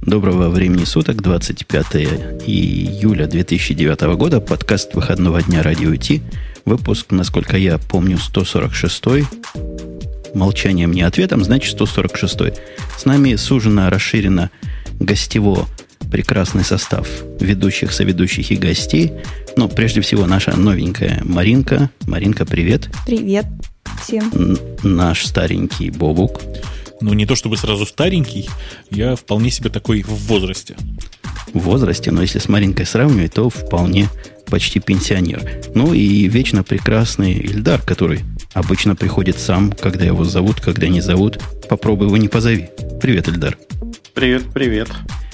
Доброго времени суток, 25 июля 2009 года, подкаст выходного дня Радио Ти, выпуск, насколько я помню, 146-й. Молчанием не ответом, значит 146-й. С нами сужено, расширено гостево прекрасный состав ведущих, соведущих и гостей. Но прежде всего наша новенькая Маринка. Маринка, привет. Привет всем. Наш старенький Бобук. Ну, не то чтобы сразу старенький, я вполне себе такой в возрасте. В возрасте, но если с Маринкой сравнивать, то вполне почти пенсионер. Ну и вечно прекрасный Ильдар, который обычно приходит сам, когда его зовут, когда не зовут. Попробуй его не позови. Привет, Ильдар. Привет, привет.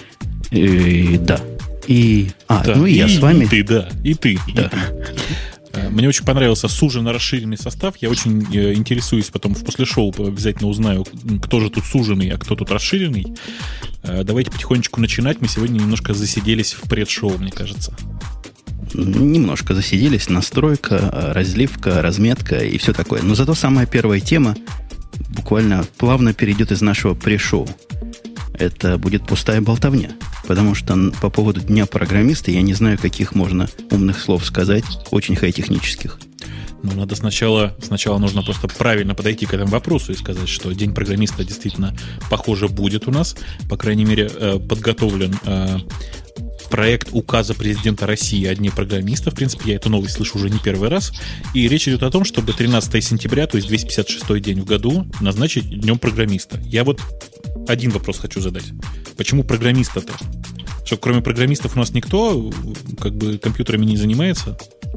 Да. Да, ну и я с вами. И ты, да. И ты. Да. И ты. Мне очень понравился суженно расширенный состав. Я очень интересуюсь, потом в после шоу обязательно узнаю, кто же тут суженный, а кто тут расширенный. Давайте потихонечку начинать. Мы сегодня немножко засиделись в предшоу, мне кажется. Немножко засиделись. Настройка, разливка, разметка и все такое. Но зато самая первая тема буквально плавно перейдет из нашего пришоу. Это будет пустая болтовня. Потому что по поводу Дня программиста я не знаю, каких можно умных слов сказать, очень хай-технических. Ну, надо сначала нужно просто правильно подойти к этому вопросу и сказать, что День программиста действительно, похоже, будет у нас. По крайней мере, подготовлен проект указа президента России о Дне программиста. В принципе, я эту новость слышу уже не первый раз. И речь идет о том, чтобы 13 сентября, то есть 256-й день в году, назначить Днем программиста. Я вот один вопрос хочу задать. Почему программиста-то? Что, кроме программистов у нас никто как бы компьютерами не занимается?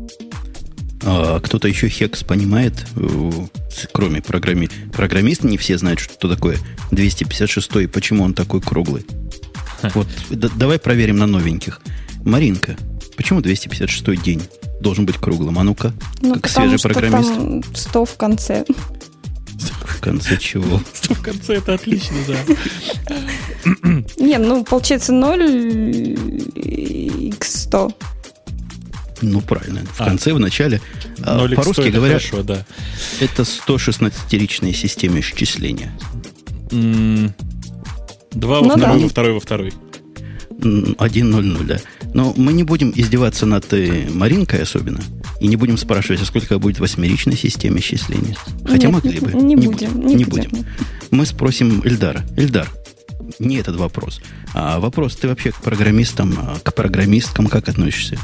А кто-то еще хекс понимает, кроме программиста, не все знают, что такое 256 и почему он такой круглый. Вот, давай проверим на новеньких. Маринка, почему 256 день должен быть круглым? А ну-ка, как свежий программист. Там 100 в конце. В конце чего? 100 в конце, это отлично, да. Не, ну, получается 0x100. Ну, правильно. В конце, в начале. По-русски говоря, хорошо, да. Это 116-ричная система исчисления. 2 во второй, во второй, во второй. 1-0-0, да. Но мы не будем издеваться над Маринкой особенно. И не будем спрашивать, а сколько будет в восьмеричной системе исчисления. Хотя могли бы. Не будем. Мы спросим Ильдара. Ильдар, не этот вопрос. А вопрос, ты вообще к программистам, к программисткам как относишься?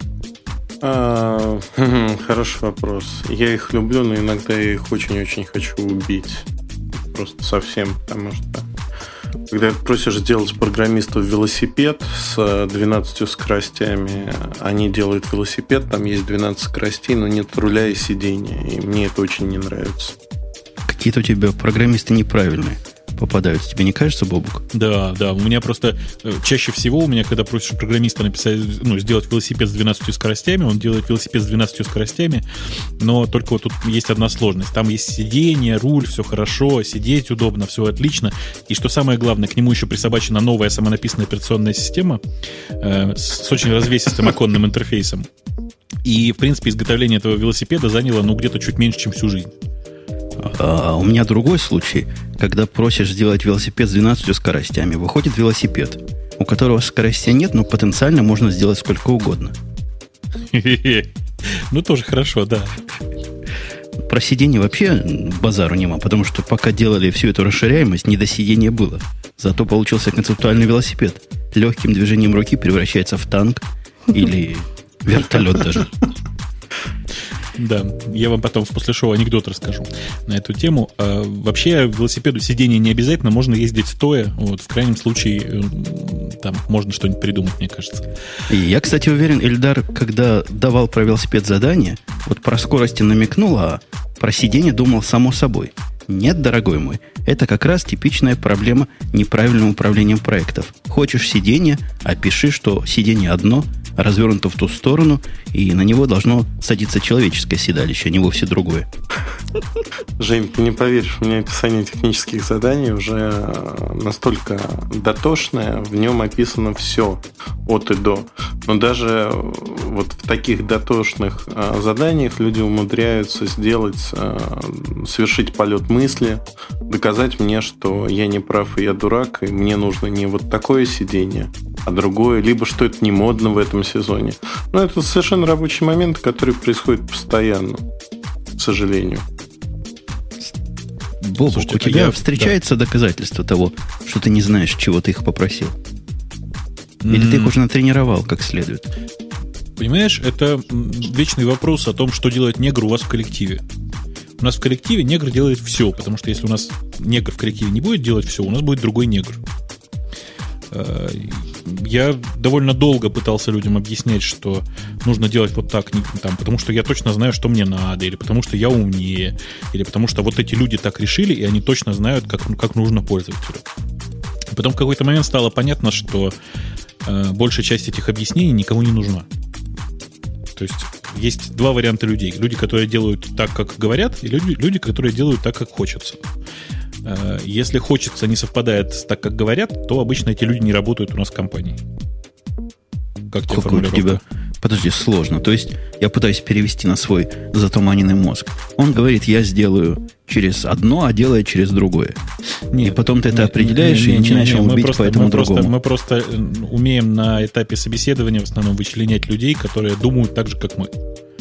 Хороший вопрос. Я их люблю, но иногда я их очень-очень хочу убить. Просто совсем, потому что когда просишь сделать программистов велосипед с 12 скоростями, они делают велосипед, там есть 12 скоростей, но нет руля и сидения, и мне это очень не нравится. Какие-то у тебя программисты неправильные попадаются. Тебе не кажется, Бобук? Да. У меня просто чаще всего, когда просишь программиста написать, сделать велосипед с 12 скоростями, он делает велосипед с 12 скоростями, но только вот тут есть одна сложность. Там есть сиденье, руль, все хорошо, сидеть удобно, все отлично. И что самое главное, к нему еще присобачена новая самонаписанная операционная система с очень развесистым оконным интерфейсом. И, в принципе, изготовление этого велосипеда заняло, где-то чуть меньше, чем всю жизнь. А у меня другой случай, когда просишь сделать велосипед с 12 скоростями, выходит велосипед, у которого скоростей нет, но потенциально можно сделать сколько угодно. Ну, тоже хорошо, да. Про сиденье вообще базару нема, потому что пока делали всю эту расширяемость, не до сидения было. Зато получился концептуальный велосипед. Легким движением руки превращается в танк или вертолет даже. Да, я вам потом после шоу анекдот расскажу на эту тему. Вообще, велосипеду сиденье не обязательно, можно ездить стоя. Вот, в крайнем случае, там можно что-нибудь придумать, мне кажется. И я, кстати, уверен, Ильдар, когда давал про велосипед задание, вот про скорости намекнул, а про сиденье думал само собой. Нет, дорогой мой, это как раз типичная проблема неправильного управления проектов. Хочешь сиденье, опиши, что сиденье одно, развернуто в ту сторону, и на него должно садиться человеческое седалище, а не вовсе другое. Жень, ты не поверишь, у меня описание технических заданий уже настолько дотошное, в нем описано все от и до. Но даже вот в таких дотошных заданиях люди умудряются совершить полет мысли доказать мне, что я не прав и я дурак, и мне нужно не вот такое сиденье, а другое, либо что это не модно в этом сезоне. Но это совершенно рабочий момент, который происходит постоянно, к сожалению. Бобок, слушайте, у тебя встречается доказательство того, что ты не знаешь, чего ты их попросил? Или ты их уже натренировал как следует? Понимаешь, это вечный вопрос о том, что делает негр у вас в коллективе. У нас в коллективе негр делает все, потому что если у нас негр в коллективе не будет делать все, у нас будет другой негр. Я довольно долго пытался людям объяснять, что нужно делать вот так, там, потому что я точно знаю, что мне надо, или потому что я умнее, или потому что вот эти люди так решили, и они точно знают, как нужно пользователю. Потом в какой-то момент стало понятно, что большая часть этих объяснений никому не нужна. То есть два варианта людей. Люди, которые делают так, как говорят, и люди, которые делают так, как хочется. Если хочется не совпадает с так, как говорят, то обычно эти люди не работают у нас в компании. Как тебе формулировка? Тебя... Подожди, сложно. То есть я пытаюсь перевести на свой затуманенный мозг. Он говорит, я сделаю через одно, а делает через другое. Нет, и потом ты это определяешь и начинаешь ему бить по этому другому. Мы просто умеем на этапе собеседования в основном вычленять людей, которые думают так же, как мы.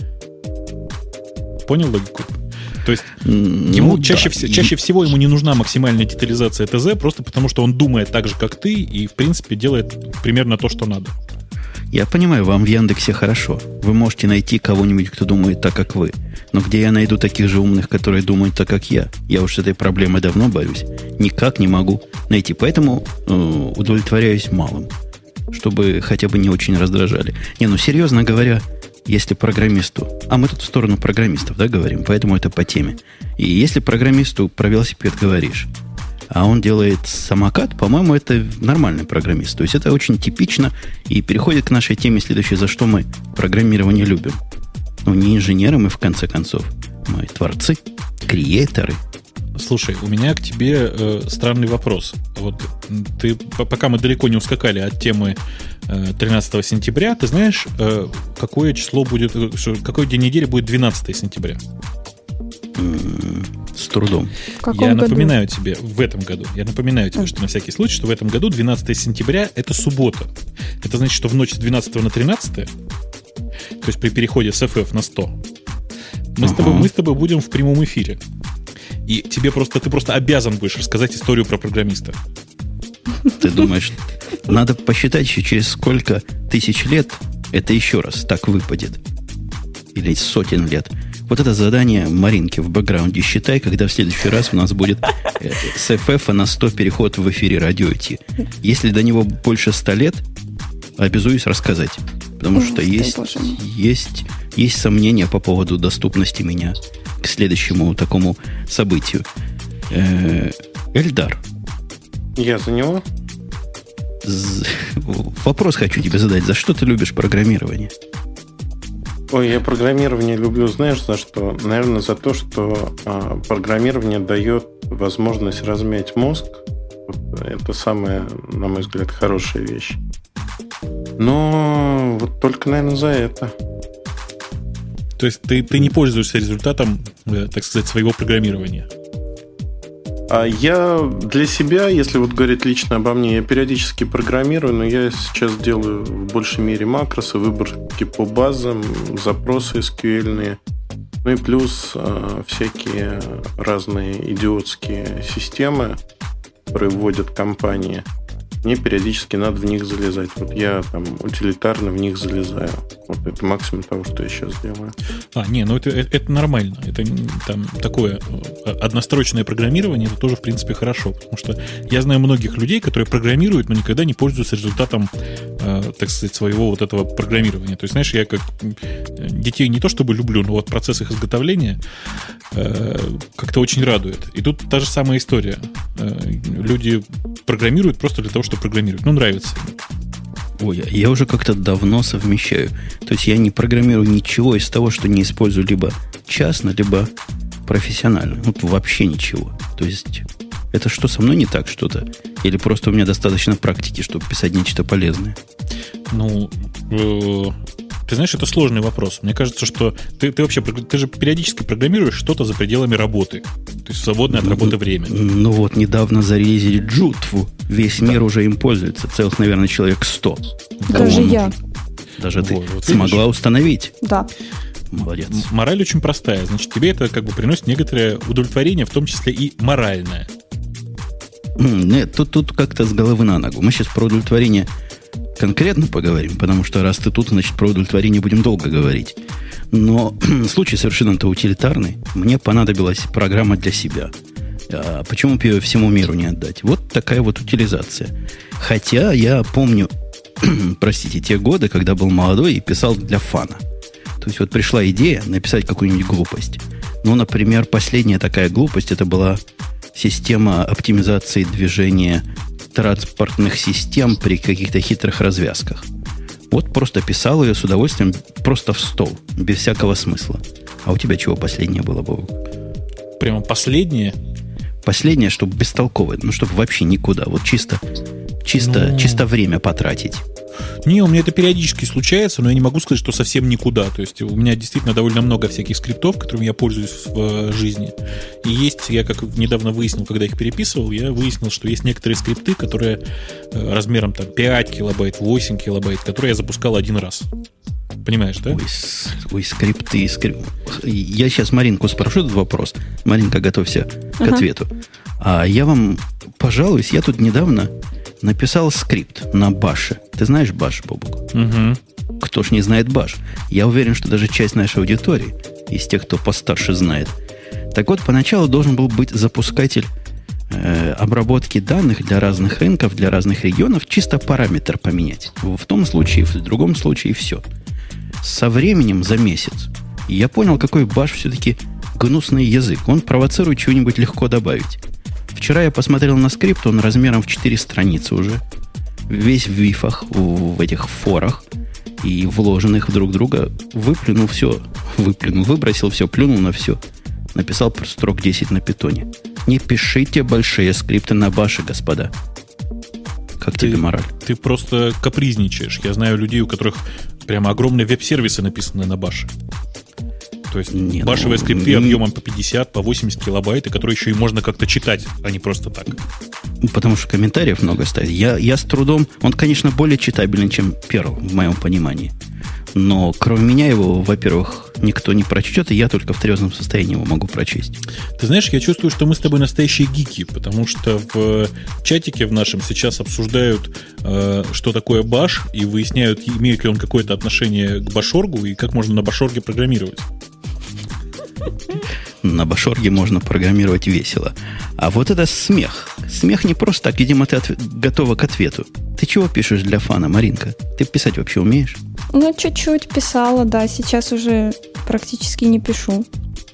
Понял логику? То есть ему чаще всего ему не нужна максимальная детализация ТЗ, просто потому что он думает так же, как ты, и в принципе делает примерно то, что надо. Я понимаю, вам в Яндексе хорошо. Вы можете найти кого-нибудь, кто думает так, как вы. Но где я найду таких же умных, которые думают так, как я? Я уж с этой проблемой давно борюсь. Никак не могу найти. Поэтому удовлетворяюсь малым. Чтобы хотя бы не очень раздражали. Серьезно говоря, если программисту... А мы тут в сторону программистов, да, говорим? Поэтому это по теме. И если программисту про велосипед говоришь, а он делает самокат, по-моему, это нормальный программист. То есть это очень типично и переходит к нашей теме следующей, за что мы программирование любим. Не инженеры мы, в конце концов. Мы творцы, креаторы. Слушай, у меня к тебе странный вопрос. Вот ты, пока мы далеко не ускакали от темы 13 сентября, ты знаешь, какое число будет, какой день недели будет 12 сентября? С трудом. Я напоминаю тебе, в этом году, что на всякий случай, что в этом году 12 сентября это суббота. Это значит, что в ночь с 12 на 13, то есть при переходе с FF на 100, мы с тобой будем в прямом эфире. И ты просто обязан будешь рассказать историю про программиста. Ты думаешь, надо посчитать еще через сколько тысяч лет это еще раз так выпадет? Или сотен лет? Вот это задание Маринки в бэкграунде считай, когда в следующий раз у нас будет с FF на 100 переход в эфире радио идти. Если до него больше 100 лет, обязуюсь рассказать. Потому что есть сомнения по поводу доступности меня к следующему такому событию. Эльдар. Я за него? Вопрос хочу тебе задать. За что ты любишь программирование? Ой, я программирование люблю, знаешь, за что? Наверное, за то, что программирование дает возможность размять мозг. Это самая, на мой взгляд, хорошая вещь. Но вот только, наверное, за это. То есть ты не пользуешься результатом, так сказать, своего программирования? Я для себя, если вот говорить лично обо мне, я периодически программирую, но я сейчас делаю в большей мере макросы, выборки по базам, запросы SQL-ные, ну и плюс всякие разные идиотские системы, которые вводят компании. Мне периодически надо в них залезать. Вот я там утилитарно в них залезаю. Вот это максимум того, что я сейчас делаю. Это нормально. Это там такое однострочное программирование, это тоже, в принципе, хорошо. Потому что я знаю многих людей, которые программируют, но никогда не пользуются результатом, так сказать, своего вот этого программирования. То есть, знаешь, я как детей не то чтобы люблю, но вот процесс их изготовления как-то очень радует. И тут та же самая история. Люди программируют просто для того, чтобы программировать. Нравится. Ой, я уже как-то давно совмещаю. То есть я не программирую ничего из того, что не использую либо частно, либо профессионально. Вот вообще ничего. То есть это что, со мной не так что-то? Или просто у меня достаточно практики, чтобы писать нечто полезное? Ты знаешь, это сложный вопрос. Мне кажется, что ты вообще ты же периодически программируешь что-то за пределами работы. То есть свободное от работы время. Ну вот, недавно зарелизили Джутву. Весь мир уже им пользуется. Целых, наверное, человек 100. Даже я. Даже ты смогла установить. Да. Молодец. Мораль очень простая. Значит, тебе это как бы приносит некоторое удовлетворение, в том числе и моральное. Нет, тут как-то с головы на ногу. Мы сейчас про удовлетворение конкретно поговорим, потому что раз ты тут, значит, про удовлетворение будем долго говорить. Но случай совершенно-то утилитарный. Мне понадобилась программа для себя. А почему бы ее всему миру не отдать? Вот такая вот утилизация. Хотя я помню, простите, те годы, когда был молодой и писал для фана. То есть вот пришла идея написать какую-нибудь глупость. Ну, например, последняя такая глупость, это была система оптимизации движения транспортных систем при каких-то хитрых развязках. Вот просто писал ее с удовольствием, просто в стол, без всякого смысла. А у тебя чего последнее было, Бобок? Прямо последнее? Последнее, чтобы бестолковое, ну, чтобы вообще никуда. Вот чисто время потратить. Не, у меня это периодически случается, но я не могу сказать, что совсем никуда. То есть у меня действительно довольно много всяких скриптов, которыми я пользуюсь в жизни. И есть, я как недавно выяснил, когда их переписывал, я выяснил, что есть некоторые скрипты, которые размером там 5 килобайт, 8 килобайт, которые я запускал один раз. Понимаешь, да? Ой, скрипты. Я сейчас Маринку спрошу этот вопрос. Маринка, готовься к ответу. А я вам пожалуюсь, я тут недавно написал скрипт на баше. Ты знаешь баш, Бобук? Угу. Кто ж не знает баш? Я уверен, что даже часть нашей аудитории, из тех, кто постарше знает. Так вот, поначалу должен был быть запускатель обработки данных для разных рынков, для разных регионов, чисто параметр поменять. В том случае, в другом случае, все. Со временем, за месяц, я понял, какой баш все-таки гнусный язык. Он провоцирует чего-нибудь легко добавить. Вчера я посмотрел на скрипт, он размером в 4 страницы уже. Весь в вифах, в этих форах и вложенных в друг друга. Выбросил все, плюнул на все. Написал строк 10 на питоне. Не пишите большие скрипты на баше, господа. Как тебе мораль? Ты просто капризничаешь. Я знаю людей, у которых прямо огромные веб-сервисы написаны на баше. То есть башевые скрипты объемом по 50, по 80 килобайт, и которые еще и можно как-то читать, а не просто так. Потому что комментариев много стоит. Я с трудом... Он, конечно, более читабелен, чем Perl, в моем понимании. Но кроме меня его, во-первых, никто не прочтет, и я только в трезвом состоянии его могу прочесть. Ты знаешь, я чувствую, что мы с тобой настоящие гики, потому что в чатике в нашем сейчас обсуждают, что такое баш, и выясняют, имеет ли он какое-то отношение к башоргу, и как можно на башорге программировать. На башорге можно программировать весело. А вот это смех. Смех не просто так. Видимо, ты готова к ответу. Ты чего пишешь для фана, Маринка? Ты писать вообще умеешь? Ну, чуть-чуть писала, да. Сейчас уже практически не пишу.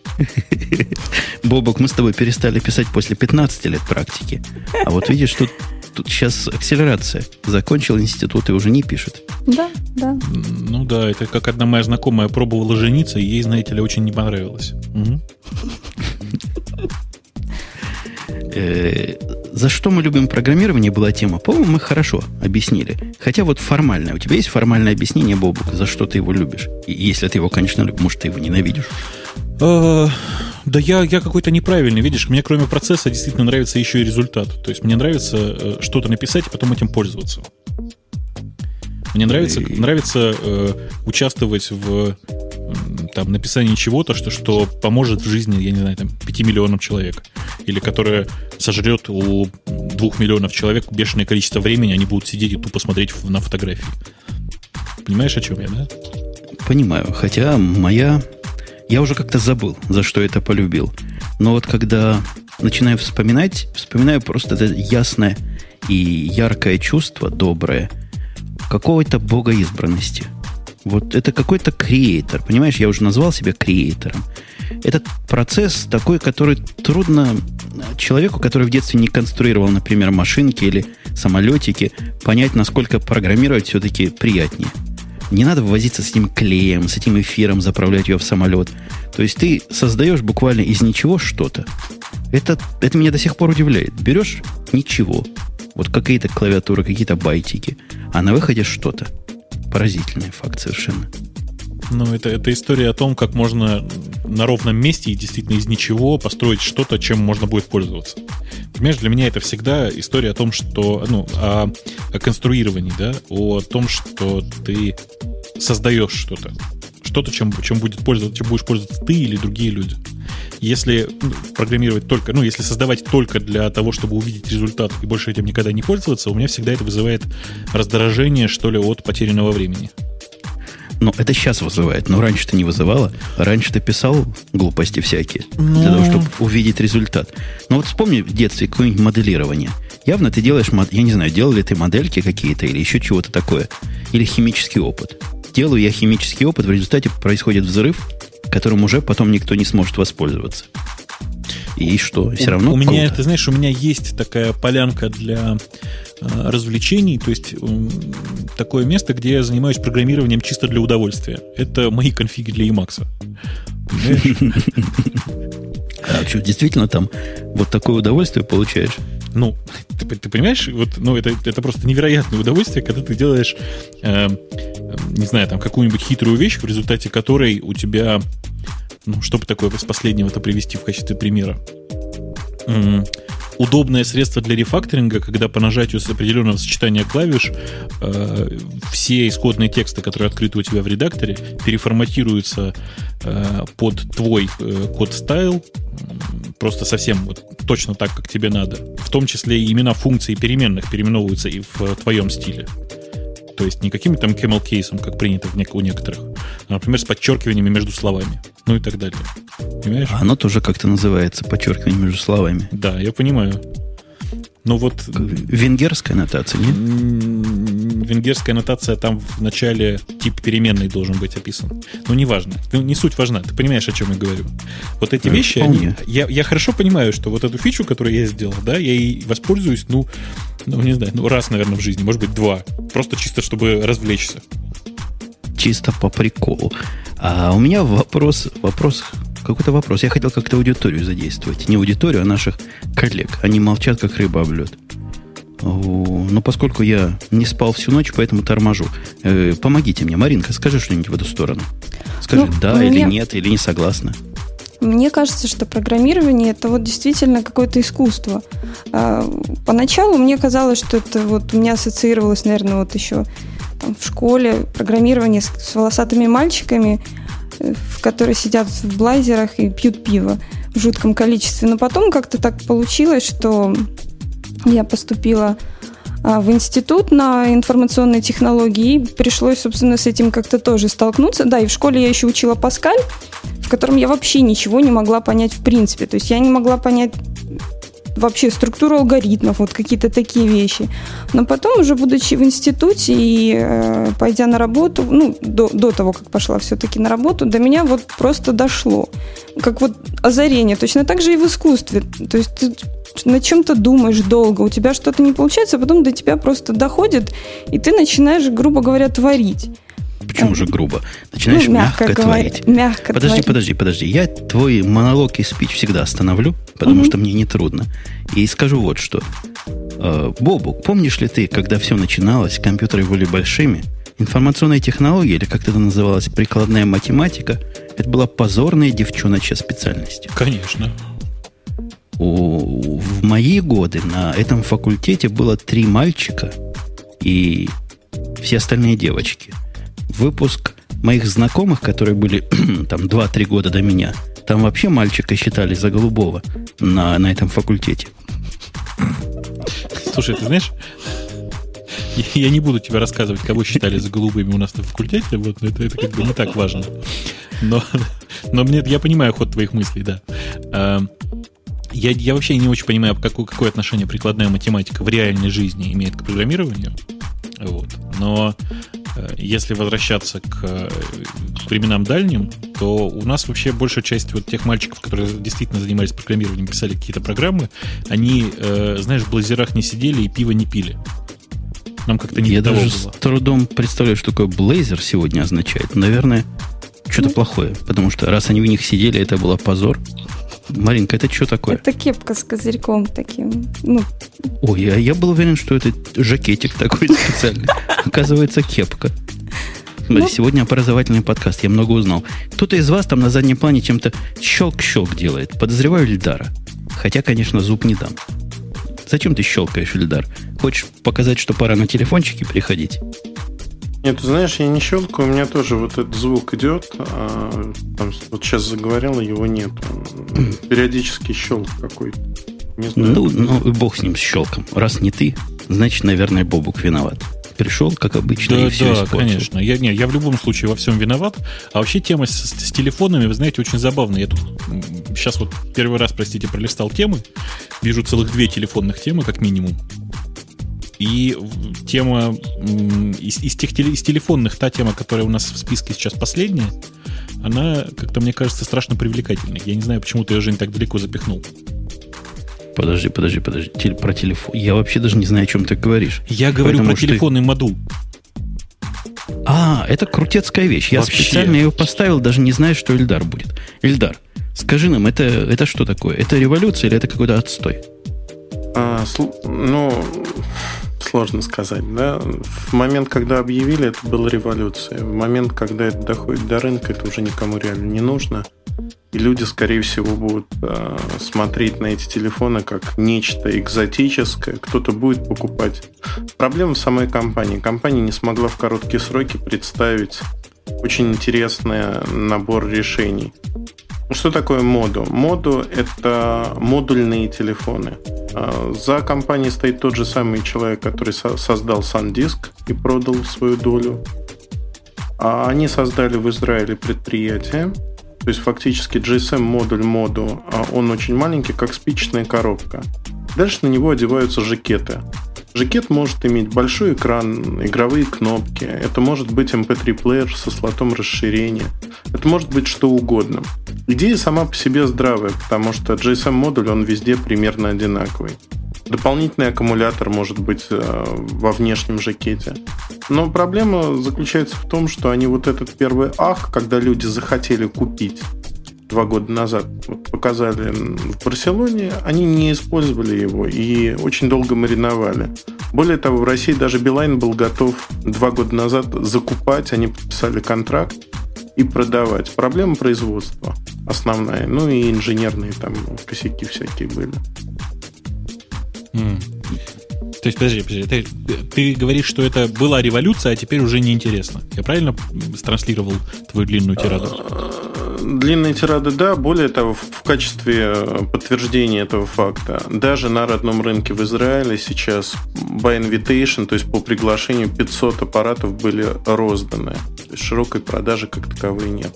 Бобок, мы с тобой перестали писать после 15 лет практики. А вот видишь, тут сейчас акселерация. Закончил институт и уже не пишет. Да. Ну да, это как одна моя знакомая пробовала жениться, и ей, знаете ли, очень не понравилось. Угу. За что мы любим программирование, была тема. По-моему, мы хорошо объяснили. Хотя вот формальное. У тебя есть формальное объяснение, Бобок, за что ты его любишь? И если ты его, конечно, любишь, может, ты его ненавидишь? Да я какой-то неправильный, видишь, мне кроме процесса действительно нравится еще и результат. То есть мне нравится что-то написать и потом этим пользоваться. Мне нравится участвовать в написании чего-то, что поможет в жизни, я не знаю, 5 миллионам человек. Или которое сожрет у 2 миллионов человек бешеное количество времени, они будут сидеть и тупо смотреть на фотографии. Понимаешь, о чем я, да? Понимаю. Хотя я уже как-то забыл, за что это полюбил. Но вот когда начинаю вспоминаю просто это ясное и яркое чувство, доброе, какой-то богоизбранности. Вот это какой-то креатор. Понимаешь, я уже назвал себя креатором. Этот процесс такой, который трудно человеку, который в детстве не конструировал, например, машинки или самолетики, понять, насколько программировать все-таки приятнее. Не надо возиться с этим клеем, с этим эфиром, заправлять ее в самолет. То есть ты создаешь буквально из ничего что-то. Это меня до сих пор удивляет. Берешь ничего. Вот какие-то клавиатуры, какие-то байтики. А на выходе что-то. Поразительный факт совершенно. Ну, это история о том, как можно на ровном месте и действительно из ничего построить что-то, чем можно будет пользоваться. Понимаешь, для меня это всегда история о том, что, о конструировании, да, о том, что ты создаешь что-то. Что-то, чем будешь пользоваться ты или другие люди. Если программировать только, если создавать только для того, чтобы увидеть результат и больше этим никогда не пользоваться, у меня всегда это вызывает раздражение, что ли, от потерянного времени. Ну, это сейчас вызывает, но раньше-то не вызывало. Раньше ты писал глупости всякие для того, чтобы увидеть результат. Но вот вспомни в детстве какое-нибудь моделирование. Явно ты делаешь, я не знаю, делал ли ты модельки какие-то или еще чего-то такое. Или химический опыт. Делаю я химический опыт, в результате происходит взрыв, которым уже потом никто не сможет воспользоваться. И что? Все равно у меня, круто. ты знаешь, у меня есть такая полянка для развлечений, то есть такое место, где я занимаюсь программированием чисто для удовольствия. Это мои конфиги для Emacs. А что, действительно там вот такое удовольствие получаешь? Ну, ты понимаешь, это просто невероятное удовольствие, когда ты делаешь, не знаю, там какую-нибудь хитрую вещь, в результате которой у тебя, чтобы такое с последнего-то привести в качестве примера. Удобное средство для рефакторинга, когда по нажатию с определенного сочетания клавиш все исходные тексты, которые открыты у тебя в редакторе, переформатируются под твой код-стайл, просто совсем точно так, как тебе надо. В том числе и имена функций переменных переименовываются и в твоем стиле. То есть не каким-то там camel кейсом, как принято у некоторых, а, например, с подчеркиваниями между словами, и так далее. Понимаешь? Оно тоже как-то называется подчеркивание между словами. Да, я понимаю. Венгерская нотация, нет? Венгерская нотация, там в начале тип переменной должен быть описан. Неважно. Не суть важна. Ты понимаешь, о чем я говорю. Вот эти вещи, я хорошо понимаю, что вот эту фичу, которую я сделал, да, я ей воспользуюсь, не знаю, раз, наверное, в жизни, может быть, два. Просто чисто, чтобы развлечься. Чисто по приколу. А у меня какой-то вопрос. Я хотел как-то аудиторию задействовать. Не аудиторию, а наших коллег. Они молчат, как рыба об лед. Но поскольку я не спал всю ночь, поэтому торможу. Помогите мне. Маринка, скажи что-нибудь в эту сторону. Скажи или нет, или не согласна. Мне кажется, что программирование – это вот действительно какое-то искусство. Поначалу мне казалось, что это вот у меня ассоциировалось, наверное, вот еще там, в школе программирование с волосатыми мальчиками, которые сидят в блайзерах и пьют пиво в жутком количестве. Но потом как-то так получилось, что я поступила в институт на информационные технологии, и пришлось, собственно, с этим как-то тоже столкнуться. Да, и в школе я еще учила Паскаль, в котором я вообще ничего не могла понять в принципе. То есть я не могла понять вообще структуру алгоритмов, вот какие-то такие вещи. Но потом, уже будучи в институте и пойдя на работу, до того, как пошла все-таки на работу, до меня вот просто дошло. Как вот озарение. Точно так же и в искусстве. То есть ты над чем-то думаешь долго, у тебя что-то не получается, а потом до тебя просто доходит, и ты начинаешь, грубо говоря, творить. Почему же грубо? Начинаешь мягко творить. Подожди. Я твой монолог и спич всегда остановлю, потому что мне нетрудно. И скажу вот что. Бобук, помнишь ли ты, когда все начиналось, компьютеры были большими, информационные технологии, или как это называлось, прикладная математика, это была позорная девчоночья специальность. Конечно. В мои годы на этом факультете было 3 мальчика и все остальные девочки. Выпуск моих знакомых, которые были там 2-3 года до меня, там вообще мальчика считали за голубого на этом факультете. Слушай, ты знаешь, я не буду тебе рассказывать, кого считали за голубыми у нас на факультете, это как бы не так важно. Но я понимаю ход твоих мыслей, да. Я вообще не очень понимаю, какое отношение прикладная математика в реальной жизни имеет к программированию. Но если возвращаться к временам дальним, то у нас вообще большая часть вот тех мальчиков, которые действительно занимались программированием, писали какие-то программы, они, знаешь, в блазерах не сидели и пиво не пили. Нам как-то не до того было. Я даже с трудом представляю, что такое блейзер сегодня означает. Наверное, что-то плохое, потому что раз они в них сидели, это был позор. Маринка, это что такое? Это кепка с козырьком таким. Ой, я был уверен, что это жакетик такой специальный. Оказывается, кепка. Сегодня образовательный подкаст, я много узнал. Кто-то из вас там на заднем плане чем-то щелк-щелк делает. Подозреваю Ильдара. Хотя, конечно, зуб не дам. Зачем ты щелкаешь, Ильдар? Хочешь показать, что пора на телефончики приходить? Нет, ты знаешь, я не щелкаю, у меня тоже вот этот звук идет. Там, вот сейчас заговорил, его нет. Периодически щелк какой-то. Не знаю. Ну, бог с ним, с щелком. Раз не ты, значит, наверное, Бобук виноват. Пришел, как обычно, и все испортил. Конечно. Я в любом случае во всем виноват. А вообще тема с телефонами, вы знаете, очень забавная. Я тут сейчас вот первый раз, простите, пролистал темы. Вижу целых 2 телефонных темы, как минимум. И тема из телефонных, та тема, которая у нас в списке сейчас последняя, она, как-то, мне кажется, страшно привлекательной. Я не знаю, почему ты ее, Жень, так далеко запихнул. Подожди. Про телефон. Я вообще даже не знаю, о чем ты говоришь. Я говорю про телефонный модул. Это крутецкая вещь. Я Вообще. специально ее поставил, даже не зная, что Ильдар будет. Ильдар, скажи нам, это что такое? Это революция или это какой-то отстой? Сложно сказать, да. В момент, когда объявили, это была революция. В момент, когда это доходит до рынка, это уже никому реально не нужно. И люди, скорее всего, будут смотреть на эти телефоны как нечто экзотическое. Кто-то будет покупать. Проблема в самой компании. Компания не смогла в короткие сроки представить очень интересный набор решений. Что такое Modu? Modu – это модульные телефоны. За компанией стоит тот же самый человек, который создал SanDisk и продал свою долю. Они создали в Израиле предприятие. То есть фактически GSM-модуль Modu, он очень маленький, как спичечная коробка. Дальше на него одеваются жакеты. Жакет может иметь большой экран, игровые кнопки. Это может быть MP3-плеер со слотом расширения. Это может быть что угодно. Идея сама по себе здравая, потому что GSM-модуль, он везде примерно одинаковый. Дополнительный аккумулятор может быть во внешнем жакете. Но проблема заключается в том, что они вот этот первый когда люди захотели купить 2 года назад, показали в Барселоне, они не использовали его и очень долго мариновали. Более того, в России даже Билайн был готов 2 года назад закупать, они подписали контракт и продавать. Проблема производства основная, и инженерные там косяки всякие были. То есть, подожди, ты говоришь, что это была революция, а теперь уже неинтересно. Я правильно транслировал твою длинную тираду? Длинные тирады, да. Более того, в качестве подтверждения этого факта, даже на родном рынке в Израиле сейчас by invitation, то есть по приглашению 500 аппаратов были розданы. То есть широкой продажи как таковой нет.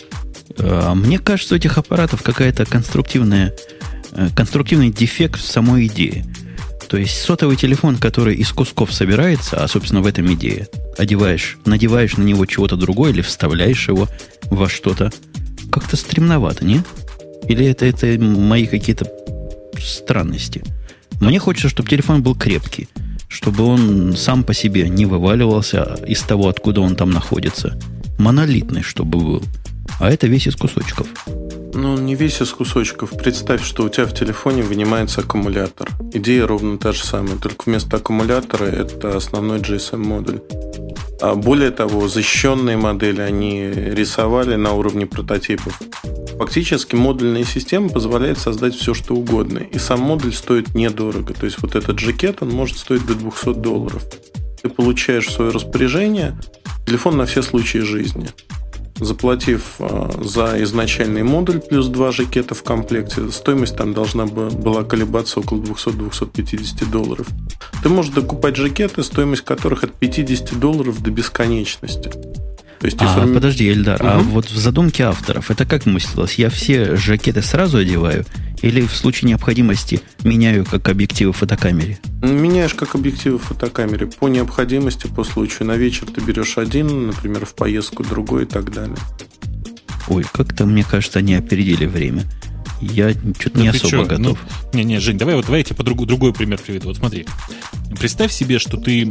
Мне кажется, у этих аппаратов какая-то конструктивный дефект в самой идее. То есть сотовый телефон, который из кусков собирается, а, собственно, в этом идея, надеваешь на него чего-то другое или вставляешь его во что-то, как-то стремновато, не? Или это мои какие-то странности? Мне хочется, чтобы телефон был крепкий, чтобы он сам по себе не вываливался из того, откуда он там находится. Монолитный, чтобы был. А это весь из кусочков. Не весь из кусочков. Представь, что у тебя в телефоне вынимается аккумулятор. Идея ровно та же самая, только вместо аккумулятора это основной GSM-модуль. А более того, защищенные модели они рисовали на уровне прототипов. Фактически модульная система позволяет создать все, что угодно. И сам модуль стоит недорого. То есть вот этот жакет, он может стоить до $200. Ты получаешь в свое распоряжение телефон на все случаи жизни. Заплатив за изначальный модуль плюс 2 жакета в комплекте, стоимость там должна была колебаться около $200-250. Ты можешь докупать жакеты, стоимость которых от $50 до бесконечности. То есть, подожди, Эльдар, а вот в задумке авторов это как мыслилось? Я все жакеты сразу одеваю или в случае необходимости меняю как объективы в фотокамере? Меняешь как объективы в фотокамере по необходимости, по случаю. На вечер ты берешь один, например, в поездку другой и так далее. Ой, как-то, мне кажется, они опередили время. Я что-то не особо готов. Не, Жень, давай я тебе другой пример приведу. Вот смотри. Представь себе, что ты...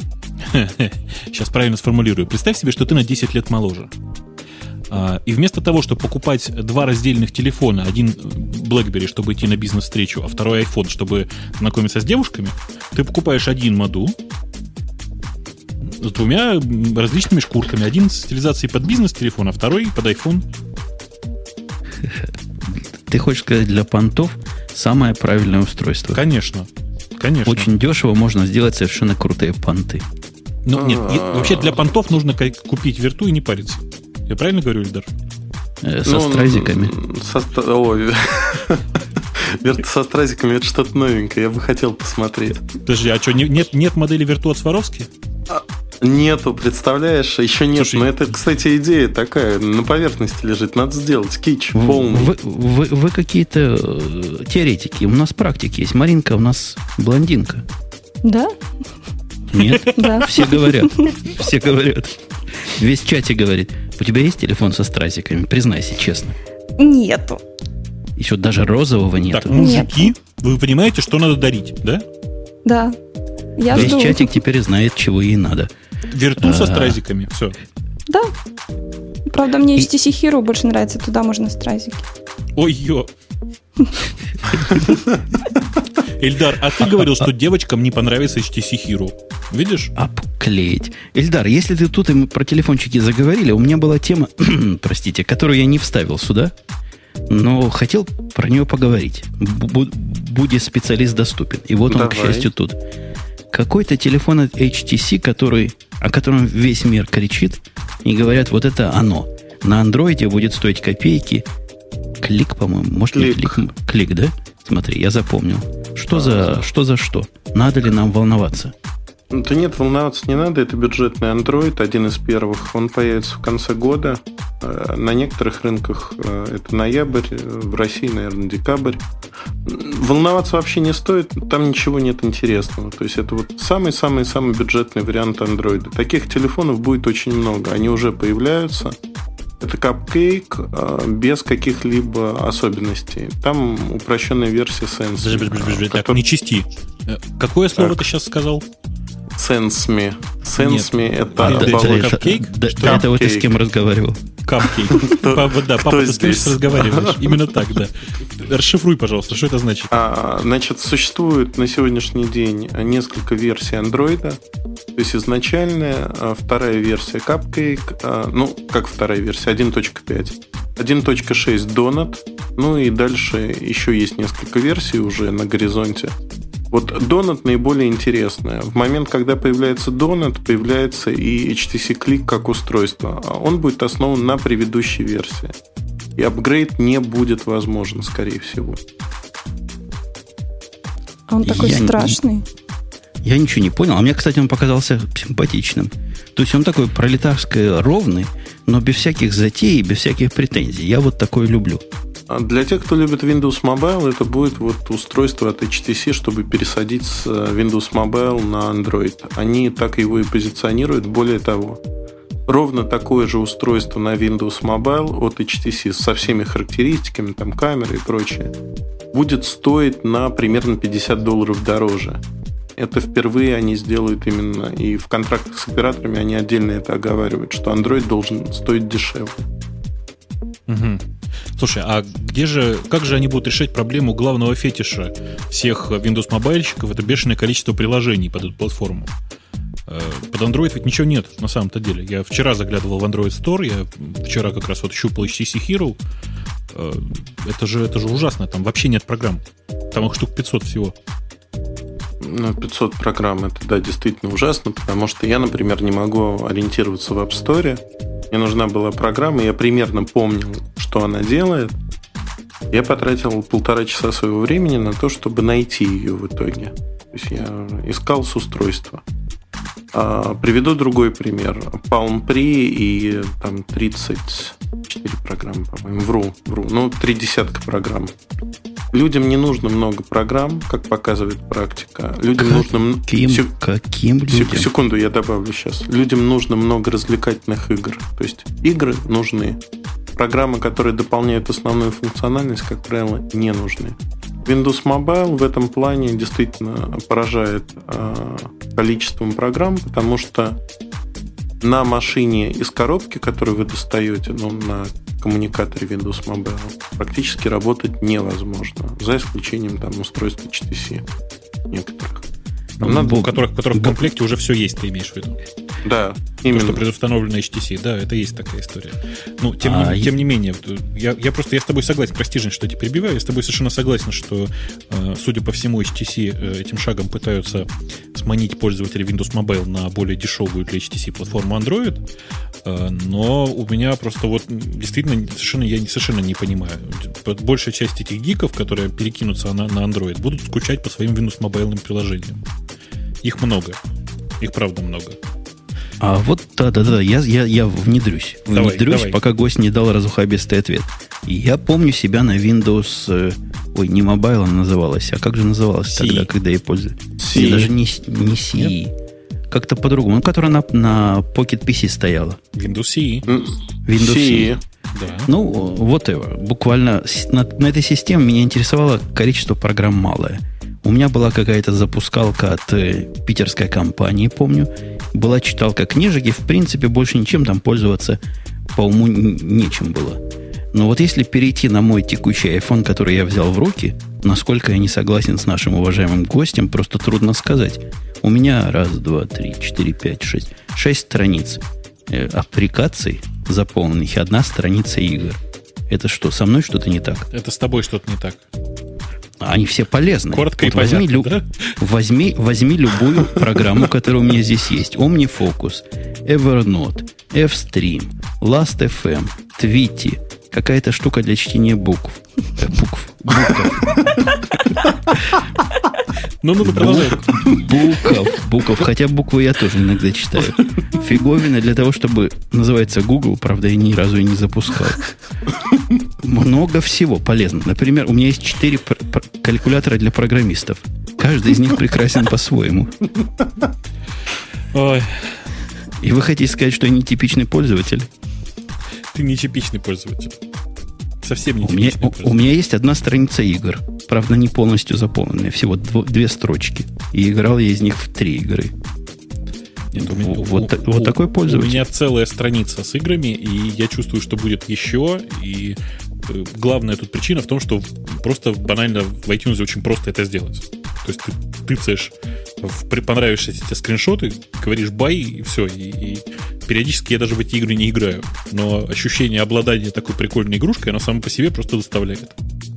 Сейчас правильно сформулирую. Представь себе, что ты на 10 лет моложе. И вместо того, чтобы покупать 2 раздельных телефона, один BlackBerry, чтобы идти на бизнес-встречу, а второй iPhone, чтобы знакомиться с девушками, ты покупаешь один модуль, с двумя различными шкурками. Один с стилизацией под бизнес-телефон, а второй под iPhone. Ты хочешь сказать, для понтов самое правильное устройство? Конечно. Конечно. Очень дешево можно сделать совершенно крутые понты. Ну, нет, вообще для понтов нужно купить верту и не париться. Я правильно говорю, Ильдар? Со стразиками. Верт со стразиками — это что-то новенькое. Я бы хотел посмотреть. Подожди, а что, нет модели верту от Сваровски? Нету, представляешь? Еще нет. Слушай, но это, кстати, идея такая, на поверхности лежит. Надо сделать кич полный. Вы какие-то теоретики. У нас практики есть. Маринка у нас блондинка. Да? Нет? Да. Все говорят. Все говорят. Весь в чате говорит: у тебя есть телефон со стразиками? Признайся честно. Нету. Еще даже розового нету. Так, мужики, вы понимаете, что надо дарить, да? Да. Я Весь жду. чатик теперь знает, чего ей надо. Верту со стразиками, все. Да. Правда, мне HTC Hero больше нравится. Туда можно стразики. Ой-ё. Эльдар, а ты говорил, что девочкам не понравится HTC Hero. Видишь? Обклеить. Эльдар, если ты тут и мы про телефончики заговорили, у меня была тема, простите, которую я не вставил сюда, но хотел про нее поговорить. Будет специалист доступен. И вот он, к счастью, тут. Какой-то телефон от HTC, о котором весь мир кричит, и говорят, вот это оно. На андроиде будет стоить копейки. Клик, по-моему. Может, не клик? Клик, да? Смотри, я запомнил. Что за что? Надо ли нам волноваться? Да нет, волноваться не надо. Это бюджетный Android, один из первых. Он появится в конце года. На некоторых рынках это ноябрь, в России, наверное, декабрь. Волноваться вообще не стоит, там ничего нет интересного. То есть это вот самый-самый-самый бюджетный вариант Android. Таких телефонов будет очень много, они уже появляются. Это Cupcake без каких-либо особенностей. Там упрощенная версия Sense. Так, не чисти. Какое слово ты сейчас сказал? Sense.me. Sense.me это Cupcake? Да, это вот ты с кем разговаривал. Cupcake. Да, папа, ты с кем сейчас разговариваешь. Именно так, да. Расшифруй, пожалуйста, что это значит. Значит, существует на сегодняшний день несколько версий Android. То есть изначальная, вторая версия Cupcake, как вторая версия, 1.5. 1.6 Donut. Ну и дальше еще есть несколько версий уже на горизонте. Вот Donut наиболее интересная. В момент, когда появляется Donut, появляется и HTC Click как устройство. Он будет основан на предыдущей версии. И апгрейд не будет возможен, скорее всего. А он такой страшный. Я ничего не понял. А мне, кстати, он показался симпатичным. То есть он такой пролетарский ровный, но без всяких затей и без всяких претензий. Я вот такое люблю. Для тех, кто любит Windows Mobile, это будет вот устройство от HTC, чтобы пересадить с Windows Mobile на Android. Они так его и позиционируют. Более того, ровно такое же устройство на Windows Mobile от HTC со всеми характеристиками, там камеры и прочее, будет стоить на примерно $50 дороже. Это впервые они сделают именно, и в контрактах с операторами они отдельно это оговаривают, что Android должен стоить дешевле. Угу. Слушай, а как же они будут решать проблему главного фетиша всех Windows-мобильщиков? Это бешеное количество приложений под эту платформу. Под Android ведь ничего нет, на самом-то деле. Я вчера заглядывал в Android Store, я вчера как раз вот щупал HTC Hero. Это же ужасно, там вообще нет программ. Там их штук 500 всего. 500 программ, это, да, действительно ужасно, потому что я, например, не могу ориентироваться в App Store. Мне нужна была программа, я примерно помнил, что она делает. Я потратил 1,5 часа своего времени на то, чтобы найти ее в итоге. То есть я искал с устройства. Приведу другой пример. Palm Pre и там 34 программы, по-моему. Вру. 30 программ. Людям не нужно много программ, как показывает практика. Людям нужно... Каким людям? Секунду, я добавлю сейчас. Людям нужно много развлекательных игр. То есть игры нужны. Программы, которые дополняют основную функциональность, как правило, не нужны. Windows Mobile в этом плане действительно поражает количеством программ, потому что на машине из коробки, которую вы достаете, на коммуникаторе Windows Mobile, практически работать невозможно, за исключением там устройств HTC некоторых. У которых в комплекте уже все есть, ты имеешь в виду? Да, именно. То, что предустановлено HTC, да, это есть такая история. Ну, тем не менее, я с тобой согласен, прости, Жень, что я тебя перебиваю, я с тобой совершенно согласен, что, судя по всему, HTC этим шагом пытаются сманить пользователей Windows Mobile на более дешевую для HTC платформу Android, но у меня просто вот действительно я совершенно не понимаю. Большая часть этих гиков, которые перекинутся на Android, будут скучать по своим Windows Mobile приложениям. Их много. Их правда много. А вот, да, я внедрюсь. Давай. Пока гость не дал разухабистый ответ. Я помню себя на Windows... не Mobile она называлась, а как же называлась тогда, когда я пользовался? Даже не CE. Нет? Как-то по-другому. Которая на Pocket PC стояла. Windows CE. Windows CE. Да. Ну, whatever. Буквально на этой системе меня интересовало количество программ малое. У меня была какая-то запускалка от питерской компании, помню. Была читалка книжек, и, в принципе, больше ничем там пользоваться по уму нечем было. Но вот если перейти на мой текущий iPhone, который я взял в руки, насколько я не согласен с нашим уважаемым гостем, просто трудно сказать. У меня 1, 2, 3, 4, 5, 6 страниц аппликаций заполненных, и 1 страница игр. Это что, со мной что-то не так? Это с тобой что-то не так. Они все полезны. Коротко вот и понятно, да? Возьми любую программу, которая у меня здесь есть. OmniFocus, Evernote, F-Stream, Last.fm, Twitty. Какая-то штука для чтения букв. Букв. Ну, продолжай. Букв. Хотя буквы я тоже иногда читаю. Фиговина для того, чтобы... Называется Google, правда, я ни разу и не запускал. Много всего полезного. Например, у меня есть 4 калькулятора для программистов. Каждый из них прекрасен по-своему. Ой. И вы хотите сказать, что я не типичный пользователь? Ты не типичный пользователь. Совсем не типичный пользователь. У меня есть 1 страница игр. Правда, не полностью заполненная. Всего 2 строчки. И играл я из них в 3 игры. Нет, вот такой пользователь. У меня целая страница с играми, и я чувствую, что будет еще. И главная тут причина в том, что просто банально в iTunes очень просто это сделать. То есть ты тыцаешь в понравившиеся тебе скриншоты, говоришь бай, и все. И периодически я даже в эти игры не играю. Но ощущение обладания такой прикольной игрушкой, оно само по себе просто доставляет.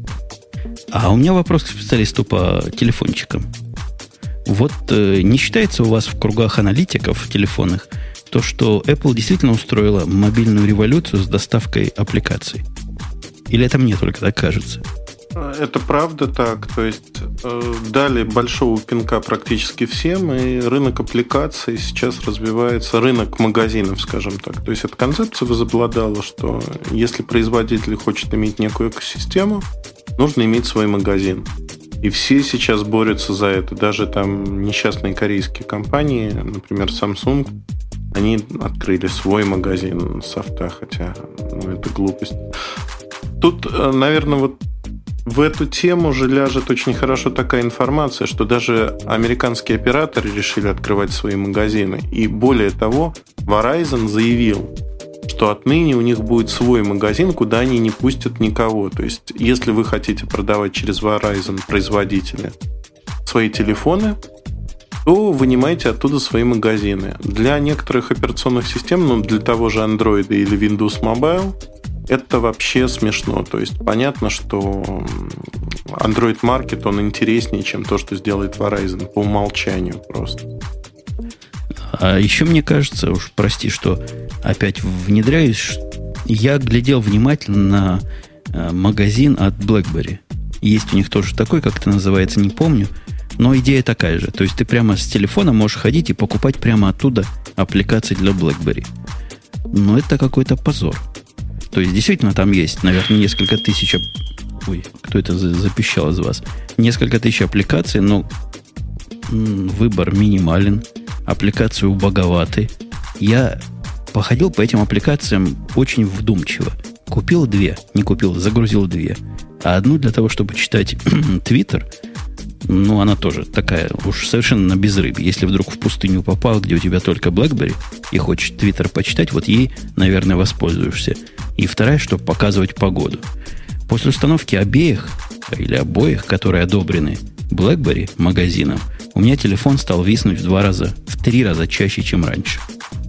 А у меня вопрос к специалисту по телефончикам. Вот не считается у вас в кругах аналитиков телефонных то, что Apple действительно устроила мобильную революцию с доставкой аппликаций? Или это мне только так кажется? Это правда так. То есть дали большого пинка практически всем, и рынок аппликаций сейчас развивается, рынок магазинов, скажем так. То есть эта концепция возобладала, что если производитель хочет иметь некую экосистему, нужно иметь свой магазин. И все сейчас борются за это. Даже там несчастные корейские компании, например, Samsung, они открыли свой магазин софта, хотя это глупость. Тут, наверное, вот в эту тему же ляжет очень хорошо такая информация, что даже американские операторы решили открывать свои магазины. И более того, Verizon заявил, что отныне у них будет свой магазин, куда они не пустят никого. То есть, если вы хотите продавать через Verizon производителя свои телефоны, то вынимайте оттуда свои магазины. Для некоторых операционных систем, для того же Android или Windows Mobile, это вообще смешно. То есть, понятно, что Android Market, он интереснее, чем то, что сделает Verizon по умолчанию просто. А еще мне кажется, уж прости, что опять внедряюсь, я глядел внимательно на магазин от BlackBerry. Есть у них тоже такой, как это называется, не помню, но идея такая же. То есть ты прямо с телефона можешь ходить и покупать прямо оттуда аппликации для BlackBerry. Но это какой-то позор. То есть действительно там есть, наверное, несколько тысяч... Ой, кто это запищал из вас? Несколько тысяч аппликаций, но выбор минимален. Аппликации убоговаты. Я походил по этим аппликациям очень вдумчиво. Купил 2, не купил, загрузил 2. А одну для того, чтобы читать Twitter, она тоже такая уж совершенно на безрыбье. Если вдруг в пустыню попал, где у тебя только BlackBerry, и хочешь Twitter почитать, вот ей, наверное, воспользуешься. И вторая, чтобы показывать погоду. После установки обеих, которые одобрены BlackBerry магазином, у меня телефон стал виснуть в 3 раза чаще, чем раньше.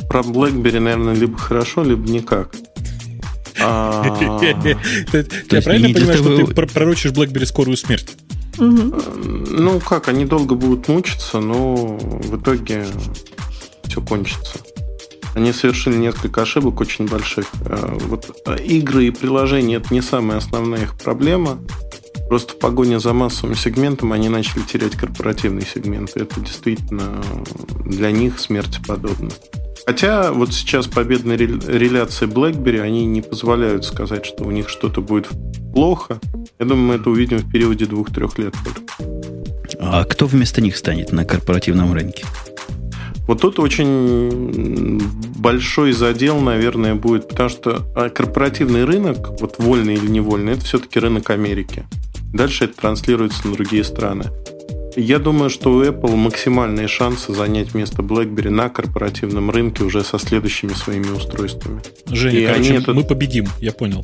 про BlackBerry, наверное, либо хорошо, либо никак. Я правильно понимаю, что ты пророчишь BlackBerry скорую смерть? Ну как, они долго будут мучиться, но в итоге все кончится. Они совершили несколько ошибок очень больших. Вот игры и приложения — это не самая основная их проблема. Просто в погоне за массовым сегментом они начали терять корпоративный сегмент. Это действительно для них смерти подобно. Хотя вот сейчас победные реляции BlackBerry, они не позволяют сказать, что у них что-то будет плохо. Я думаю, мы это увидим в периоде 2-3 лет только. А кто вместо них станет на корпоративном рынке? Вот тут очень большой задел, наверное, будет, потому что корпоративный рынок, вот вольный или невольный, это все-таки рынок Америки. Дальше это транслируется на другие страны. Я думаю, что у Apple максимальные шансы занять место BlackBerry на корпоративном рынке уже со следующими своими устройствами. Женя, короче, мы победим, я понял.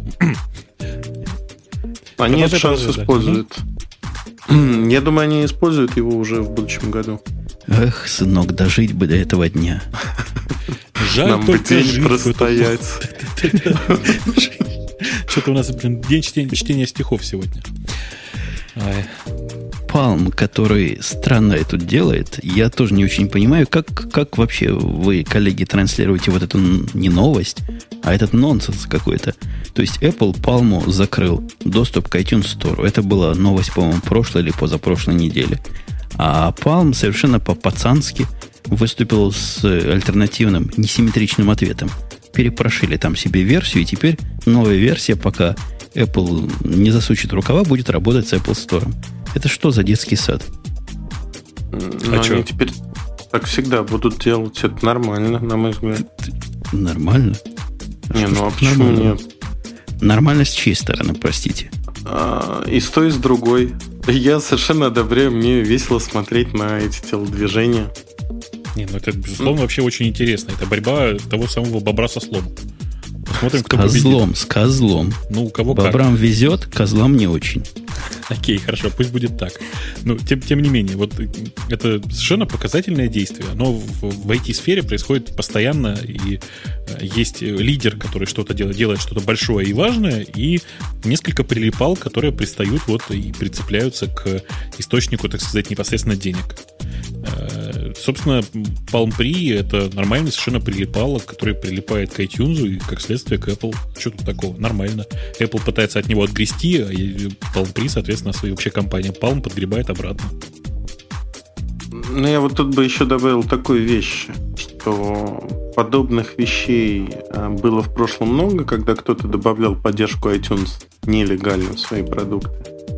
Они этот шанс используют. Я думаю, они используют его уже в будущем году. Эх, сынок, дожить бы до этого дня. Жаль, нам бы день простоять. Что-то у нас, день чтения стихов сегодня. Palm, который странно это делает, я тоже не очень понимаю, как вообще вы, коллеги, транслируете вот эту не новость, а этот нонсенс какой-то. То есть Apple Palm закрыл доступ к iTunes Store. Это была новость, по-моему, прошлой или позапрошлой неделе. А Palm совершенно по-пацански выступил с альтернативным, несимметричным ответом. Перепрошили там себе версию, и теперь новая версия, пока Apple не засучит рукава, будет работать с Apple Store. Это что за детский сад? Они теперь так всегда будут делать. Это нормально, на мой взгляд. Нормально? Не, ну а почему нет? Нормально с чьей стороны, простите? И с той, и с другой. Я совершенно одобряю, мне весело смотреть на эти телодвижения. Не, ну это, безусловно, вообще очень интересно. Это борьба того самого бобра со слоном. Посмотрим, кто победит. С козлом. Ну, у кого Бобрам как. везет, козлам не очень. Окей, хорошо, пусть будет так. Но тем не менее, вот это совершенно показательное действие. Оно в IT-сфере происходит постоянно, и есть лидер, который что-то делает что-то большое и важное, и несколько прилипал, которые пристают вот и прицепляются к источнику, так сказать, непосредственно денег. Собственно, Palm Pre — это нормальный совершенно прилипало, который прилипает к iTunes и, как следствие, к Apple. Что тут такого? Нормально. Apple пытается от него отгрести, а Palm Pre, соответственно, своя вообще компания Palm подгребает обратно. Ну, я вот тут бы еще добавил такую вещь, что подобных вещей было в прошлом много, когда кто-то добавлял поддержку iTunes нелегально в свои продукты.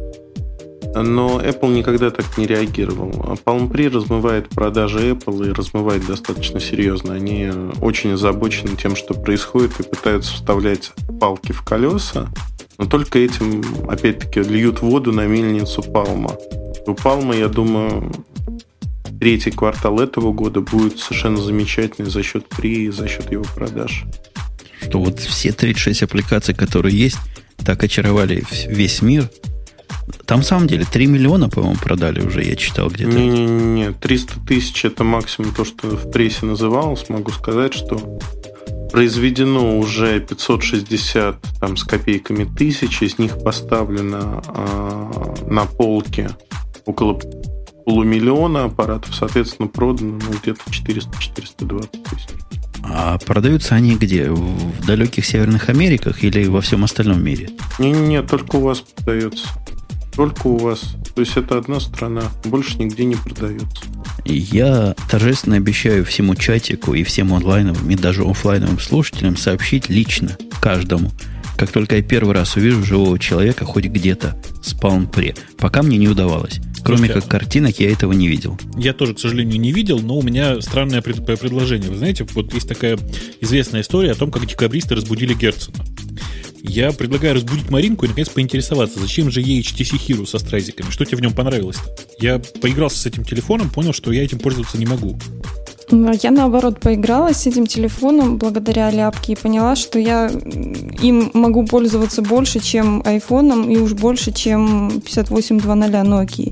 Но Apple никогда так не реагировал. Palm Pre размывает продажи Apple и размывает достаточно серьезно. Они очень озабочены тем, что происходит, и пытаются вставлять палки в колеса, но только этим, опять-таки, льют воду на мельницу Palm. У Palm, я думаю, третий квартал этого года будет совершенно замечательный за счет Pre и за счет его продаж. Что вот все 36 аппликаций, которые есть, так очаровали весь мир. Там, в самом деле, 3 миллиона, по-моему, продали уже, я читал где-то. Не, 300 тысяч – это максимум то, что в прессе называлось. Могу сказать, что произведено уже 560 там, с копейками тысяч, из них поставлено на полке около 500 000 аппаратов, соответственно, продано где-то 400-420 тысяч. А продаются они где? В далеких Северных Америках или во всем остальном мире? Не, только у вас продается. Только у вас. То есть это одна страна. Больше нигде не продается. Я торжественно обещаю всему чатику и всем онлайновым, и даже офлайновым слушателям сообщить лично каждому, как только я первый раз увижу живого человека хоть где-то с Palm Pre. Пока мне не удавалось. Кроме как картинок, я этого не видел. Я тоже, к сожалению, не видел, но у меня странное предложение. Вы знаете, вот есть такая известная история о том, как декабристы разбудили Герцена. Я предлагаю разбудить Маринку и, наконец, поинтересоваться, зачем же ей HTC Hero со страйзиками? Что тебе в нем понравилось-то? Я поигрался с этим телефоном, понял, что я этим пользоваться не могу. Я, наоборот, поигралась с этим телефоном благодаря ляпке и поняла, что я им могу пользоваться больше, чем айфоном, и уж больше, чем 5800 Nokia.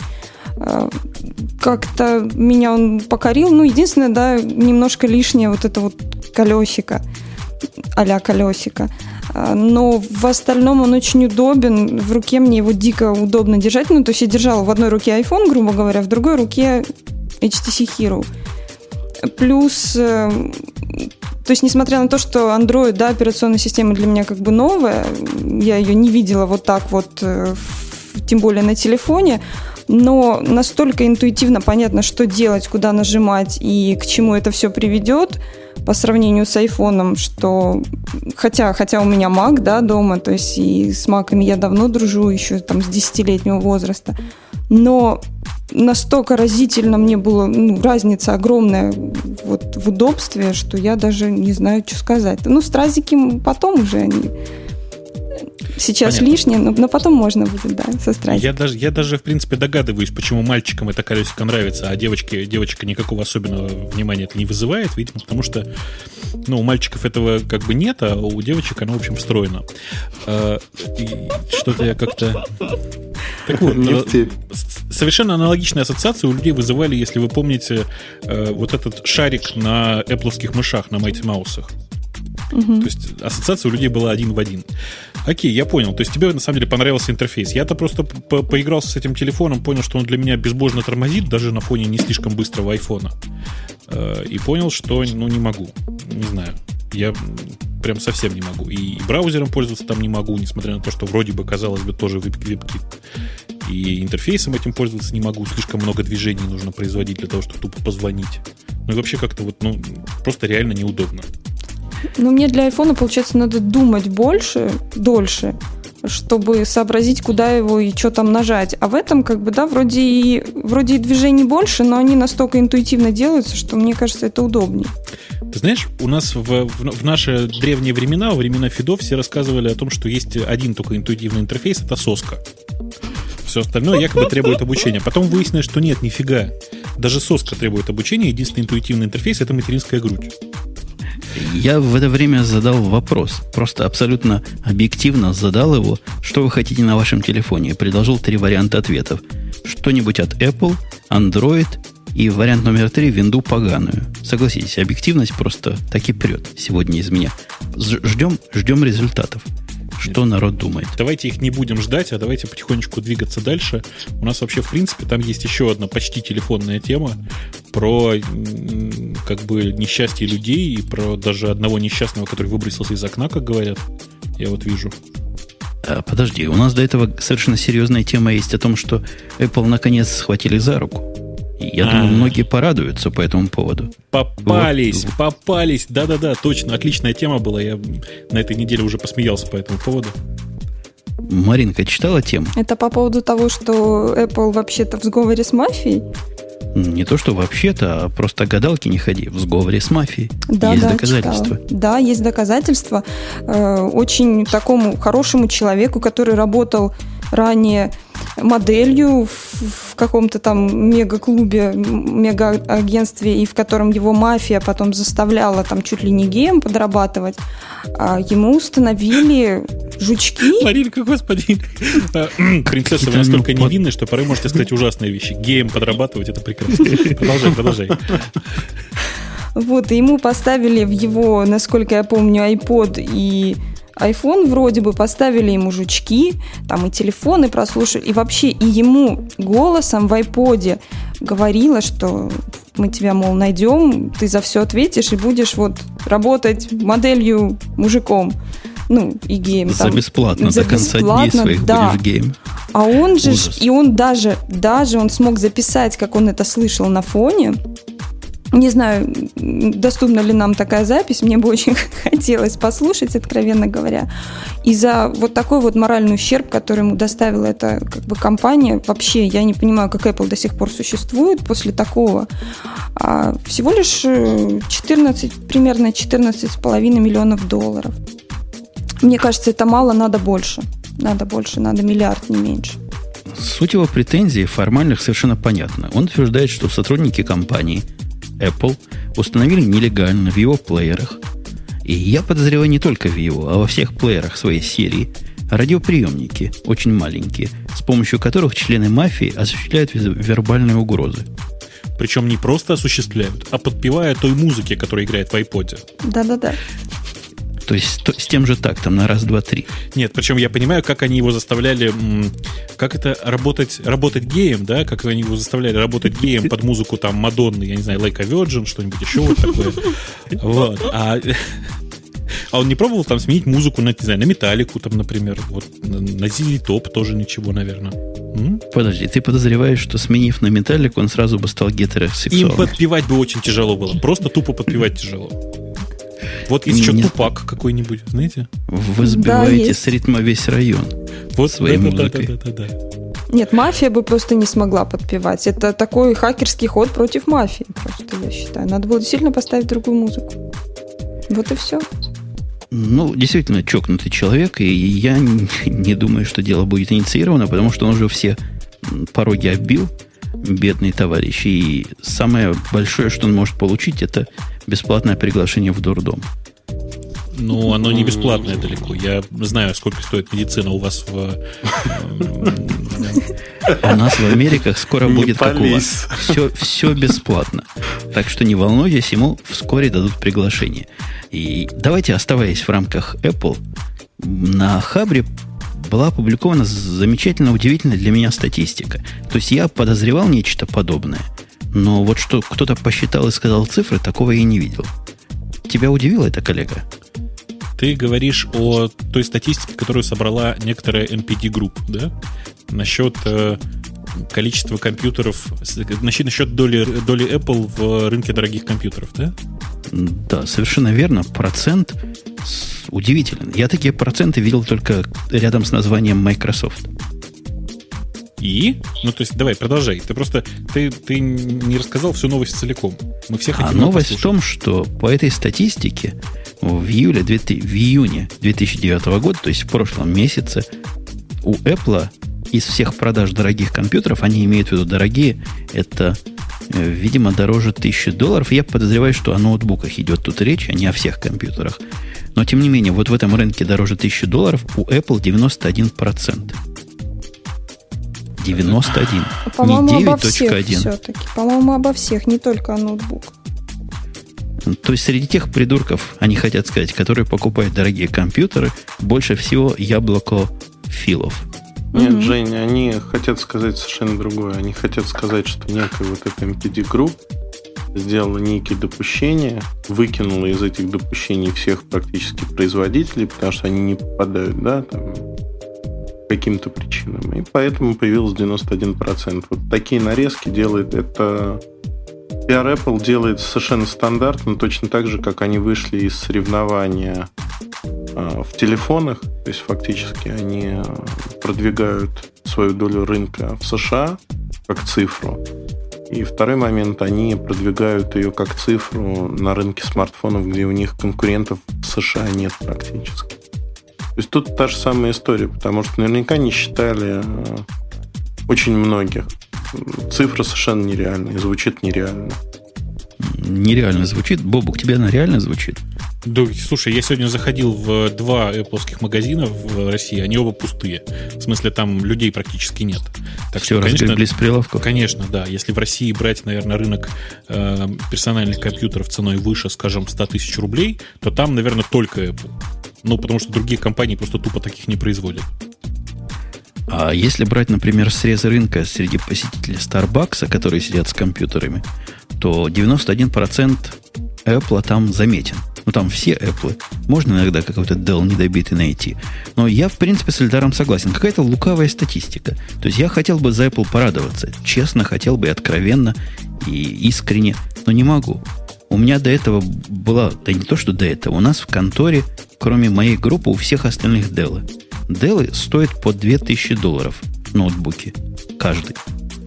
Как-то меня он покорил. Ну, единственное, да, немножко лишнее вот это вот колесико, а-ля колесико. Но в остальном он очень удобен. В руке мне его дико удобно держать. Ну, то есть я держала в одной руке iPhone, грубо говоря, в другой руке HTC Hero. Плюс, то есть несмотря на то, что Android, да, операционная система для меня как бы новая, я ее не видела вот так вот, тем более на телефоне, но настолько интуитивно понятно, что делать, куда нажимать и к чему это все приведет по сравнению с айфоном, что хотя у меня Mac, да, дома, то есть и с Mac'ами я давно дружу, еще там с 10-летнего возраста, но настолько разительно мне было, разница огромная вот в удобстве, что я даже не знаю, что сказать. Ну, стразики потом уже они сейчас понятно. Лишние, но потом можно будет, да, со стразиком. Я даже, в принципе, догадываюсь, почему мальчикам это колесико нравится, а девочка никакого особенного внимания это не вызывает, видимо, потому что, у мальчиков этого как бы нет, а у девочек оно, в общем, встроено. Что-то я как-то... Так вот, совершенно аналогичные ассоциации у людей вызывали, если вы помните, вот этот шарик на Apple'овских мышах, на Mighty Mouse'ах. То есть ассоциация у людей была один в один. Окей, я понял. То есть тебе на самом деле понравился интерфейс. Я-то просто поигрался с этим телефоном, понял, что он для меня безбожно тормозит, даже на фоне не слишком быстрого айфона. И понял, что не могу. Не знаю. Я прям совсем не могу. И браузером пользоваться там не могу, несмотря на то, что вроде бы, казалось бы, тоже WebKit. И интерфейсом этим пользоваться не могу. Слишком много движений нужно производить для того, чтобы тупо позвонить. Ну и вообще как-то просто реально неудобно. Мне для айфона, получается, надо думать дольше, чтобы сообразить, куда его и что там нажать. А в этом, вроде и движений больше, но они настолько интуитивно делаются, что мне кажется, это удобнее. Ты знаешь, у нас в наши древние времена, во времена фидов, все рассказывали о том, что есть один только интуитивный интерфейс, это соска. Все остальное якобы требует обучения. Потом выяснилось, что нет, нифига. Даже соска требует обучения, единственный интуитивный интерфейс — это материнская грудь. Я в это время задал вопрос, просто абсолютно объективно задал его, что вы хотите на вашем телефоне, и предложил 3 варианта ответов. Что-нибудь от Apple, Android и вариант номер 3 — винду поганую. Согласитесь, объективность просто так и прет сегодня из меня. Ждем результатов. Что народ думает? Давайте их не будем ждать, а давайте потихонечку двигаться дальше. У нас вообще, в принципе, там есть еще одна почти телефонная тема про несчастье людей и про даже одного несчастного, который выбросился из окна, как говорят. Я вот вижу. Подожди, у нас до этого совершенно серьезная тема есть о том, что Apple наконец схватили за руку. Я думаю, многие порадуются по этому поводу. Попались. Да-да-да, точно. Отличная тема была. Я на этой неделе уже посмеялся по этому поводу. Маринка, читала тему? Это по поводу того, что Apple вообще-то в сговоре с мафией? Не то, что вообще-то, а просто гадалки не ходи. В сговоре с мафией. Есть доказательства. Читала. Да, есть доказательства. Очень такому хорошему человеку, который работал ранее моделью в каком-то там мега-клубе, мега-агентстве, и в котором его мафия потом заставляла там чуть ли не геем подрабатывать, ему установили жучки. Маринка, господи. Принцесса, вы настолько невинны, что порой можете сказать ужасные вещи. Геем подрабатывать — это прекрасно. Продолжай. Вот, и ему поставили в его, насколько я помню, iPod и iPhone вроде бы, поставили ему жучки, там и телефоны прослушали, и вообще и ему голосом в iPod говорила, что мы тебя, мол, найдем, ты за все ответишь и будешь вот работать моделью мужиком. И геем. За бесплатно, до конца дней своих будешь геем. А он же, и он даже он смог записать, как он это слышал на фоне. Не знаю, доступна ли нам такая запись, мне бы очень хотелось послушать, откровенно говоря. И за вот такой вот моральный ущерб, который ему доставила эта компания, вообще я не понимаю, как Apple до сих пор существует после такого. Всего лишь примерно 14,5 миллионов долларов. Мне кажется, это мало, надо больше. Надо миллиард, не меньше. Суть его претензий формальных совершенно понятна. Он утверждает, что сотрудники компании Apple установили нелегально в его плеерах, и я подозреваю не только в его, а во всех плеерах своей серии, радиоприемники, очень маленькие, с помощью которых члены мафии осуществляют вербальные угрозы. Причем не просто осуществляют, а подпевая той музыке, которая играет в iPod. Да-да-да. То есть с тем же тактом на раз, два, три. Нет, причем я понимаю, как они его заставляли, как это работать геем, да, как они его заставляли работать геем под музыку там Мадонны, я не знаю, Like a Virgin, что-нибудь еще вот такое. Вот. А он не пробовал там сменить музыку на, не знаю, на Металлику, там, например, вот, на ZZ Top тоже ничего, наверное. Подожди, ты подозреваешь, что сменив на Металлику, он сразу бы стал гетеросексуалом? Им подпевать бы очень тяжело было. Просто тупо подпевать тяжело. Вот есть еще Тупак какой-нибудь, знаете? Вы сбиваете с ритма весь район. Вот своей музыкой. Да. Нет, мафия бы просто не смогла подпевать. Это такой хакерский ход против мафии, просто, я считаю. Надо было действительно поставить другую музыку. Вот и все. Ну, действительно, чокнутый человек, и я не думаю, что дело будет инициировано, потому что он уже все пороги оббил, бедный товарищ. И самое большое, что он может получить, это бесплатное приглашение в дурдом. Ну, оно не бесплатное далеко. Я знаю, сколько стоит медицина у вас в... У нас в Америках скоро будет как у вас. Все бесплатно. Так что не волнуйтесь, ему вскоре дадут приглашение. И давайте, оставаясь в рамках Apple, на Хабре была опубликована замечательно удивительная для меня статистика. То есть я подозревал нечто подобное, но вот что кто-то посчитал и сказал цифры, такого я не видел. Тебя удивило это, коллега? Ты говоришь о той статистике, которую собрала некоторая NPD Group, да? Насчет количества компьютеров, насчет доли Apple в рынке дорогих компьютеров, да? Да, совершенно верно. Процент удивителен. Я такие проценты видел только рядом с названием Microsoft. И? Ну, то есть, давай, продолжай. Ты не рассказал всю новость целиком. Мы все хотим новость послушать. В том, что по этой статистике в июне 2009 года, то есть в прошлом месяце, у Apple из всех продаж дорогих компьютеров, они имеют в виду дорогие, это, видимо, дороже $1000. Я подозреваю, что о ноутбуках идет тут речь, а не о всех компьютерах. Но, тем не менее, вот в этом рынке дороже $1000, у Apple 91%. 91. По-моему, не 9.1. обо всех все-таки. По-моему, обо всех, не только о ноутбуках. То есть среди тех придурков, они хотят сказать, которые покупают дорогие компьютеры, больше всего яблоко-филов. Нет, Жень, они хотят сказать совершенно другое. Они хотят сказать, что некая вот эта MPD Group сделала некие допущения, выкинула из этих допущений всех практически производителей, потому что они не попадают, да, там, каким-то причинам. И поэтому появилось 91%. Вот такие нарезки делает это... PR Apple делает совершенно стандартно, точно так же, как они вышли из соревнования в телефонах. То есть фактически они продвигают свою долю рынка в США как цифру. И второй момент, они продвигают ее как цифру на рынке смартфонов, где у них конкурентов в США нет практически. То есть тут та же самая история, потому что наверняка не считали очень многих. Цифра совершенно нереальная, звучит нереально. Нереально звучит. Бобук, тебе она реально звучит? Да, слушай, я сегодня заходил в 2 Apple-ских магазина в России, они оба пустые. В смысле, там людей практически нет. Так все что, разгребли с прилавков? Конечно, да. Если в России брать, наверное, рынок персональных компьютеров ценой выше, скажем, 100 тысяч рублей, то там, наверное, только Apple. Ну, потому что другие компании просто тупо таких не производят. А если брать, например, срез рынка среди посетителей Starbucks, которые сидят с компьютерами, то 91% Apple там заметен. Ну, там все Apple. Можно иногда какой-то Dell недобитый найти. Но я, в принципе, с Эльдаром согласен. Какая-то лукавая статистика. То есть я хотел бы за Apple порадоваться. Честно, хотел бы и откровенно, и искренне. Но не могу. У меня до этого была... Да не то, что до этого. У нас в конторе, кроме моей группы, у всех остальных Dell. Dell стоят по $2000 ноутбуки. Каждый.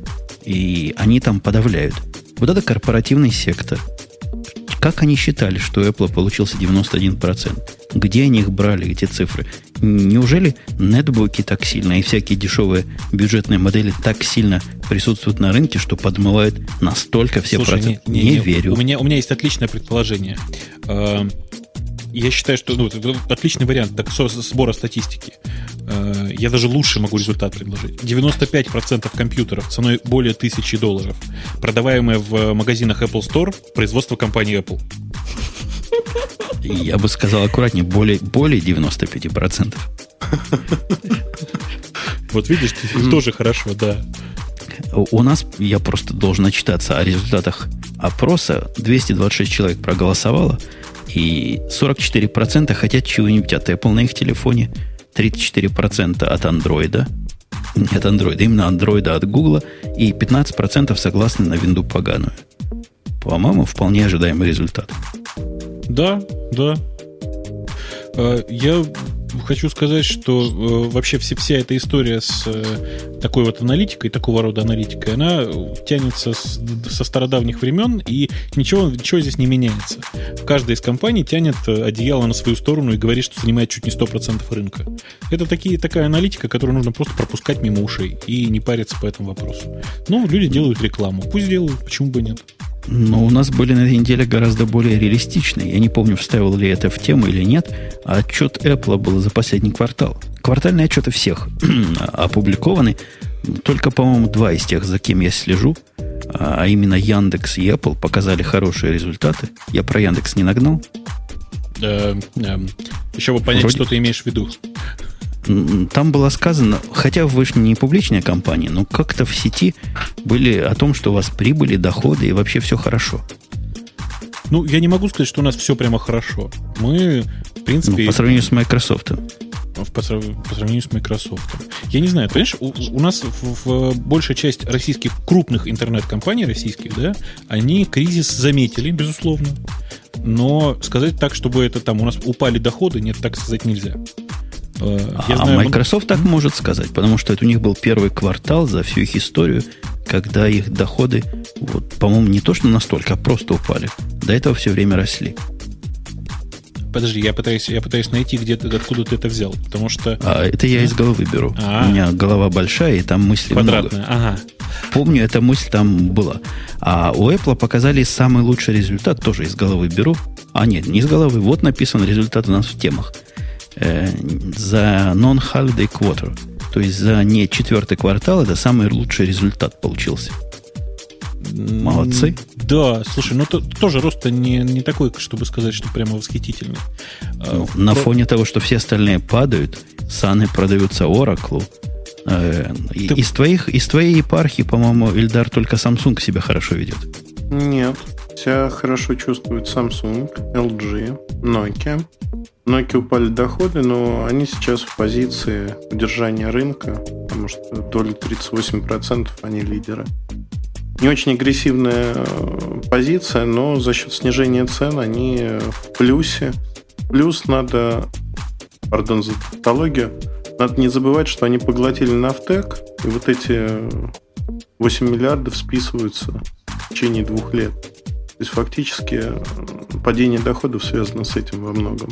И они там подавляют. Вот это корпоративный сектор. Как они считали, что у Apple получился 91%? Где они их брали, эти цифры? Неужели нетбуки так сильно и всякие дешевые бюджетные модели так сильно присутствуют на рынке, что подмывают настолько все проценты? Не верю. У меня есть отличное предположение. я считаю, что это отличный вариант сбора статистики. Я даже лучше могу результат предложить. 95% компьютеров ценой более $1000, продаваемые в магазинах Apple Store, производство компании Apple. Я бы сказал аккуратнее, более 95%. Вот видишь, тоже хорошо, да. У нас, я просто должен отчитаться о результатах опроса. 226 человек проголосовало, и 44% хотят чего-нибудь от Apple на их телефоне, 34% от Android. Не от Android, именно Android от Google, и 15% согласны на винду поганую. По-моему, вполне ожидаемый результат. Да. Я хочу сказать, что вообще вся эта история с такой вот аналитикой, такого рода аналитикой, она тянется со стародавних времен, и ничего здесь не меняется. Каждая из компаний тянет одеяло на свою сторону и говорит, что занимает чуть не 100% рынка. Это такая аналитика, которую нужно просто пропускать мимо ушей и не париться по этому вопросу. Но люди делают рекламу. Пусть делают, почему бы нет? Но у нас были на этой неделе гораздо более реалистичные. Я не помню, вставил ли это в тему или нет. Отчет Apple был за последний квартал. Квартальные отчеты всех опубликованы. Только, по-моему, 2 из тех, за кем я слежу, а именно Яндекс и Apple, показали хорошие результаты. Я про Яндекс не нагнал. Еще бы понять, что ты имеешь в виду. Там было сказано, хотя вы же не публичная компания, но как-то в сети были о том, что у вас прибыли, доходы и вообще все хорошо. Ну, я не могу сказать, что у нас все прямо хорошо. Мы, в принципе... по сравнению с Microsoft. По сравнению с Microsoft. Я не знаю, понимаешь, у нас в большая часть российских крупных интернет-компаний российских, да, они кризис заметили, безусловно. Но сказать так, чтобы это там у нас упали доходы, нет, так сказать нельзя. Microsoft так может сказать, потому что это у них был первый квартал за всю их историю, когда их доходы, по-моему, не то что настолько, а просто упали. До этого все время росли. Подожди, я пытаюсь найти, откуда ты это взял, потому что... это я из головы беру. У меня голова большая, и там мысли квадратная. много. Ага. Помню, эта мысль там была. А у Apple показали самый лучший результат, тоже из головы беру. Нет, не из головы. Вот написан результат у нас в темах. За non-holiday quarter, то есть за не 4-й квартал, это самый лучший результат получился. Молодцы. Да, слушай, тоже рост-то не такой, чтобы сказать, что прямо восхитительный. На фоне того, что все остальные падают, саны продаются Oracle. Из твоей епархии, по-моему, Ильдар, только Samsung себя хорошо ведет. Нет, себя хорошо чувствует Samsung, LG, Nokia. Nokia упали доходы, но они сейчас в позиции удержания рынка, потому что доля 38%, они лидеры. Не очень агрессивная позиция, но за счет снижения цен они в плюсе. Плюс надо, пардон за тавтологию, надо не забывать, что они поглотили Navteq, и вот эти 8 миллиардов списываются в течение 2 лет. То есть фактически падение доходов связано с этим во многом.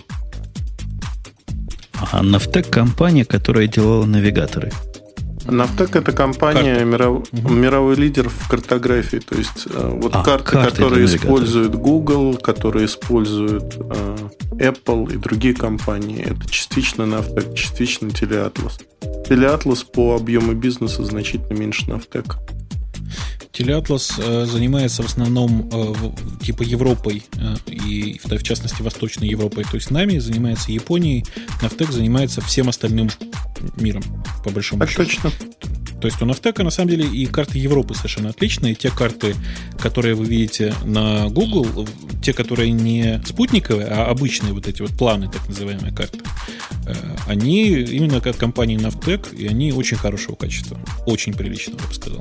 А Navteq компания, которая делала навигаторы. Navteq — это компания, мировой лидер в картографии. То есть карты, которые используют Google, которые используют Apple и другие компании. Это частично Navteq, частично Teleatlas. Teleatlas по объему бизнеса значительно меньше Navteq. Teleatlas занимается в основном типа Европой и в частности Восточной Европой, то есть нами, занимается Японией, Navteq занимается всем остальным миром, по большому счету. Точно. То есть у Navteq на самом деле и карты Европы совершенно отличные. Те карты, которые вы видите на Google, те, которые не спутниковые, а обычные вот эти вот планы, так называемые карты, они именно от компании Navteq, и они очень хорошего качества. Очень приличного, я бы сказал.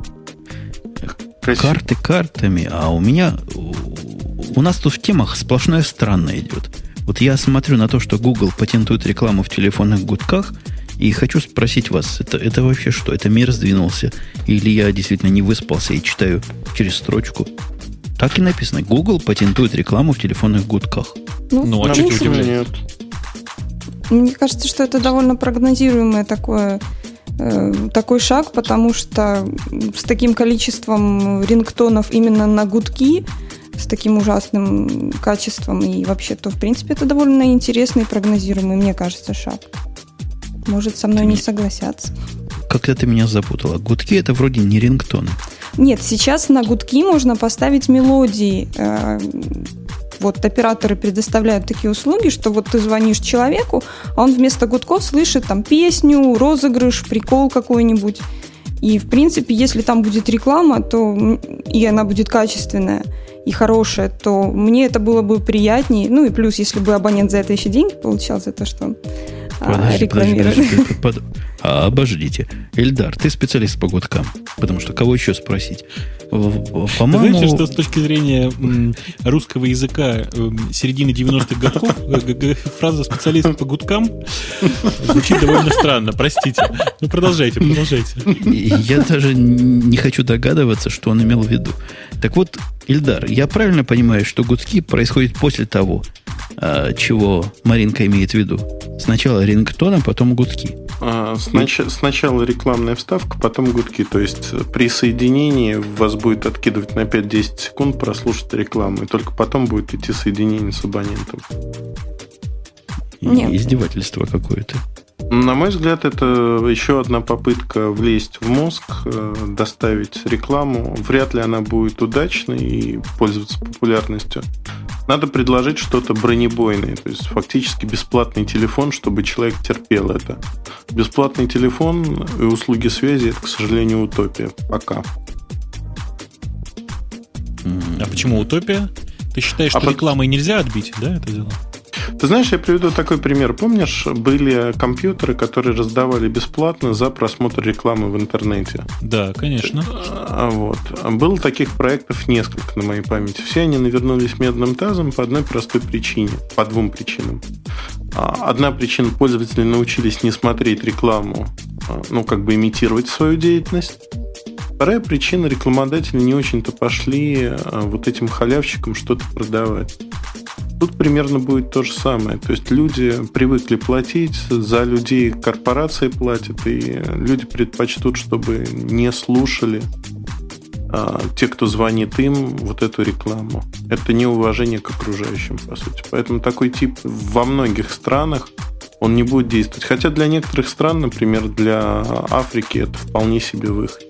Карты картами, а у нас тут в темах сплошное странное идет. Вот я смотрю на то, что Google патентует рекламу в телефонных гудках, и хочу спросить вас, это вообще что? Это мир сдвинулся? Или я действительно не выспался и читаю через строчку? Так и написано. Google патентует рекламу в телефонных гудках. А что тебя удивляет? Мне кажется, что это довольно прогнозируемое такой шаг, потому что с таким количеством рингтонов именно на гудки с таким ужасным качеством и вообще, то, в принципе, это довольно интересный и прогнозируемый, мне кажется, шаг. Может, со мной не согласятся. Как-то ты меня запутала. Гудки – это вроде не рингтоны. Нет, сейчас на гудки можно поставить мелодии. Вот операторы предоставляют такие услуги, что вот ты звонишь человеку, а он вместо гудков слышит там песню, розыгрыш, прикол какой-нибудь. И, в принципе, если там будет реклама, то и она будет качественная и хорошая, то мне это было бы приятнее. Ну и плюс, если бы абонент за это еще деньги получал, за то, что он рекламирует. Обождите. Эльдар, ты специалист по гудкам, потому что кого еще спросить? По-моему... Знаете, что с точки зрения русского языка середины 90-х годов фраза «специалист по гудкам» звучит довольно странно, простите. Ну, продолжайте. Я даже не хочу догадываться, что он имел в виду. Так вот, Эльдар, я правильно понимаю, что гудки происходят после того, чего Маринка имеет в виду? Сначала рингтон, а потом гудки. Сначала рекламная вставка, потом гудки. То есть при соединении вас будет откидывать на 5-10 секунд прослушать рекламу, и только потом будет идти соединение с абонентом. Издевательство какое-то. На мой взгляд, это еще одна попытка влезть в мозг, доставить рекламу. Вряд ли она будет удачной и пользоваться популярностью. Надо предложить что-то бронебойное, то есть фактически бесплатный телефон, чтобы человек терпел это. Бесплатный телефон и услуги связи – это, к сожалению, утопия. Пока. А почему утопия? Ты считаешь, что рекламой нельзя отбить, да, это дело? Ты знаешь, я приведу такой пример. Помнишь, были компьютеры, которые раздавали бесплатно за просмотр рекламы в интернете? Да, конечно. Вот. Было таких проектов несколько на моей памяти. Все они навернулись медным тазом по одной простой причине. По двум причинам. Одна причина: пользователи научились не смотреть рекламу, имитировать свою деятельность. Вторая причина: рекламодатели не очень-то пошли вот этим халявщикам что-то продавать. Тут примерно будет то же самое. То есть люди привыкли платить, за людей корпорации платят, и люди предпочтут, чтобы не слушали те, кто звонит им, вот эту рекламу. Это неуважение к окружающим, по сути. Поэтому такой тип во многих странах он не будет действовать. Хотя для некоторых стран, например, для Африки, это вполне себе выход.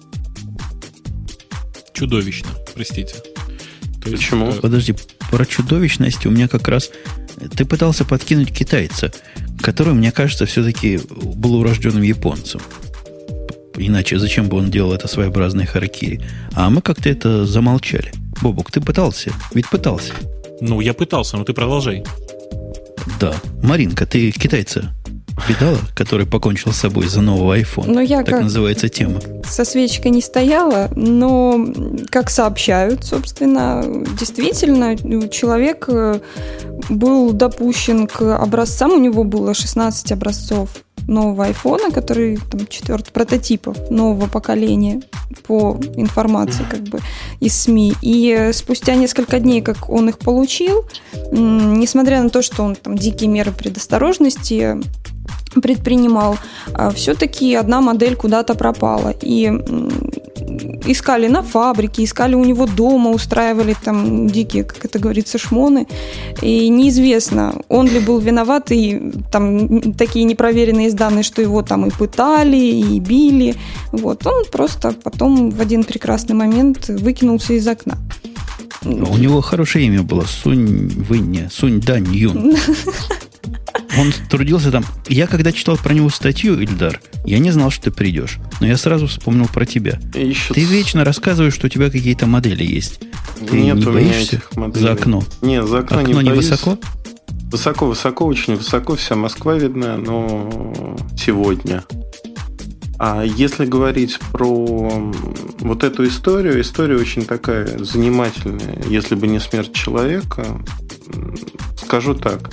Чудовищно, простите. Почему? Подожди, про чудовищность у меня как раз... Ты пытался подкинуть китайца, который, мне кажется, все-таки был урожденным японцем. Иначе зачем бы он делал это своеобразное харакири? А мы как-то это замолчали. Бобук, ты пытался? Ведь пытался. Ну, я пытался, но ты продолжай. Да. Маринка, ты китайца видала, который покончил с собой за нового iPhone? Ну, я так называется тема. Со свечкой не стояла, но, как сообщают, собственно, действительно, человек был допущен к образцам, у него было 16 образцов нового айфона, который там 4 прототипов нового поколения по информации из СМИ. И спустя несколько дней, как он их получил, несмотря на то, что он там дикие меры предосторожности предпринимал, все-таки одна модель куда-то пропала. И искали на фабрике, искали у него дома, устраивали там дикие, как это говорится, шмоны. И неизвестно, он ли был виноват, и там такие непроверенные данные, что его там и пытали, и били. Вот. Он просто потом в один прекрасный момент выкинулся из окна. У него хорошее имя было. Сунь Дань Юн. Он трудился там. Я когда читал про него статью, Ильдар, я не знал, что ты придешь. Но я сразу вспомнил про тебя. Ты вечно рассказываешь, что у тебя какие-то модели есть. Ты Нет, не у боишься меня этих моделей. За окно? Нет, за окно не боюсь. Высоко? Высоко, очень высоко. Вся Москва видна, но сегодня. А если говорить про вот эту история, история очень такая занимательная. Если бы не смерть человека, скажу так.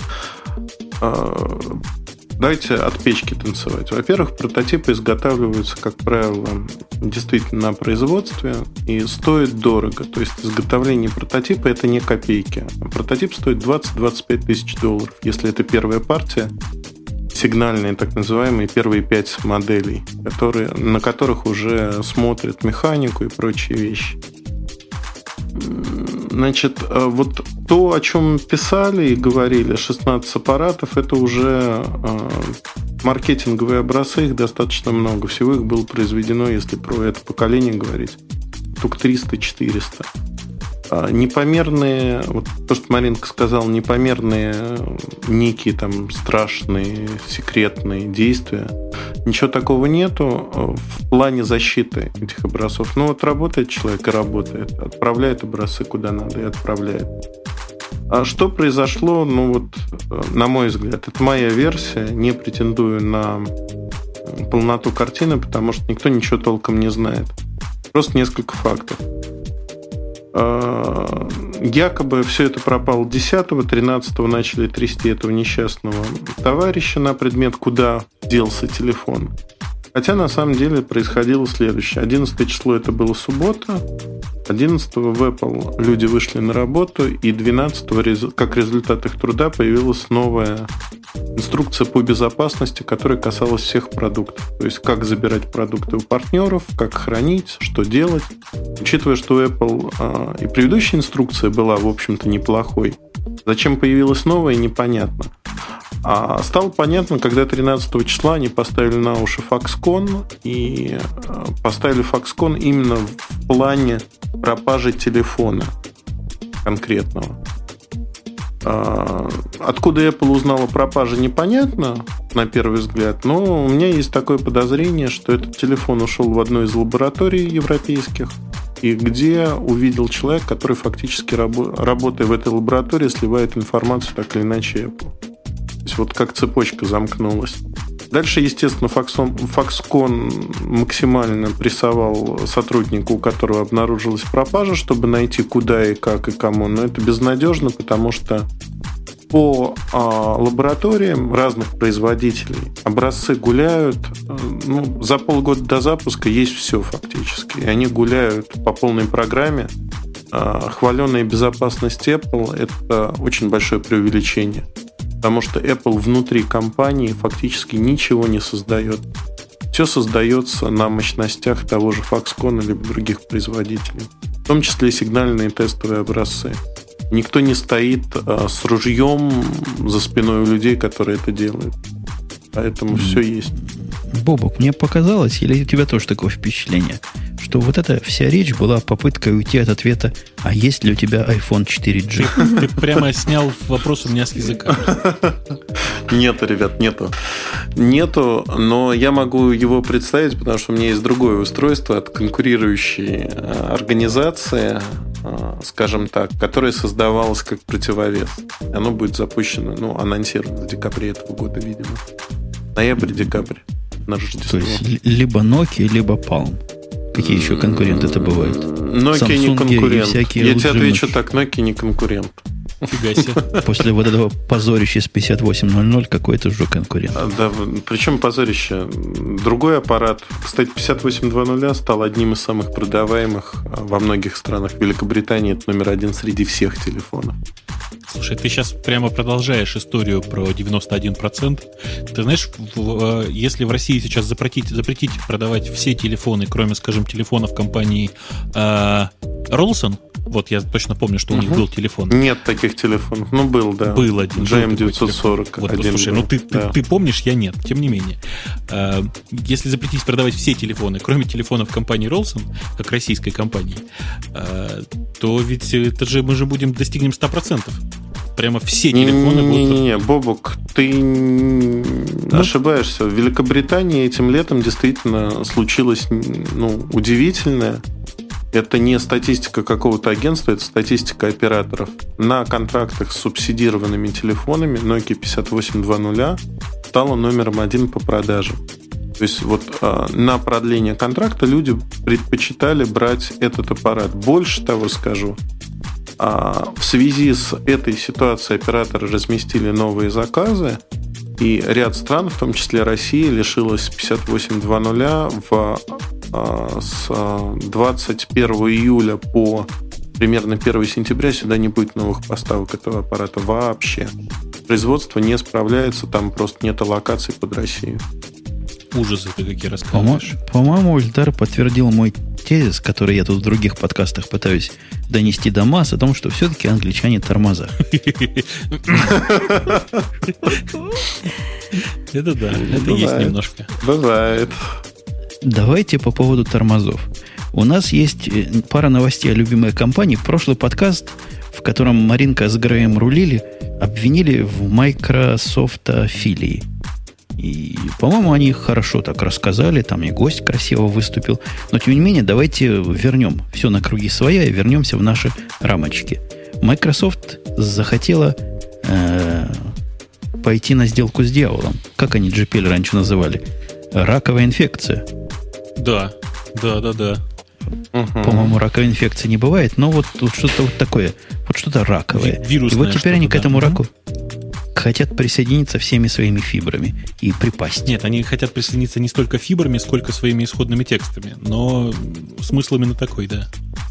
Давайте от печки танцевать. Во-первых, прототипы изготавливаются, как правило, действительно на производстве и стоят дорого. То есть изготовление прототипа – это не копейки. Прототип стоит 20-25 тысяч долларов, если это первая партия, сигнальные, так называемые, первые 5 моделей, на которых уже смотрят механику и прочие вещи. Значит, вот то, о чем писали и говорили, 16 аппаратов, это уже маркетинговые образцы, их достаточно много. Всего их было произведено, если про это поколение говорить, штук 300-400. Непомерные, вот то, что Маринка сказала, непомерные некие там страшные, секретные действия. Ничего такого нету в плане защиты этих образцов. Ну вот работает человек и работает. Отправляет образцы куда надо и отправляет. А что произошло, ну вот, на мой взгляд, это моя версия, не претендую на полноту картины, потому что никто ничего толком не знает. Просто несколько фактов. Якобы все это пропало 10-го, 13-го начали трясти этого несчастного товарища на предмет, куда делся телефон. Хотя на самом деле происходило следующее. 11 число это была суббота, 11-го в Apple люди вышли на работу, и 12-го, как результат их труда, появилась новая инструкция по безопасности, которая касалась всех продуктов. То есть, как забирать продукты у партнеров, как хранить, что делать. Учитывая, что у Apple и предыдущая инструкция была, в общем-то, неплохой, зачем появилась новая, непонятно. А стало понятно, когда 13 числа они поставили на уши Foxconn, и поставили Foxconn именно в плане пропажи телефона конкретного. Откуда Apple узнала о пропаже, непонятно на первый взгляд, но у меня есть такое подозрение, что этот телефон ушел в одну из лабораторий европейских, и где увидел человек, который фактически, работая в этой лаборатории, сливает информацию так или иначе Apple. То есть вот как цепочка замкнулась. Дальше, естественно, Foxconn максимально прессовал сотрудника, у которого обнаружилась пропажа, чтобы найти, куда и как и кому. Но это безнадежно, потому что по лабораториям разных производителей образцы гуляют. Ну, за полгода до запуска есть все фактически. И они гуляют по полной программе. Хваленая безопасность Apple – это очень большое преувеличение. Потому что Apple внутри компании фактически ничего не создает. Все создается на мощностях того же Foxconn или других производителей. В том числе и сигнальные тестовые образцы. Никто не стоит с ружьем за спиной у людей, которые это делают. Поэтому все есть. Бобок, мне показалось, или у тебя тоже такое впечатление, что вот эта вся речь была попыткой уйти от ответа, а есть ли у тебя iPhone 4G? Ты прямо снял вопрос у меня с языка. Нету, ребят, нету. Нету, но я могу его представить, потому что у меня есть другое устройство от конкурирующей организации, скажем так, которое создавалось как противовес. Оно будет запущено, анонсировано в декабре этого года, видимо. Ноябрь-декабрь на Рождество. То есть либо Nokia, либо Palm. Какие еще конкуренты это бывают? Nokia не конкурент. Я тебе отвечу так, Nokia не конкурент. Фига себе. После вот этого позорища с 5800 какой-то уже конкурент. Да, причем позорище. Другой аппарат, кстати, 5800 стал одним из самых продаваемых во многих странах. В Великобритании это номер один среди всех телефонов. Слушай, ты сейчас прямо продолжаешь историю про 91%. Ты знаешь, если в России сейчас запретить продавать все телефоны, кроме, скажем, телефонов компании Ролсон, вот я точно помню, что у них был телефон. Нет таких телефонов. Был, да. Был один. GM940. Вот, слушай, ты помнишь, я нет. Тем не менее. Если запретить продавать все телефоны, кроме телефонов компании Ролсон, как российской компании, то ведь это же мы же достигнем 100%. Прямо все телефоны будут... Не, Бобок, ты ошибаешься. В Великобритании этим летом действительно случилось удивительное. Это не статистика какого-то агентства, это статистика операторов. На контрактах с субсидированными телефонами Nokia 5820 стала номером один по продажам. То есть на продление контракта люди предпочитали брать этот аппарат. Больше того скажу, в связи с этой ситуацией операторы разместили новые заказы, и ряд стран, в том числе Россия, лишилась 5820 с 21 июля по примерно 1 сентября сюда не будет новых поставок этого аппарата вообще. Производство не справляется, там просто нет аллокаций под Россию. Ужасы ты какие рассказываешь. По-моему, Ильдар подтвердил мой тезис, который я тут в других подкастах пытаюсь донести до масс, о том, что все-таки англичане тормоза. Это да, это есть немножко. Бывает. Давайте по поводу тормозов. У нас есть пара новостей о любимой компании. Прошлый подкаст, в котором Маринка с Греем рулили, обвинили в Microsoft-филии. И, по-моему, они хорошо так рассказали, там и гость красиво выступил. Но, тем не менее, давайте вернем все на круги своя и вернемся в наши рамочки. Microsoft захотела пойти на сделку с дьяволом. Как они GPL раньше называли? Раковая инфекция. Да. По-моему, раковой инфекции не бывает, но вот тут что-то вот такое, вот что-то раковое. Вирусное. И вот теперь они к этому да. раку хотят присоединиться всеми своими фибрами и припасть. Нет, они хотят присоединиться не столько фибрами, сколько своими исходными текстами. Но смысл именно такой, да.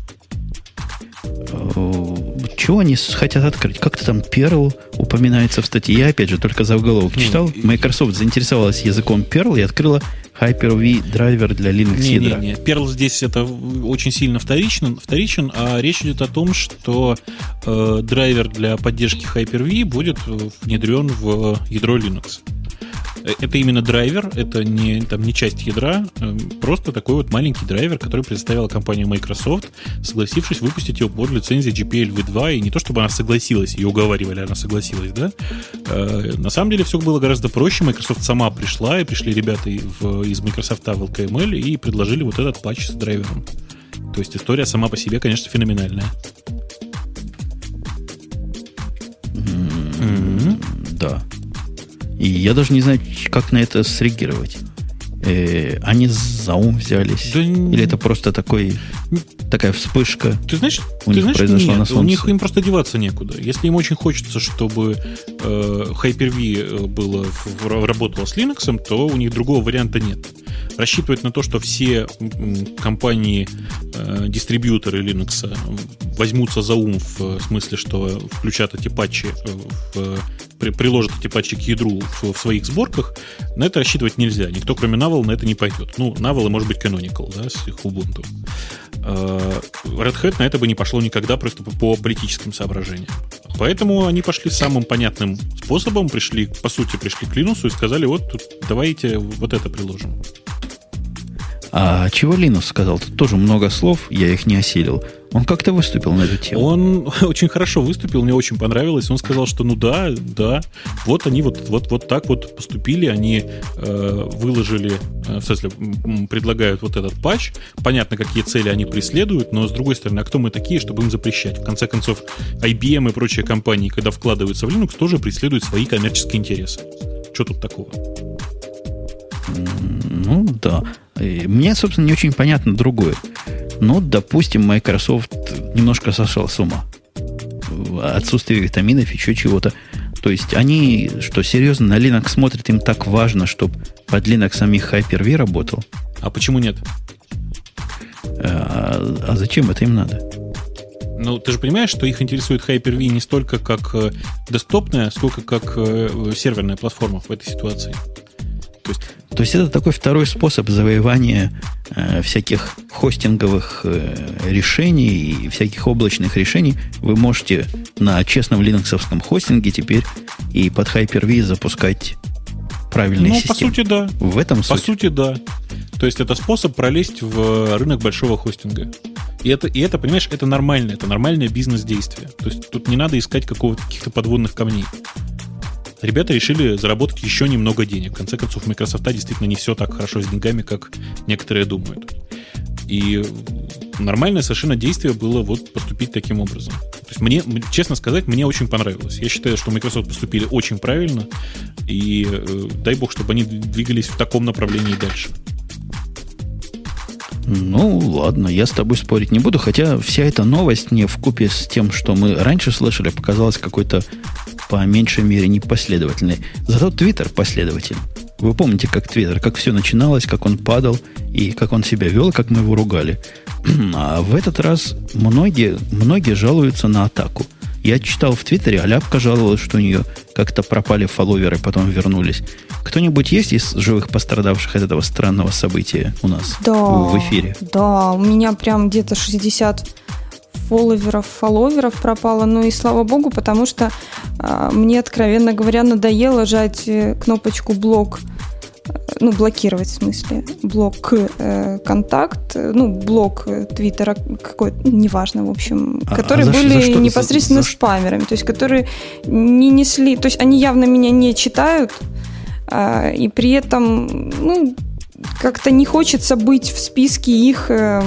Чего они хотят открыть? Как-то там Perl упоминается в статье. Я, опять же, только заголовок читал. Microsoft заинтересовалась языком Perl и открыла Hyper-V драйвер для Linux ядра. Не. Perl здесь это очень сильно вторичен, а речь идет о том, что драйвер для поддержки Hyper-V будет внедрен в ядро Linux. Это именно драйвер, это не часть ядра, просто такой вот маленький драйвер, который предоставила компания Microsoft, согласившись выпустить его под лицензией GPL v2, и не то чтобы она согласилась, ее уговаривали, она согласилась, да? На самом деле все было гораздо проще, Microsoft сама пришла, и пришли ребята из Microsoft в LKML и предложили вот этот патч с драйвером. То есть история сама по себе, конечно, феноменальная. Да. И я даже не знаю, как на это среагировать. Они за ум взялись? Да, или это просто такая вспышка? Ты знаешь, произошла нет, на солнце? У них им просто деваться некуда. Если им очень хочется, чтобы Hyper-V работало с Linux, то у них другого варианта нет. Рассчитывать на то, что все компании-дистрибьюторы Linux возьмутся за ум в смысле, что включат эти патчи, приложат эти патчи к ядру в своих сборках, на это рассчитывать нельзя. Никто, кроме Navel, на это не пойдет. Ну, Navel и, может быть, Canonical, да, с их Ubuntu. Red Hat на это бы не пошло никогда, просто по политическим соображениям. Поэтому они пошли самым понятным способом, по сути, пришли к Linux и сказали, вот, давайте вот это приложим. А чего Linus сказал? Тут тоже много слов, я их не осилил. Он как-то выступил на эту тему. Он очень хорошо выступил, мне очень понравилось. Он сказал, что да, вот они вот так вот поступили, они выложили, в смысле, предлагают вот этот патч. Понятно, какие цели они преследуют, но с другой стороны, а кто мы такие, чтобы им запрещать? В конце концов, IBM и прочие компании, когда вкладываются в Linux, тоже преследуют свои коммерческие интересы. Что тут такого? Ну, да. Мне, собственно, не очень понятно другое. Ну, допустим, Microsoft немножко сошел с ума. Отсутствие витаминов, еще чего-то. То есть они, что, серьезно, на Linux смотрят, им так важно, чтобы под Linux самих Hyper-V работал? А почему нет? А зачем это им надо? Ну, ты же понимаешь, что их интересует Hyper-V не столько как десктопная, сколько как серверная платформа в этой ситуации. То есть это такой второй способ завоевания всяких хостинговых решений и всяких облачных решений. Вы можете на честном линуксовском хостинге теперь и под Hyper-V запускать правильные системы. По сути, да. В этом суть. По сути, да. То есть это способ пролезть в рынок большого хостинга. И это, понимаешь, это нормальное бизнес-действие. То есть тут не надо искать каких-то подводных камней. Ребята решили заработать еще немного денег. В конце концов, у Microsoft действительно не все так хорошо с деньгами, как некоторые думают. И нормальное совершенно действие было вот поступить таким образом. То есть мне, честно сказать, мне очень понравилось. Я считаю, что Microsoft поступили очень правильно. И дай бог, чтобы они двигались в таком направлении дальше. Ну, ладно, я с тобой спорить не буду, хотя вся эта новость мне вкупе с тем, что мы раньше слышали, показалась какой-то по меньшей мере непоследовательной. Зато Twitter последовательный. Вы помните, как Twitter, как все начиналось, как он падал и как он себя вел, как мы его ругали. А в этот раз многие жалуются на атаку. Я читал в Твиттере, Аляпка жаловалась, что у нее как-то пропали фолловеры, потом вернулись. Кто-нибудь есть из живых пострадавших от этого странного события у нас в эфире? Да, у меня прям где-то 60 фолловеров пропало. Ну и слава богу, потому что мне, откровенно говоря, надоело жать кнопочку «блок». Ну, блокировать, в смысле. Блок контакт, блок Твиттера какой-то, неважно, в общем, которые были непосредственно спамерами, то есть которые не несли, то есть они явно меня не читают, и при этом, как-то не хочется быть в списке их,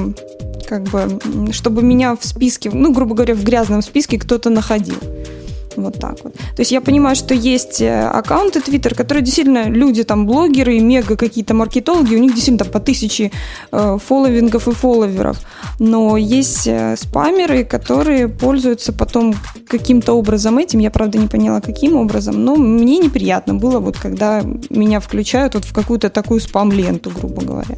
чтобы меня в списке, грубо говоря, в грязном списке кто-то находил. Вот так вот. То есть я понимаю, что есть аккаунты Twitter, которые действительно люди, там, блогеры, мега какие-то маркетологи, у них действительно там по 1000 фолловингов и фолловеров. Но есть спамеры, которые пользуются потом каким-то образом этим. Я, правда, не поняла, каким образом, но мне неприятно было, вот когда меня включают вот в какую-то такую спам-ленту, грубо говоря.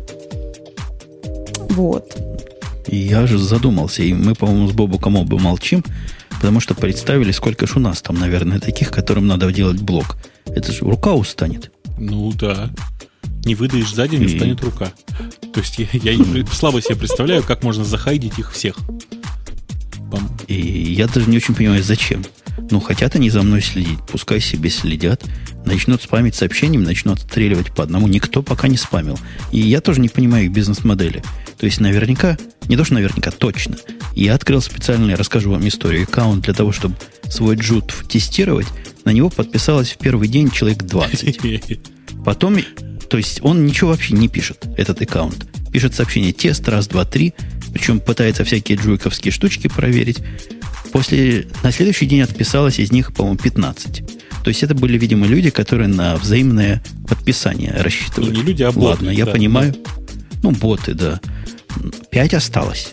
Вот. Я же задумался, и мы, по-моему, с Бобуком оба молчим, потому что представили, сколько ж у нас там, наверное, таких, которым надо делать блок. Это же рука устанет. Ну да. Не выдаешь за день, устанет рука. То есть я слабо себе представляю, как можно захайдить их всех. И я даже не очень понимаю, зачем. Хотят они за мной следить, пускай себе следят. Начнут спамить сообщениями, начнут отстреливать по одному. Никто пока не спамил. И я тоже не понимаю их бизнес-модели. То есть наверняка, не то что наверняка, точно. Я открыл специальный, расскажу вам историю, аккаунт для того, чтобы свой джут тестировать. На него подписалось в первый день человек 20. Потом, то есть он ничего вообще не пишет, этот аккаунт. Пишет сообщение тест, раз, два, три. Причем пытается всякие джуйковские штучки проверить. На следующий день отписалось из них, по-моему, 15. То есть это были, видимо, люди, которые на взаимное подписание рассчитывали. Не люди, а боты. Ладно, я понимаю. Боты, да. 5 осталось.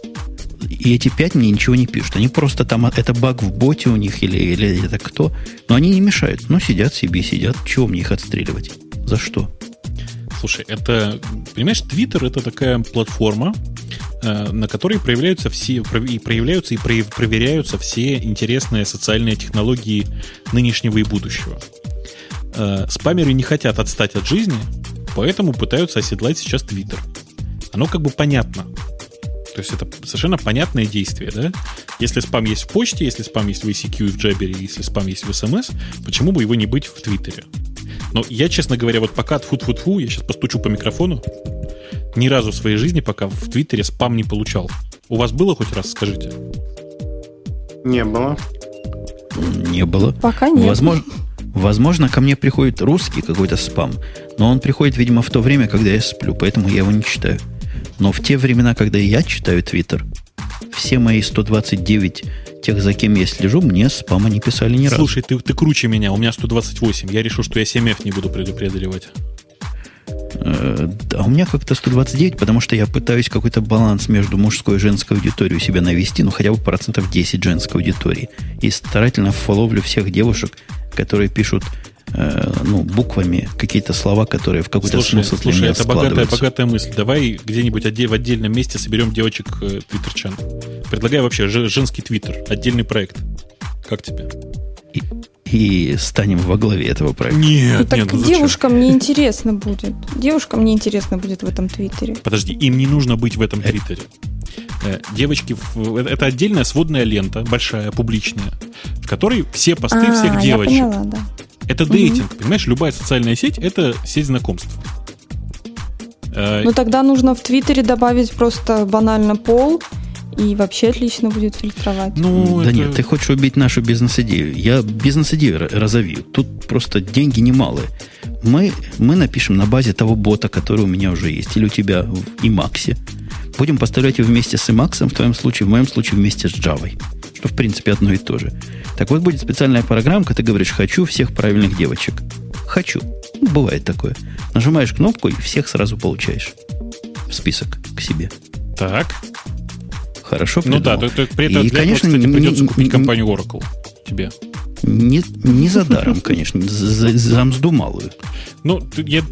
И эти 5 мне ничего не пишут. Они просто там, это баг в боте у них или это кто. Но они не мешают. Сидят себе, сидят. Чего мне их отстреливать? За что? Слушай, это, понимаешь, Twitter — это такая платформа, на которой проявляются и проверяются все интересные социальные технологии нынешнего и будущего. Спамеры не хотят отстать от жизни, поэтому пытаются оседлать сейчас Twitter. Оно как бы понятно. То есть это совершенно понятное действие, да? Если спам есть в почте, если спам есть в ICQ и в Jabber, если спам есть в SMS, почему бы его не быть в Твиттере? Но я, честно говоря, вот пока тьфу-тьфу-тьфу, я сейчас постучу по микрофону, ни разу в своей жизни пока в Твиттере спам не получал. У вас было хоть раз, скажите? Не было. Не было. Пока нет. Возможно, ко мне приходит русский какой-то спам, но он приходит, видимо, в то время, когда я сплю, поэтому я его не читаю. Но в те времена, когда я читаю Твиттер, все мои 129 тех, за кем я слежу, мне спама не писали ни разу. Слушай, ты круче меня, у меня 128. Я решил, что я 7F не буду преодолевать. А у меня как-то 129, потому что я пытаюсь какой-то баланс между мужской и женской аудиторией у себя навести, хотя бы 10% женской аудитории. И старательно фоловлю всех девушек, которые пишут буквами какие-то слова, которые в какой-то смысл для меня складываются. Слушай, это богатая мысль. Давай где-нибудь в отдельном месте соберем девочек твиттерчан. Предлагаю вообще женский твиттер, отдельный проект. Как тебе? И станем во главе этого проекта. Нет, девушкам не интересно будет. Девушкам не интересно будет в этом твиттере. Подожди, им не нужно быть в этом твиттере. Девочки, это отдельная сводная лента, большая, публичная, в которой все посты всех девочек. Я поняла, да. Это дейтинг, понимаешь? Любая социальная сеть — это сеть знакомств. Тогда нужно в Твиттере добавить просто банально пол, и вообще отлично будет фильтровать. Нет, ты хочешь убить нашу бизнес-идею. Я бизнес-идею разовью. Тут просто деньги немалые. Мы напишем на базе того бота, который у меня уже есть, или у тебя в Emacs. Будем поставлять его вместе с Emacs, в твоем случае, в моем случае вместе с Java. Что, в принципе, одно и то же. Так вот, будет специальная программка, ты говоришь, хочу всех правильных девочек. Хочу. Бывает такое. Нажимаешь кнопку, и всех сразу получаешь в список к себе. Так. Хорошо придумал. При этом, и, конечно, кстати, придется купить компанию Oracle тебе. Не за даром, конечно, за мзду малую.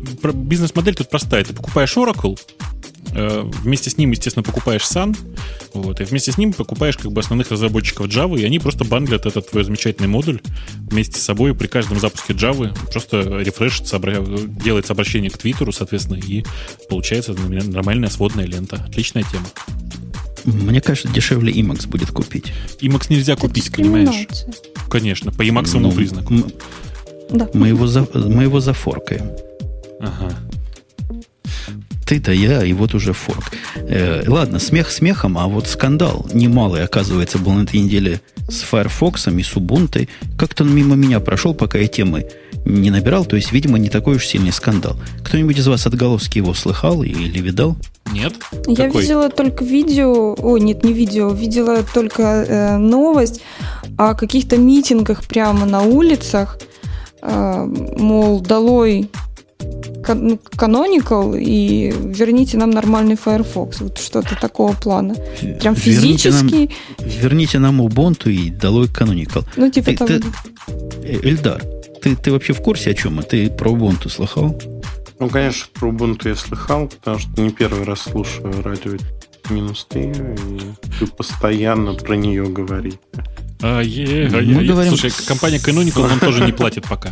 Бизнес-модель тут простая. Ты покупаешь Oracle, вместе с ним, естественно, покупаешь Sun, Вот, и вместе с ним покупаешь как бы основных разработчиков Java, и они просто бандлят этот твой замечательный модуль вместе с собой при каждом запуске Java. Просто рефрешится, делается обращение к Твиттеру, соответственно, и получается нормальная сводная лента. Отличная тема. Мне кажется, дешевле Emacs будет купить. Emacs нельзя купить, понимаешь? Конечно, по Emacs'овому признаку. Да. Мы его зафоркаем. Ага. Ты-то я, и вот уже форк. Ладно, смех смехом, а вот скандал немалый, оказывается, был на этой неделе с Firefox и с Ubuntu. Как-то он мимо меня прошел, пока я темы не набирал. То есть, видимо, не такой уж сильный скандал. Кто-нибудь из вас отголоски его слыхал или видал? Нет? Я Какой? видела только видео, не видео, видела только новость о каких-то митингах прямо на улицах, мол, долой Canonical и верните нам нормальный Firefox. Вот что-то такого плана. Прям физически. Верните нам Ubuntu и долой Canonical. Ну, типа того. Эльдар, ты вообще в курсе, о чем? Ты про Ubuntu слыхал? Ну, конечно, про Ubuntu я слыхал, потому что не первый раз слушаю радио -3, и вы постоянно про нее говорите. Слушай, компания Canonical нам тоже не платит пока.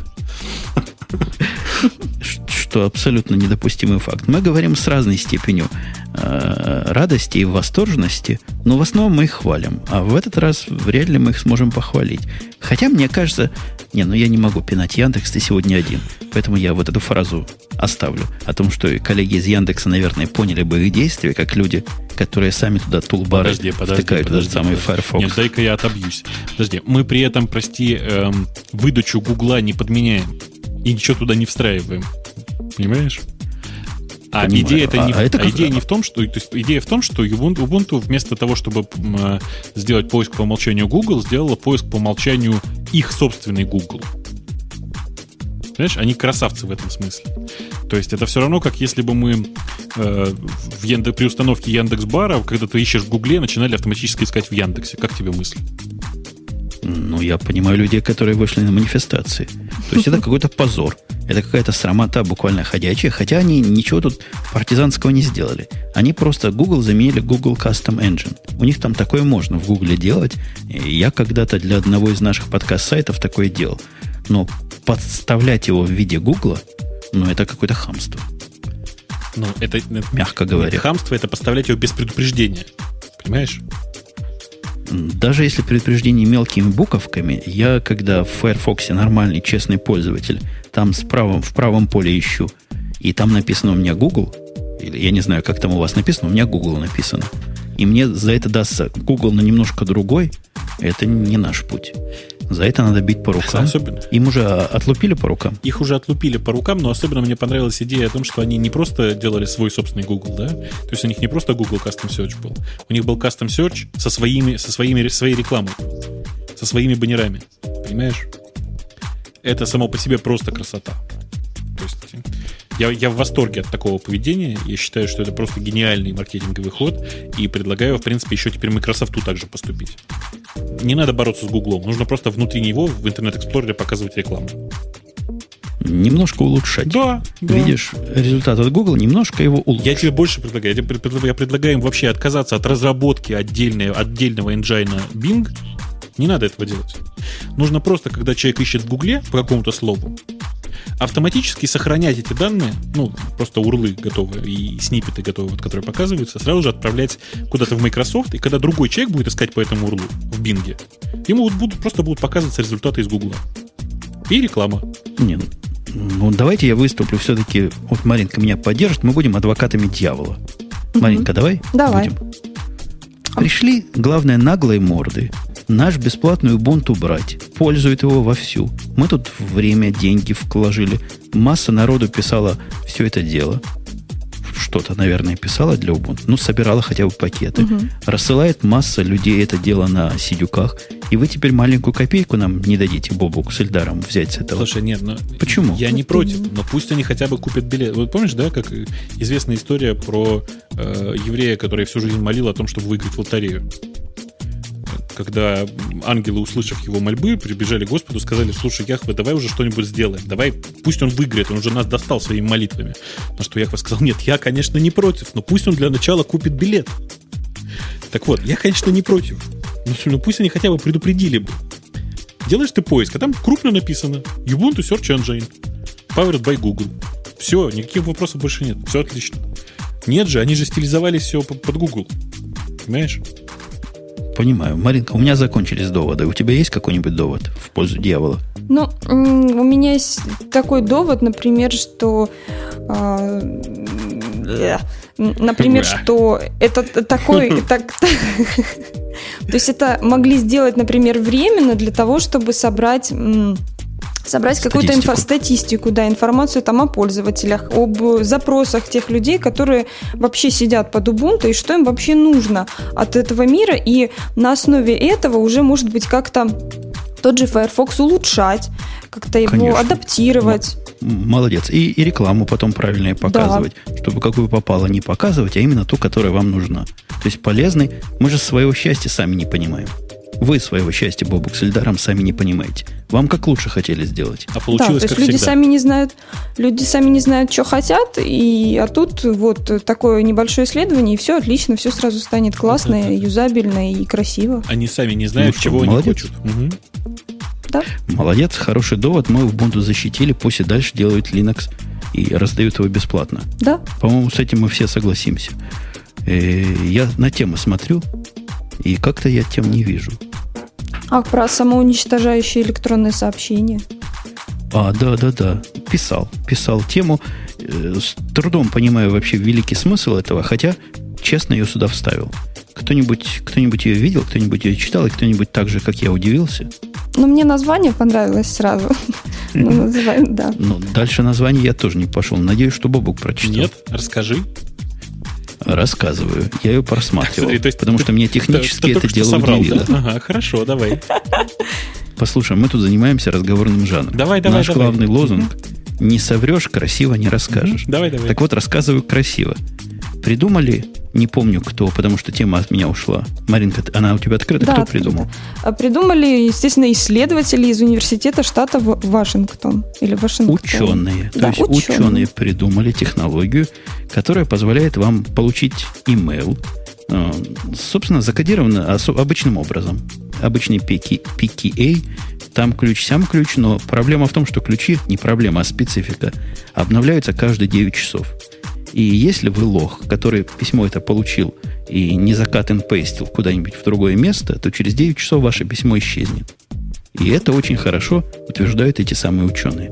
Что абсолютно недопустимый факт. Мы говорим с разной степенью радости и восторженности, но в основном мы их хвалим. А в этот раз вряд ли мы их сможем похвалить. Хотя, мне кажется... я не могу пинать Яндекс, ты сегодня один. Поэтому я вот эту фразу оставлю. О том, что коллеги из Яндекса, наверное, поняли бы их действия, как люди, которые сами туда тулбары втыкают в этот самый Firefox. Нет, дай-ка я отобьюсь. Подожди, мы при этом, выдачу Гугла не подменяем и ничего туда не встраиваем. Понимаешь? А идея идея не в том, что... То есть идея в том, что Ubuntu вместо того, чтобы сделать поиск по умолчанию Google, сделала поиск по умолчанию их собственный Google. Понимаешь? Они красавцы в этом смысле. То есть это все равно, как если бы мы при установке Яндекс.Бара, когда ты ищешь в Гугле, начинали автоматически искать в Яндексе. Как тебе мысль? Ну, я понимаю людей, которые вышли на манифестации. То есть это какой-то позор. Это какая-то срамота буквально ходячая. Хотя они ничего тут партизанского не сделали. Они просто Google заменили Google Custom Engine. У них там такое можно в Google делать. И я когда-то для одного из наших подкаст-сайтов такое делал. Но подставлять его в виде Google, это какое-то хамство. Это, мягко говоря. Хамство — это подставлять его без предупреждения. Понимаешь? Даже если предупреждение мелкими буковками, я, когда в Firefox нормальный, честный пользователь, там в правом поле ищу, и там написано у меня Google, или я не знаю, как там у вас написано, у меня Google написано, и мне за это дастся Google, но немножко другой, это не наш путь. За это надо бить по рукам. Им уже отлупили по рукам? Их уже отлупили по рукам, но особенно мне понравилась идея о том, что они не просто делали свой собственный Google, да? То есть у них не просто Google Custom Search был. У них был Custom Search своей рекламой, со своими баннерами. Понимаешь? Это само по себе просто красота. То есть я в восторге от такого поведения. Я считаю, что это просто гениальный маркетинговый ход. И предлагаю, в принципе, еще теперь Microsoft'у также поступить. Не надо бороться с Гуглом. Нужно просто внутри него в Интернет-эксплорере показывать рекламу. Немножко улучшать. Да. Видишь, результат от Google, немножко его улучшить. Я тебе больше предлагаю. Я предлагаю им вообще отказаться от разработки отдельного энджайна Bing. Не надо этого делать. Нужно просто, когда человек ищет в Гугле по какому-то слову, автоматически сохранять эти данные, просто урлы готовы и сниппеты готовы, которые показываются, сразу же отправлять куда-то в Microsoft, и когда другой человек будет искать по этому урлу в Bing, ему просто будут показываться результаты из Гугла. И реклама. Давайте я выступлю все-таки. Вот Маринка меня поддержит, мы будем адвокатами дьявола. Маринка, давай? Давай. Будем. Пришли, главное, наглые морды. Наш бесплатный Ubuntu брать. Пользуют его вовсю. Мы тут время, деньги вложили. Масса народу писала все это дело. Что-то, наверное, писала для Ubuntu. Собирала хотя бы пакеты. Рассылает масса людей это дело на сидюках. И вы теперь маленькую копейку нам не дадите, Бобук, с Эльдаром взять с этого. Слушай, нет, почему? Я не против, но пусть они хотя бы купят билет. Вот помнишь, да, как известная история про еврея, который всю жизнь молил о том, чтобы выиграть в лотерею. Когда ангелы, услышав его мольбы, прибежали к Господу, сказали: слушай, Яхве, давай уже что-нибудь сделаем. Давай, пусть он выиграет, он уже нас достал своими молитвами. На что Яхве сказал: нет, я, конечно, не против, но пусть он для начала купит билет. Так вот, я, конечно, не против. Но пусть они хотя бы предупредили бы. Делаешь ты поиск, а там крупно написано Ubuntu Search Engine, powered by Google. Все, никаких вопросов больше нет. Все отлично. Нет же, они же стилизовали все под Google. Понимаешь? Понимаю. Маринка, у меня закончились доводы. У тебя есть какой-нибудь довод в пользу дьявола? Ну, у меня есть такой довод, например, что... Например, что это такой... То есть это могли сделать, например, временно для того, чтобы собрать какую-то статистику, да, информацию там о пользователях, об запросах тех людей, которые вообще сидят под Ubuntu, и что им вообще нужно от этого мира, и на основе этого уже, может быть, как-то тот же Firefox улучшать, как-то его Конечно. Адаптировать. Молодец. И рекламу потом правильно показывать, да. Чтобы какую попало не показывать, а именно ту, которая вам нужна. То есть полезный. Мы же своего счастья сами не понимаем. Вы своего счастья, Бобук, с Эльдаром сами не понимаете. Вам как лучше хотели сделать. А получилось, да, то есть люди сами не знают, что хотят, а тут вот такое небольшое исследование, и все отлично, все сразу станет классно, юзабельно и красиво. Они сами не знают, чего они хотят. Угу. Да. Молодец, хороший довод. Мы в Ubuntu защитили, пусть и дальше делают Linux и раздают его бесплатно. Да. По-моему, с этим мы все согласимся. Я на тему смотрю, и как-то я тем не вижу. Про самоуничтожающие электронные сообщения. Да. Писал тему. С трудом понимаю вообще великий смысл этого, хотя честно ее сюда вставил. Кто-нибудь ее видел, кто-нибудь ее читал, и кто-нибудь так же, как я, удивился? Мне название понравилось сразу. Да. Дальше название я тоже не пошел. Надеюсь, что Бобук прочитал. Нет, расскажи. Рассказываю. Я ее просматривал, так, смотри, потому что меня технически это дело удивило. Да? Ага, хорошо, давай. Послушай, мы тут занимаемся разговорным жанром. Давай. Наш главный лозунг – не соврешь, красиво не расскажешь. Давай. Так вот, рассказываю красиво. Придумали, не помню кто, потому что тема от меня ушла. Маринка, она у тебя открыта? Да, кто придумал? Придумали, естественно, исследователи из университета штата Вашингтон. Или Вашингтон. Ученые. Да, то есть ученые придумали технологию, которая позволяет вам получить имейл, собственно, закодированно обычным образом. Обычный PKA, там ключ, сям ключ, но проблема в том, что ключи, не проблема, а специфика, обновляются каждые 9 часов. И если вы лох, который письмо это получил и не закат-н-пейстил куда-нибудь в другое место, то через 9 часов ваше письмо исчезнет. И это очень хорошо утверждают эти самые ученые.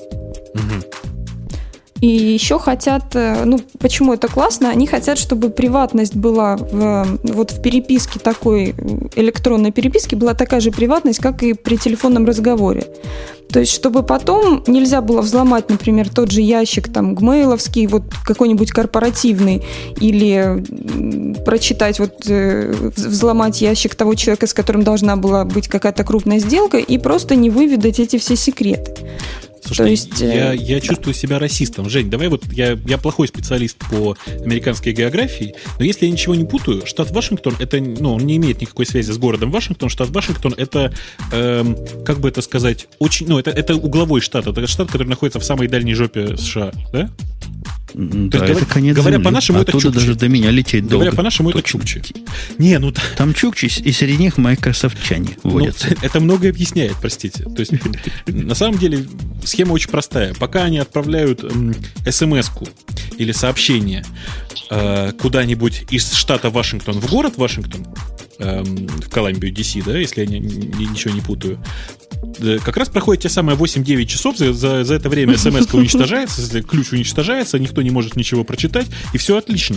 И еще хотят, почему это классно, они хотят, чтобы приватность была в переписке такой, электронной переписке была такая же приватность, как и при телефонном разговоре. То есть, чтобы потом нельзя было взломать, например, тот же ящик там гмейловский, вот какой-нибудь корпоративный, или прочитать, взломать ящик того человека, с которым должна была быть какая-то крупная сделка, и просто не выведать эти все секреты. Слушай, я чувствую себя расистом. Жень, давай я плохой специалист по американской географии, но если я ничего не путаю, штат Вашингтон, это, он не имеет никакой связи с городом Вашингтон. Штат Вашингтон это, как бы это сказать, очень, это угловой штат, это штат, который находится в самой дальней жопе США, да? Да, то есть, это конец говоря земли. По-нашему, это Оттуда даже до меня лететь долго. Говоря по-нашему, это чукчи. Не, там чукчи, и среди них майкрософтчане водятся. Это многое объясняет, простите. То есть, на самом деле, схема очень простая. Пока они отправляют смс-ку или сообщение куда-нибудь из штата Вашингтон в город Вашингтон, в Колумбию, DC, да, если я ничего не путаю, как раз проходит те самые 8-9 часов, за это время смс-ка уничтожается, если ключ уничтожается, никто не может ничего прочитать, и все отлично.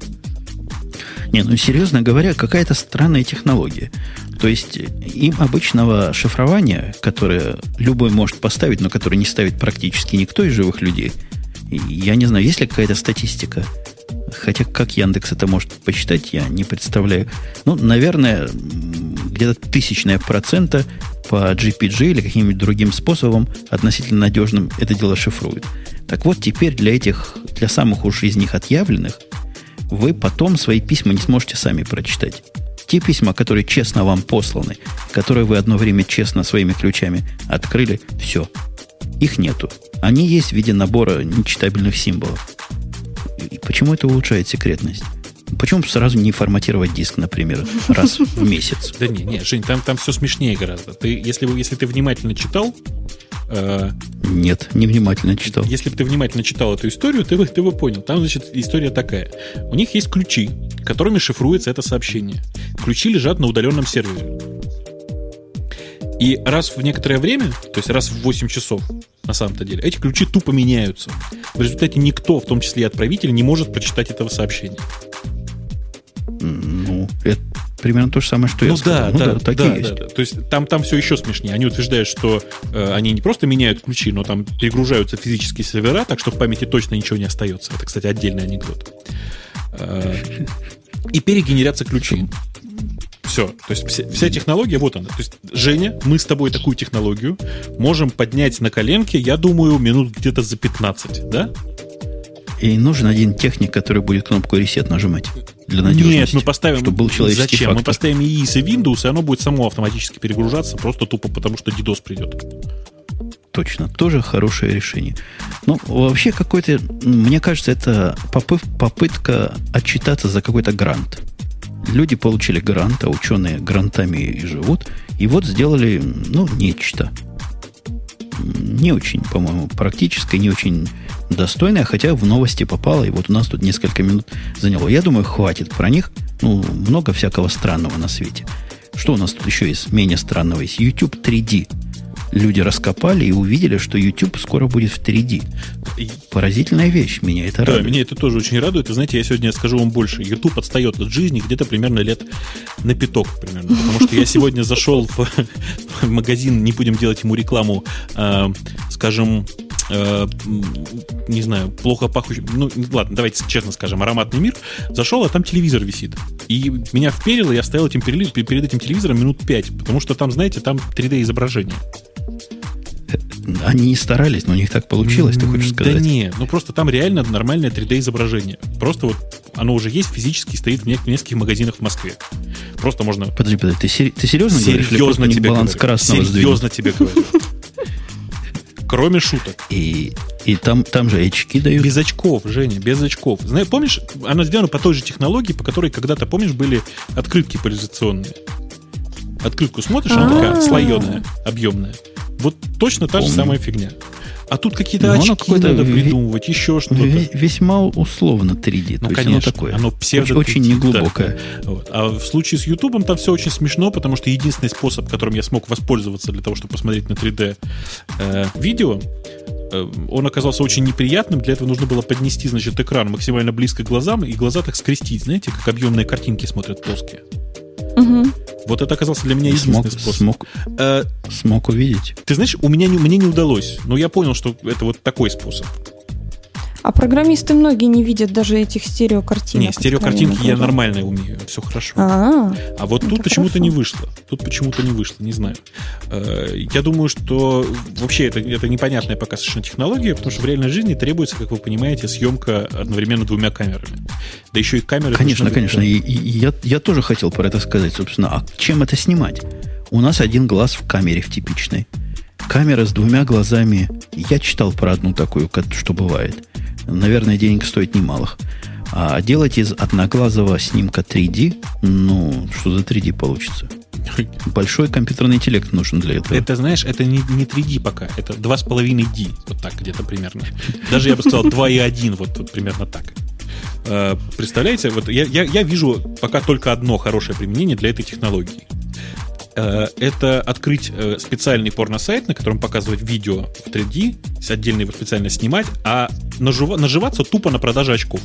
Не, серьезно говоря, какая-то странная технология. То есть им обычного шифрования, которое любой может поставить, но которое не ставит практически никто из живых людей, я не знаю, есть ли какая-то статистика. Хотя как Яндекс это может посчитать, я не представляю. Наверное, где-то 0,0000% по GPG или каким-нибудь другим способом относительно надежным это дело шифрует. Так вот, теперь для самых уж из них отъявленных, вы потом свои письма не сможете сами прочитать. Те письма, которые честно вам посланы, которые вы одно время честно своими ключами открыли, все. Их нету. Они есть в виде набора нечитабельных символов. И почему это улучшает секретность? Почему сразу не форматировать диск, например, раз в месяц? Да не, Жень, там все смешнее гораздо. Если ты внимательно читал... Нет, не внимательно читал. Если бы ты внимательно читал эту историю, ты бы понял. Там, значит, история такая. У них есть ключи, которыми шифруется это сообщение. Ключи лежат на удаленном сервере. И раз в некоторое время, то есть раз в 8 часов, на самом-то деле, эти ключи тупо меняются. В результате никто, в том числе и отправитель, не может прочитать этого сообщения. Ну, это примерно то же самое, что я сказал. Да, так и есть. Да. То есть там все еще смешнее. Они утверждают, что они не просто меняют ключи, но там перегружаются физические сервера, так что в памяти точно ничего не остается. Это, кстати, отдельный анекдот. И перегенерятся ключи. Все. То есть вся технология, вот она. То есть, Женя, мы с тобой такую технологию можем поднять на коленке, я думаю, минут где-то за 15, да? И нужен один техник, который будет кнопку reset нажимать для надежности. Нет, мы поставим... Чтобы был человеческий Зачем? фактор. Мы поставим EIS и Windows, и оно будет само автоматически перегружаться, просто тупо потому, что DDoS придет. Точно. Тоже хорошее решение. Ну, вообще какой-то... Мне кажется, это попытка отчитаться за какой-то грант. Люди получили грант, а ученые грантами и живут. И вот сделали, нечто. Не очень, по-моему, практическое, не очень достойное, хотя в новости попало, и вот у нас тут несколько минут заняло. Я думаю, хватит про них. Много всякого странного на свете. Что у нас тут еще есть менее странного? Есть YouTube 3D. Люди раскопали и увидели, что YouTube скоро будет в 3D. Поразительная вещь, меня это радует. Да, меня это тоже очень радует. И знаете, я сегодня скажу вам больше. YouTube отстает от жизни где-то примерно лет на пяток примерно. Потому что я сегодня зашел в магазин, не будем делать ему рекламу, скажем, не знаю, плохо пахнущий, ладно, давайте честно скажем, ароматный мир, зашел, а там телевизор висит. И меня вперило, я стоял перед этим телевизором минут 5, потому что там, знаете, там 3D-изображение. Они не старались, но у них так получилось, ты хочешь сказать? Да нет, просто там реально нормальное 3D-изображение. Просто вот оно уже есть, физически стоит в нескольких магазинах в Москве. Просто можно... Подожди, ты серьезно говоришь? Серьезно тебе баланс говорю. Красного Серьезно тебе говорю. Кроме шуток. И там же очки дают. Без очков, Женя, без очков. Помнишь, она сделана по той же технологии, по которой когда-то, помнишь, были открытки поляризационные. Открытку смотришь, она такая слоеная, объемная. Вот точно та же самая фигня. А тут какие-то очки надо придумывать, еще что-то. Весьма условно 3D. Ну, то конечно, есть оно такое. Оно псевдо очень неглубокое. Да. Вот. А в случае с Ютубом там все очень смешно, потому что единственный способ, которым я смог воспользоваться для того, чтобы посмотреть на 3D видео, он оказался очень неприятным. Для этого нужно было поднести, значит, экран максимально близко к глазам и глаза так скрестить, знаете, как объемные картинки смотрят плоские. Угу. Вот это оказался для меня единственный способ. Смог увидеть. Ты знаешь, мне не удалось. Но я понял, что это вот такой способ. А программисты многие не видят даже этих стереокартинок. Нет, стереокартинки я нормально умею, все хорошо. А вот тут почему-то не вышло. Не знаю. Я думаю, что вообще это непонятная пока совершенно технология, потому что в реальной жизни требуется, как вы понимаете, съемка одновременно двумя камерами. Да еще и камеры... Конечно. И я тоже хотел про это сказать, собственно. А чем это снимать? У нас один глаз в камере в типичной. Камера с двумя глазами. Я читал про одну такую, что бывает. Наверное, денег стоит немалых. А делать из одноглазого снимка 3D, что за 3D получится? Большой компьютерный интеллект нужен для этого. Это, знаешь, это не 3D пока, это 2,5D, вот так где-то примерно. Даже я бы сказал 2,1, вот примерно так. Представляете, вот я вижу пока только одно хорошее применение для этой технологии. Это открыть специальный порносайт, на котором показывать видео в 3D, отдельно его специально снимать, а наживаться тупо на продаже очков.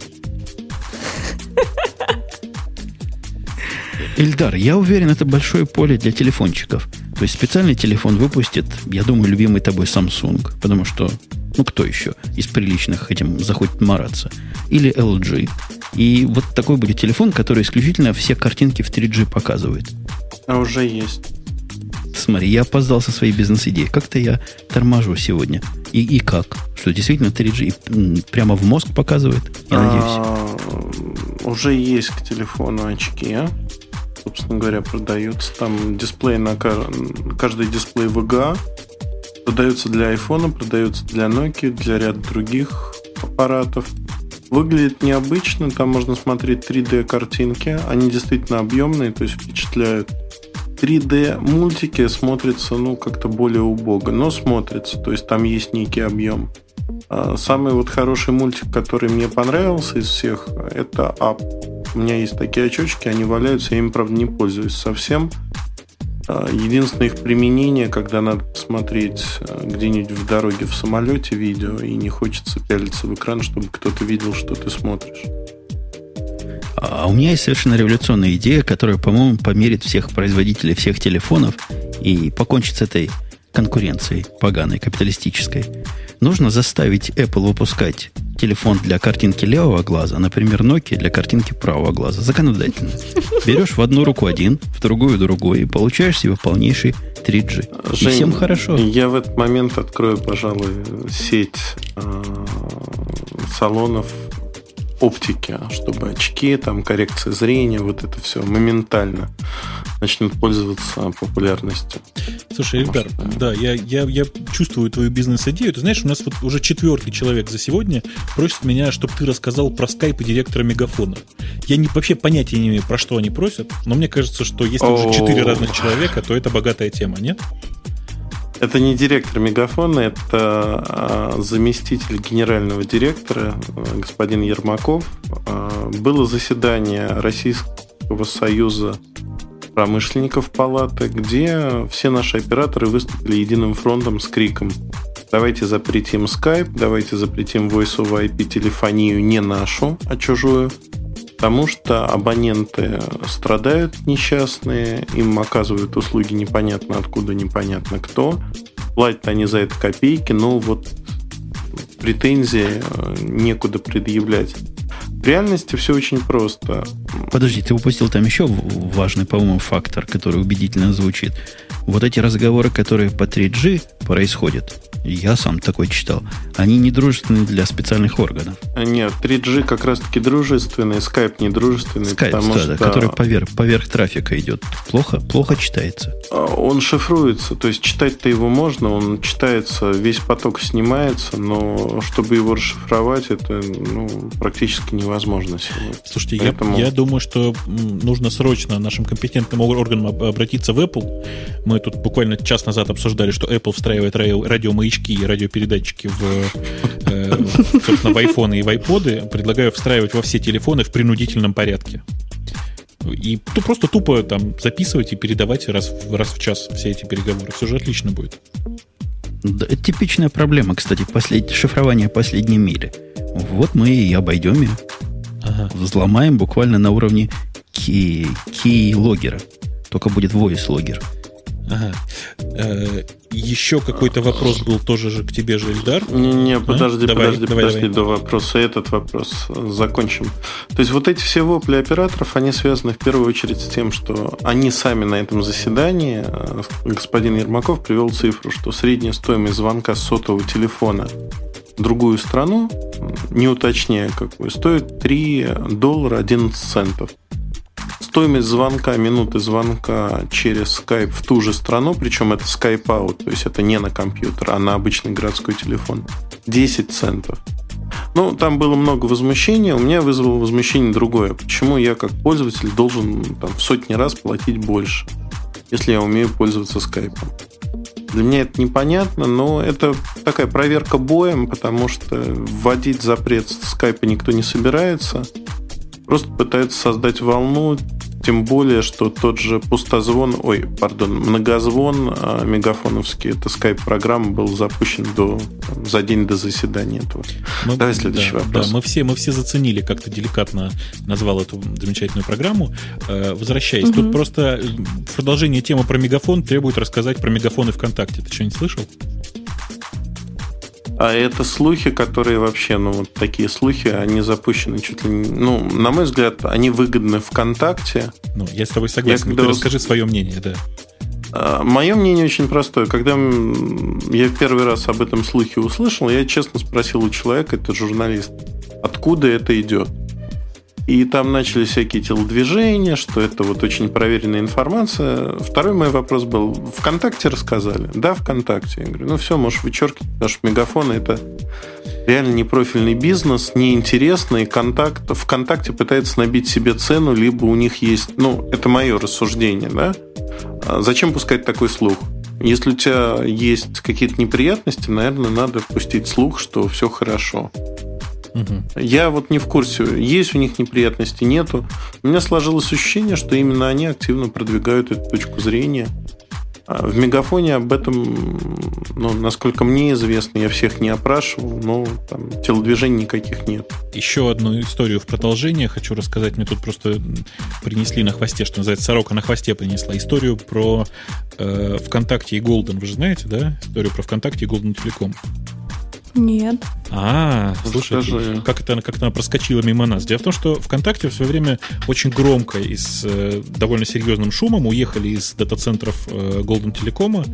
Эльдар, я уверен, это большое поле для телефончиков. То есть специальный телефон выпустит, я думаю, любимый тобой Samsung, потому что, кто еще из приличных этим захочет мараться? Или LG. И вот такой будет телефон, который исключительно все картинки в 3G показывает. А уже есть. Смотри, я опоздал со своей бизнес-идеей. Как-то я торможу сегодня. И как? Что действительно 3G прямо в мозг показывает? Я надеюсь. Уже есть к телефону очки. Собственно говоря, продаются. Там дисплей на каждый дисплей VGA. Продается для iPhone, продается для Nokia, для ряда других аппаратов. Выглядит необычно, там можно смотреть 3D-картинки, они действительно объемные, то есть впечатляют. 3D-мультики смотрятся, как-то более убого, но смотрятся, то есть там есть некий объем. Самый вот хороший мультик, который мне понравился из всех, это Up. У меня есть такие очечки, они валяются, я ими, правда, не пользуюсь совсем. Единственное их применение, когда надо посмотреть где-нибудь в дороге в самолете видео, и не хочется пялиться в экран, чтобы кто-то видел, что ты смотришь. А у меня есть совершенно революционная идея, которая, по-моему, померит всех производителей всех телефонов и покончит с этой конкуренцией поганой, капиталистической. Нужно заставить Apple выпускать телефон для картинки левого глаза, например, Nokia для картинки правого глаза. Законодательно. Берешь в одну руку один, в другую другой, и получаешь себе полнейший 3G. Жень, и всем хорошо. Я в этот момент открою, пожалуй, сеть салонов оптики, чтобы очки, там коррекция зрения, вот это все моментально начнут пользоваться популярностью. Слушай, Эльдар, да, я чувствую твою бизнес-идею. Ты знаешь, у нас вот уже 4-й человек за сегодня просит меня, чтобы ты рассказал про скайп и директора Мегафона. Я вообще понятия не имею, про что они просят, но мне кажется, что если уже 4 разных человека, то это богатая тема, нет? Это не директор Мегафона, это заместитель генерального директора, господин Ермаков. Было заседание Российского союза промышленников палаты, где все наши операторы выступили единым фронтом с криком: давайте запретим Skype, давайте запретим Voice over IP телефонию не нашу, а чужую, потому что абоненты страдают несчастные, им оказывают услуги непонятно откуда, непонятно кто, платят они за это копейки, но вот претензии некуда предъявлять. В реальности все очень просто. Подожди, ты упустил там еще важный, по-моему, фактор, который убедительно звучит. Вот эти разговоры, которые по 3G происходят, я сам такой читал, они не дружественны для специальных органов. Нет, 3G как раз-таки дружественный, Skype не дружественный. Skype, потому что который поверх трафика идет. Плохо читается. Он шифруется, то есть читать-то его можно, он читается, весь поток снимается, но чтобы его расшифровать, это практически невозможно сегодня. Слушайте, поэтому... я думаю, что нужно срочно нашим компетентным органам обратиться в Apple. Мы тут буквально час назад обсуждали, что Apple встраивает радиомаячки и радиопередатчики собственно, в iPhone и в iPod. Предлагаю встраивать во все телефоны в принудительном порядке. И просто тупо там записывать и передавать раз в час все эти переговоры. Все же отлично будет. Да, это типичная проблема, кстати, шифрование последней мили. Вот мы и обойдем ее. Ага. Взломаем буквально на уровне key-логера. Только будет voice-логер. Ага. Еще какой-то вопрос был тоже же к тебе же, Эльдар? Не, подожди, до вопроса. Этот вопрос закончим. То есть вот эти все вопли операторов, они связаны в первую очередь с тем, что они сами на этом заседании, господин Ермаков привел цифру, что средняя стоимость звонка с сотового телефона в другую страну, не уточняя какую, стоит $3.11. Стоимость звонка, минуты звонка через Skype в ту же страну, причем это Skype out, то есть это не на компьютер, а на обычный городской телефон, 10 центов. Там было много возмущения, у меня вызвало возмущение другое. Почему я как пользователь должен в сотни раз платить больше, если я умею пользоваться Skype? Для меня это непонятно, но это такая проверка боем, потому что вводить запрет с Skype никто не собирается. Просто пытаются создать волну, тем более, что тот же многозвон мегафоновский, это скайп-программа, был запущен за день до заседания этого. Давай следующий вопрос. Да, мы все заценили, как ты деликатно назвал эту замечательную программу. Возвращаясь, тут просто в продолжение темы про мегафон требует рассказать про мегафоны ВКонтакте. Ты что-нибудь слышал? А это слухи, которые вообще, такие слухи, они запущены чуть ли не... на мой взгляд, они выгодны ВКонтакте. Я с тобой согласен. Ты расскажи свое мнение, да. Мое мнение очень простое. Когда я первый раз об этом слухе услышал, я честно спросил у человека, это журналист, откуда это идет. И там начались всякие телодвижения, что это очень проверенная информация. Второй мой вопрос был: ВКонтакте рассказали? Да, ВКонтакте. Я говорю, все, можешь вычеркивать, потому что мегафоны это реально непрофильный бизнес, неинтересно, и ВКонтакте пытается набить себе цену, либо у них есть... это мое рассуждение, да? Зачем пускать такой слух? Если у тебя есть какие-то неприятности, наверное, надо пустить слух, что все хорошо. Угу. Я не в курсе, есть у них неприятности, нету. У меня сложилось ощущение, что именно они активно продвигают эту точку зрения. В Мегафоне об этом, насколько мне известно, я всех не опрашивал, но там телодвижений никаких нет. Еще одну историю в продолжение хочу рассказать. Мне тут просто принесли на хвосте, что называется, сорока на хвосте принесла. Историю про ВКонтакте и Golden. Вы же знаете, да? Историю про ВКонтакте и Golden Telecom. Нет. Слушайте, как она проскочила мимо нас. Дело в том, что ВКонтакте в свое время очень громко и с довольно серьезным шумом уехали из дата-центров Golden Telecom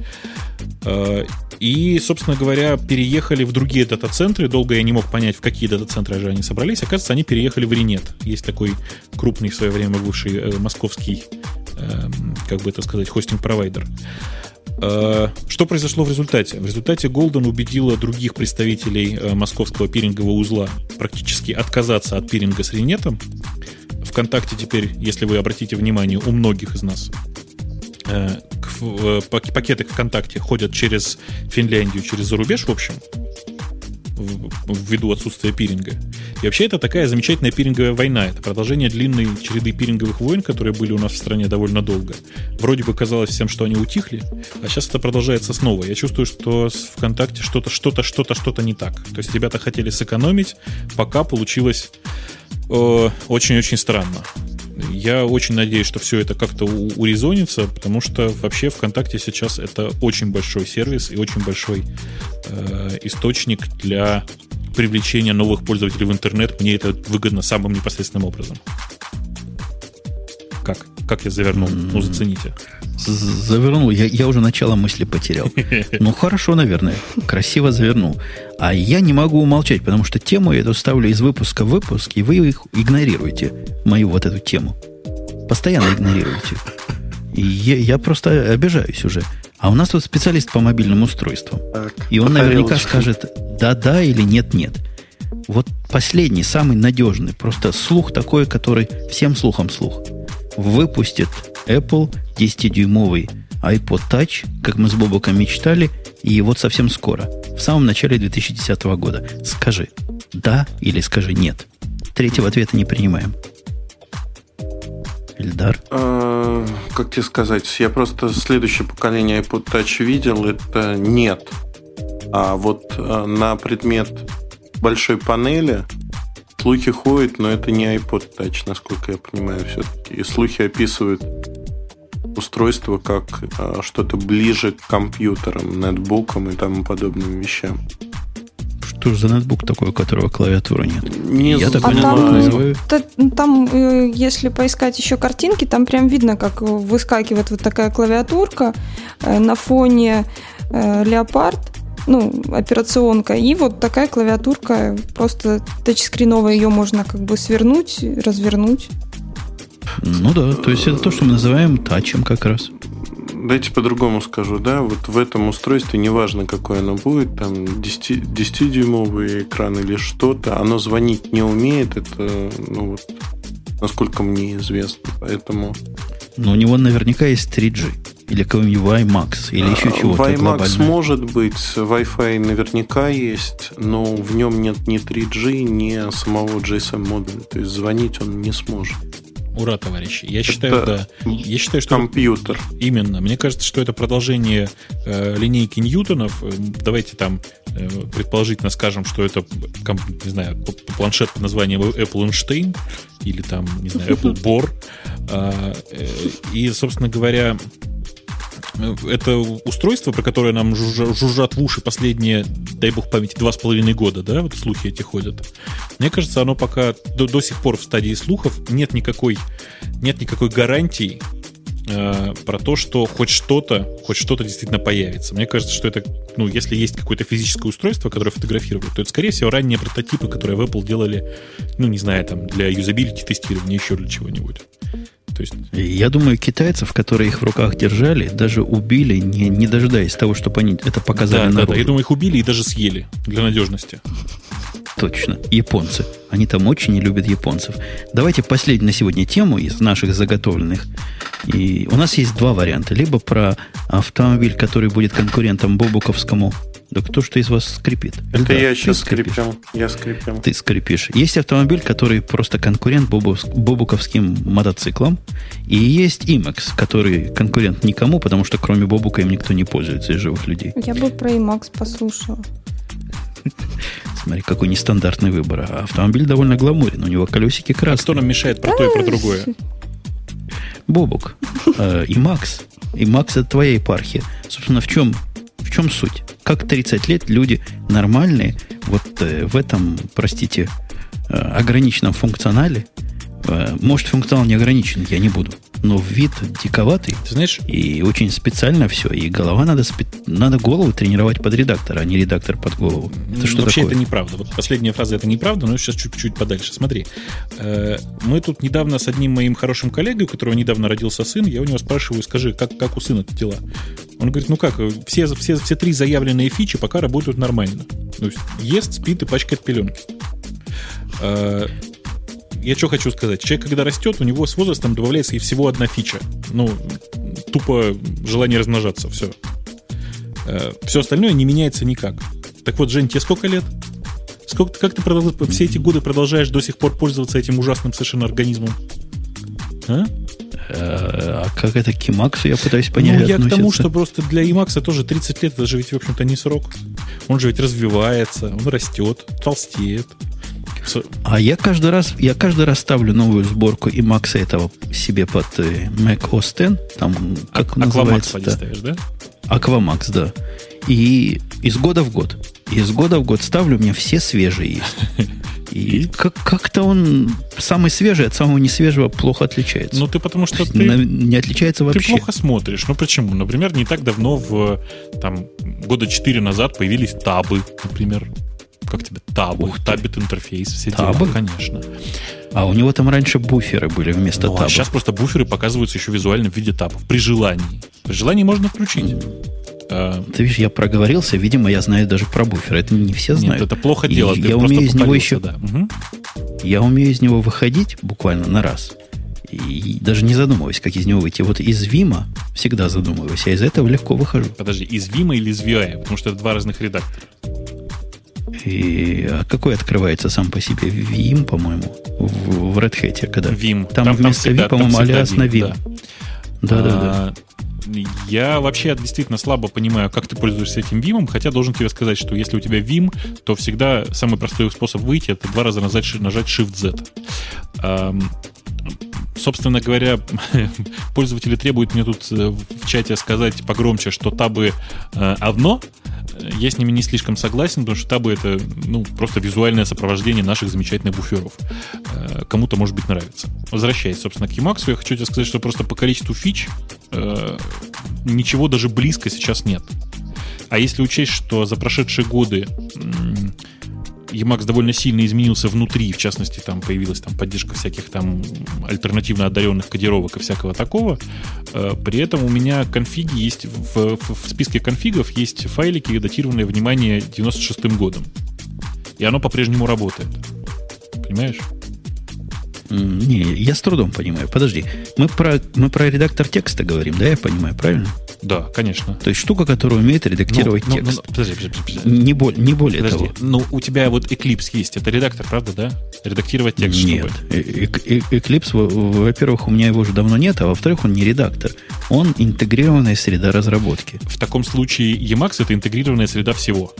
и, собственно говоря, переехали в другие дата-центры. Долго я не мог понять, в какие дата-центры же они собрались. Оказывается, они переехали в Ренет. Есть такой крупный в свое время бывший московский, хостинг-провайдер. Что произошло в результате? В результате Golden убедила других представителей московского пирингового узла практически отказаться от пиринга с Ренетом. ВКонтакте теперь, если вы обратите внимание, у многих из нас пакеты ВКонтакте ходят через Финляндию, через зарубеж, в общем, ввиду отсутствия пиринга. И вообще это такая замечательная пиринговая война. Это продолжение длинной череды пиринговых войн, которые были у нас в стране довольно долго. Вроде бы казалось всем, что они утихли, а сейчас это продолжается снова. Я чувствую, что с ВКонтакте что-то не так. То есть ребята хотели сэкономить, пока получилось очень-очень странно. Я очень надеюсь, что все это как-то урезонится, потому что вообще ВКонтакте сейчас это очень большой сервис и очень большой источник для привлечения новых пользователей в интернет. Мне это выгодно самым непосредственным образом. Как я завернул? Зацените. Завернул. Я уже начало мысли потерял. Хорошо, наверное. Красиво завернул. А я не могу умолчать, потому что тему я эту ставлю из выпуска в выпуск, и вы их игнорируете, мою эту тему. Постоянно игнорируете. И я просто обижаюсь уже. А у нас тут специалист по мобильным устройствам. Так, и он наверняка скажет да или нет. Вот последний, самый надежный, просто слух такой, который всем слухом слух. Выпустит Apple 10-дюймовый iPod Touch, как мы с Бобоком мечтали, и вот совсем скоро, в самом начале 2010 года. Скажи да или скажи нет. Третьего ответа не принимаем. Ильдар? Как тебе сказать? Я просто следующее поколение iPod Touch видел, это нет. А вот на предмет большой панели слухи ходят, но это не iPod Touch, насколько я понимаю, все-таки. И слухи описывают устройство как что-то ближе к компьютерам, нетбукам и тому подобным вещам. Что же за нетбук такой, у которого клавиатуры нет? Я такой нетбук называю. Там, если поискать еще картинки, там прям видно, как выскакивает вот такая клавиатурка на фоне Leopard, операционка, и вот такая клавиатурка, просто тачскриновая, ее можно свернуть, развернуть. То есть это то, что мы называем тачем как раз. Дайте по-другому скажу, да, вот в этом устройстве, неважно, какое оно будет, там 10-дюймовый экран или что-то, оно звонить не умеет, это, насколько мне известно, поэтому... Но у него наверняка есть 3G, или какой-нибудь WiMAX, или еще чего-то WiMAX глобального. может быть, Wi-Fi наверняка есть, но в нем нет ни 3G, ни самого GSM модуля, то есть звонить он не сможет. Ура, товарищи. Я считаю, что компьютер. Именно. Мне кажется, что это продолжение линейки Ньютонов. Давайте там предположительно скажем, что это, не знаю, планшет под названием Apple Einstein или там, не знаю, Apple Bohr. И, собственно говоря, это устройство, про которое нам жужжат в уши последние, дай бог памяти, 2,5 года, да, вот слухи эти ходят. Мне кажется, оно пока до сих пор в стадии слухов, нет никакой гарантии про то, что хоть что-то действительно появится. Мне кажется, что это, если есть какое-то физическое устройство, которое фотографирует, то это, скорее всего, ранние прототипы, которые в Apple делали, не знаю, там, для юзабилити тестирования, еще для чего-нибудь. То То есть... Я думаю, китайцев, которые их в руках держали, даже убили, не дожидаясь того, чтобы они это показали народу. Да, я думаю, их убили и даже съели для надежности. Точно. Японцы. Они там очень не любят японцев. Давайте последнюю на сегодня тему из наших заготовленных. И у нас есть два варианта. Либо про автомобиль, который будет конкурентом бобуковскому. Да кто что из вас скрипит? Это да, я сейчас скрипел. Я скрипел. Ты скрипишь. Есть автомобиль, который просто конкурент бобуковским мотоциклам. И есть IMAX, который конкурент никому, потому что кроме бобука им никто не пользуется из живых людей. Я бы про IMAX послушала. Смотри, какой нестандартный выбор. А автомобиль довольно гламурен. У него колесики красные. А кто нам мешает про то и про другое? Бобук. IMAX. IMAX это твоя епархия. Собственно, в чем суть? Как 30 лет люди нормальные вот в этом, простите, ограниченном функционале. Может, функционал не ограничен, я не буду. Но вид диковатый. Ты знаешь, и очень специально все. И голова надо голову тренировать под редактора, а не редактор под голову. Это что вообще такое? Это неправда. Вот последняя фраза это неправда, но сейчас чуть-чуть подальше. Смотри. Мы тут недавно с одним моим хорошим коллегой, у которого недавно родился сын, я у него спрашиваю, скажи, как у сына дела? Он говорит, ну как, все три заявленные фичи пока работают нормально. То есть ест, спит и пачкает пеленки. Я что хочу сказать. Человек, когда растет, у него с возрастом добавляется и всего одна фича. Ну, тупо желание размножаться. Все. Все остальное не меняется никак. Так вот, Жень, тебе сколько лет? Как ты все эти годы продолжаешь до сих пор пользоваться этим ужасным совершенно организмом? А как это к IMAX, я пытаюсь понять. Ну, я к тому, что просто для IMAX тоже 30 лет, это же ведь, в общем-то, не срок. Он же ведь развивается, он растет, толстеет. А я каждый раз ставлю новую сборку IMAX этого себе под Mac OS X. Там, как называется? Aquamax ставишь, да? Aquamax, да. И из года в год. Из года в год ставлю, у меня все свежие есть. И как-то он самый свежий от самого несвежего плохо отличается. Ну, ты потому что ты не отличается вообще. Ты плохо смотришь. Ну, почему? Например, не так давно, года 4 назад появились табы, например. Как тебе табы? Табит интерфейс, все табы? Дела, конечно. А у него там раньше буферы были вместо табов. А сейчас просто буферы показываются еще визуально в виде табов. При желании. При желании можно включить. Ты видишь, я проговорился, видимо, я знаю даже про буфер. Это не все знают. Нет, это плохо дело. Я умею из него еще... Да. Я умею из него выходить буквально на раз. И даже не задумываюсь, как из него выйти. Вот из Vim всегда задумываюсь, а из этого легко выхожу. Подожди, из Vim или из VI? Потому что это два разных редактора. А какой открывается сам по себе? Vim, по-моему, в Red Hat, когда... Vim. Там вместо Vim, по-моему, алиас на Vim. Да. Я вообще действительно слабо понимаю, как ты пользуешься этим Vim, хотя должен тебе сказать, что если у тебя Vim, то всегда самый простой способ выйти — это 2 раза нажать Shift-Z. Собственно говоря, пользователи требуют мне тут в чате сказать погромче, что табы одно. Я с ними не слишком согласен, потому что табы — это просто визуальное сопровождение наших замечательных буферов. Кому-то, может быть, нравится. Возвращаясь, собственно, к Emacs, я хочу тебе сказать, что просто по количеству фич ничего даже близко сейчас нет. А если учесть, что за прошедшие годы Emacs довольно сильно изменился внутри, в частности, там появилась поддержка всяких альтернативно одаренных кодировок и всякого такого. При этом у меня конфиги есть, в списке конфигов есть файлики, датированные, внимание, 96-м годом. И оно по-прежнему работает. Понимаешь? Не, я с трудом понимаю. Подожди, мы про редактор текста говорим, да, я понимаю, правильно? Да, конечно. То есть штука, которая умеет редактировать текст. Подожди. Не более подожди. того. Ну, у тебя вот Eclipse есть. Это редактор, правда, да? Редактировать текст. Нет. Eclipse, во-первых, у меня его уже давно нет, а во-вторых, он не редактор. Он интегрированная среда разработки. В таком случае Emacs — это интегрированная среда всего.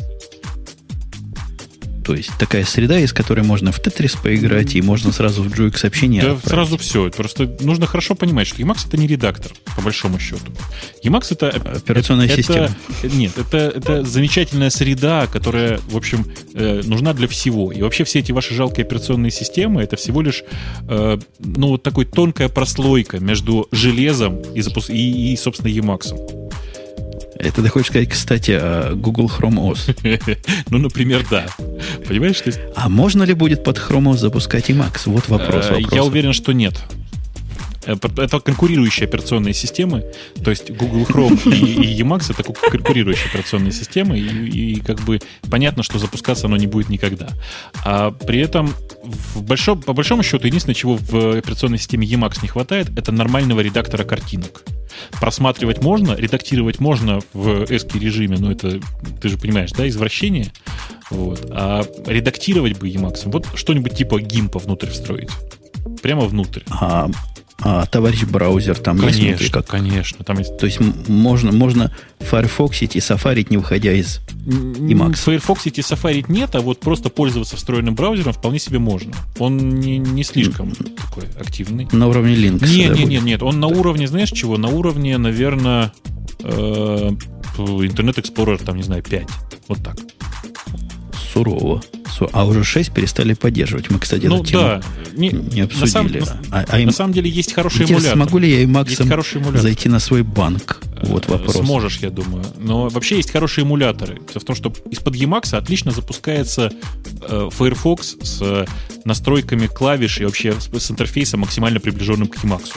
То есть такая среда, из которой можно в Тетрис поиграть, и можно сразу в Джуик сообщения Да, отправить. Сразу все. Просто нужно хорошо понимать, что Emacs — это не редактор, по большому счету. Emacs — это... Операционная система. Нет, это замечательная среда, которая, в общем, нужна для всего. И вообще все эти ваши жалкие операционные системы — это всего лишь, вот такой тонкая прослойка между железом и собственно, Emacs. Это ты хочешь сказать, кстати, о Google Chrome OS? Ну, например, да. Понимаешь, что есть... А можно ли будет под Chrome OS запускать Emacs? Вот вопрос. Я уверен, что нет. Это конкурирующие операционные системы. То есть Google Chrome и Emacs — это конкурирующие операционные системы, и как бы понятно, что запускаться оно не будет никогда. А при этом по большому счету единственное, чего в операционной системе Emacs не хватает, это нормального редактора картинок. Просматривать можно, редактировать можно в ASCII режиме, но это, ты же понимаешь, да, извращение. Вот. А редактировать бы Emacs, вот что-нибудь типа гимпа внутрь встроить. Прямо внутрь. А товарищ браузер там конечно, есть внутри? Конечно, там есть. То есть можно файрфоксить и сафарить, не выходя из Emacs? Файрфоксить и сафарить нет, а вот просто пользоваться встроенным браузером вполне себе можно. Он не слишком такой активный. На уровне Linux? Нет. Он на уровне, знаешь чего? На уровне, наверное, Internet Explorer, там, не знаю, 5. Вот так. Сурово. А уже 6 перестали поддерживать. Мы, кстати, эту тему не обсудили. На самом деле есть хороший эмулятор. Смогу ли я Emacs зайти на свой банк? Вот вопрос. Сможешь, я думаю. Но вообще есть хорошие эмуляторы. Дело в том, что из-под Emacs отлично запускается Firefox с настройками клавиш и вообще с интерфейсом, максимально приближенным к Emacs.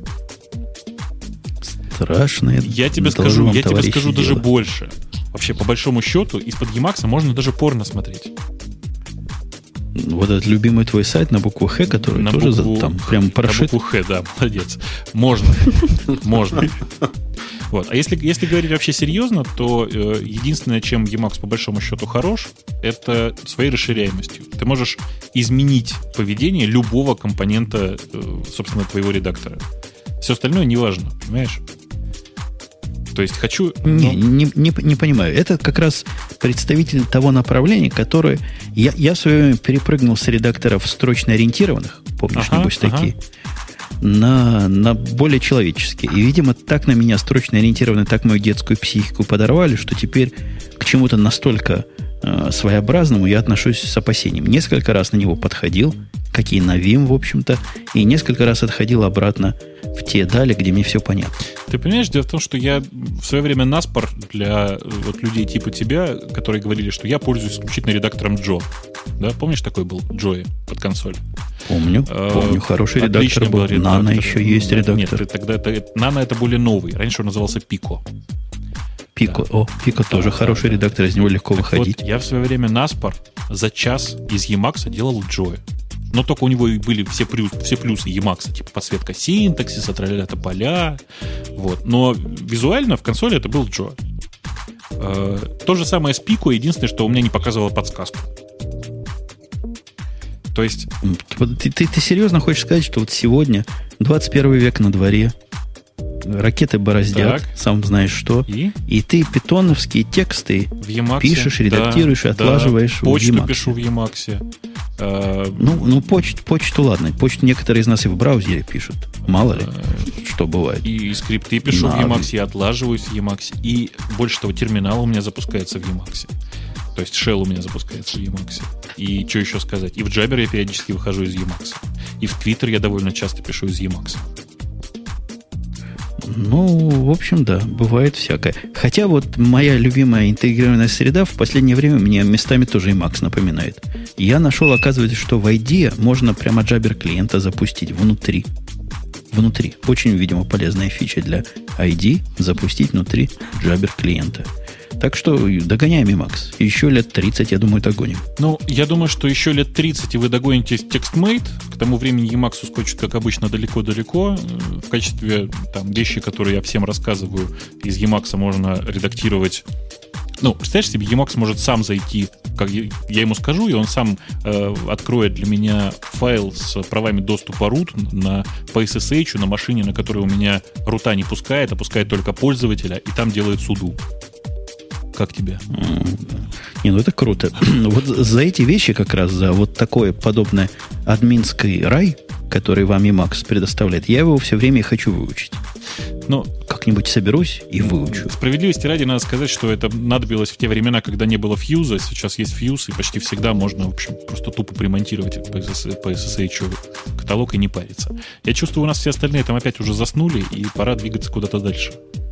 Страшное. Я тебе скажу даже больше. Вообще, по большому счету, из-под Emacs можно даже порно смотреть. Вот этот любимый твой сайт на букву Х, который на тоже там прям прошит. На букву Х, да, молодец. Можно. Вот. А если говорить вообще серьезно, то единственное, чем Emacs по большому счету хорош, это своей расширяемостью. Ты можешь изменить поведение любого компонента, собственно, твоего редактора. Все остальное не важно, понимаешь? То есть хочу... Не понимаю. Это как раз представитель того направления, которое... Я в свое время перепрыгнул с редакторов строчно ориентированных, помнишь, небось, такие, на более человеческие. И, видимо, так на меня строчно ориентированные, так мою детскую психику подорвали, что теперь к чему-то настолько своеобразному я отношусь с опасением. Несколько раз на него подходил, как и на Vim, в общем-то, и несколько раз отходил обратно в те дали, где мне все понятно. Ты понимаешь, дело в том, что я в свое время наспор для вот людей типа тебя, которые говорили, что я пользуюсь исключительно редактором Джо. Да, помнишь, такой был Джои под консоль? Помню. Хороший редактор был. Nano еще есть редактор. Нет, тогда Nano это более новый. Раньше он назывался Pico. Pico тоже хороший редактор, из него легко выходить. Вот, я в свое время наспор за час из Emacs делал Джои. Но только у него и были все плюсы Emacs, типа подсветка синтаксиса, тролля-ля поля. Вот. Но визуально в консоли это был Джо. То же самое с Pico, единственное, что у меня не показывало подсказку. То есть... Ты серьезно хочешь сказать, что вот сегодня 21 век на дворе, ракеты бороздят, сам знаешь что, и ты питоновские тексты в Emacs, пишешь, редактируешь и отлаживаешь в Emacs. Почту пишу в Emacs. Почту ладно. Почту некоторые из нас и в браузере пишут. Мало ли, что бывает. И скрипты пишу в Emacs, и отлаживаюсь в Emacs. И больше того, терминал у меня запускается в Emacs. То есть shell у меня запускается в Emacs. И что еще сказать? И в Jabber я периодически выхожу из Emacs. И в Twitter я довольно часто пишу из Emacs. В общем, да, бывает всякое. Хотя вот моя любимая интегрированная среда в последнее время мне местами тоже Emacs напоминает. Я нашел, оказывается, что в IDE можно прямо Jabber клиента запустить внутри. Очень, видимо, полезная фича для IDE запустить внутри Jabber клиента. Так что догоняем Emacs. Еще лет 30, я думаю, догоним. Я думаю, что еще лет 30 и вы догоните TextMate. К тому времени Emacs ускочит, как обычно, далеко-далеко. В качестве вещи, которые я всем рассказываю, из Emacs можно редактировать. Представляешь себе, Emacs может сам зайти, как я ему скажу, и он сам откроет для меня файл с правами доступа root по SSH на машине, на которой у меня рута не пускает, а пускает только пользователя, и там делает суду. Как тебе? Это круто. Вот за эти вещи как раз, за вот такое подобное админский рай, который вам Emacs предоставляет, я его все время хочу выучить. Как-нибудь соберусь и выучу. Справедливости ради надо сказать, что это надобилось в те времена, когда не было фьюза. Сейчас есть фьюз, и почти всегда можно, в общем, просто тупо примонтировать по SSH каталог и не париться. Я чувствую, у нас все остальные там опять уже заснули, и пора двигаться куда-то дальше.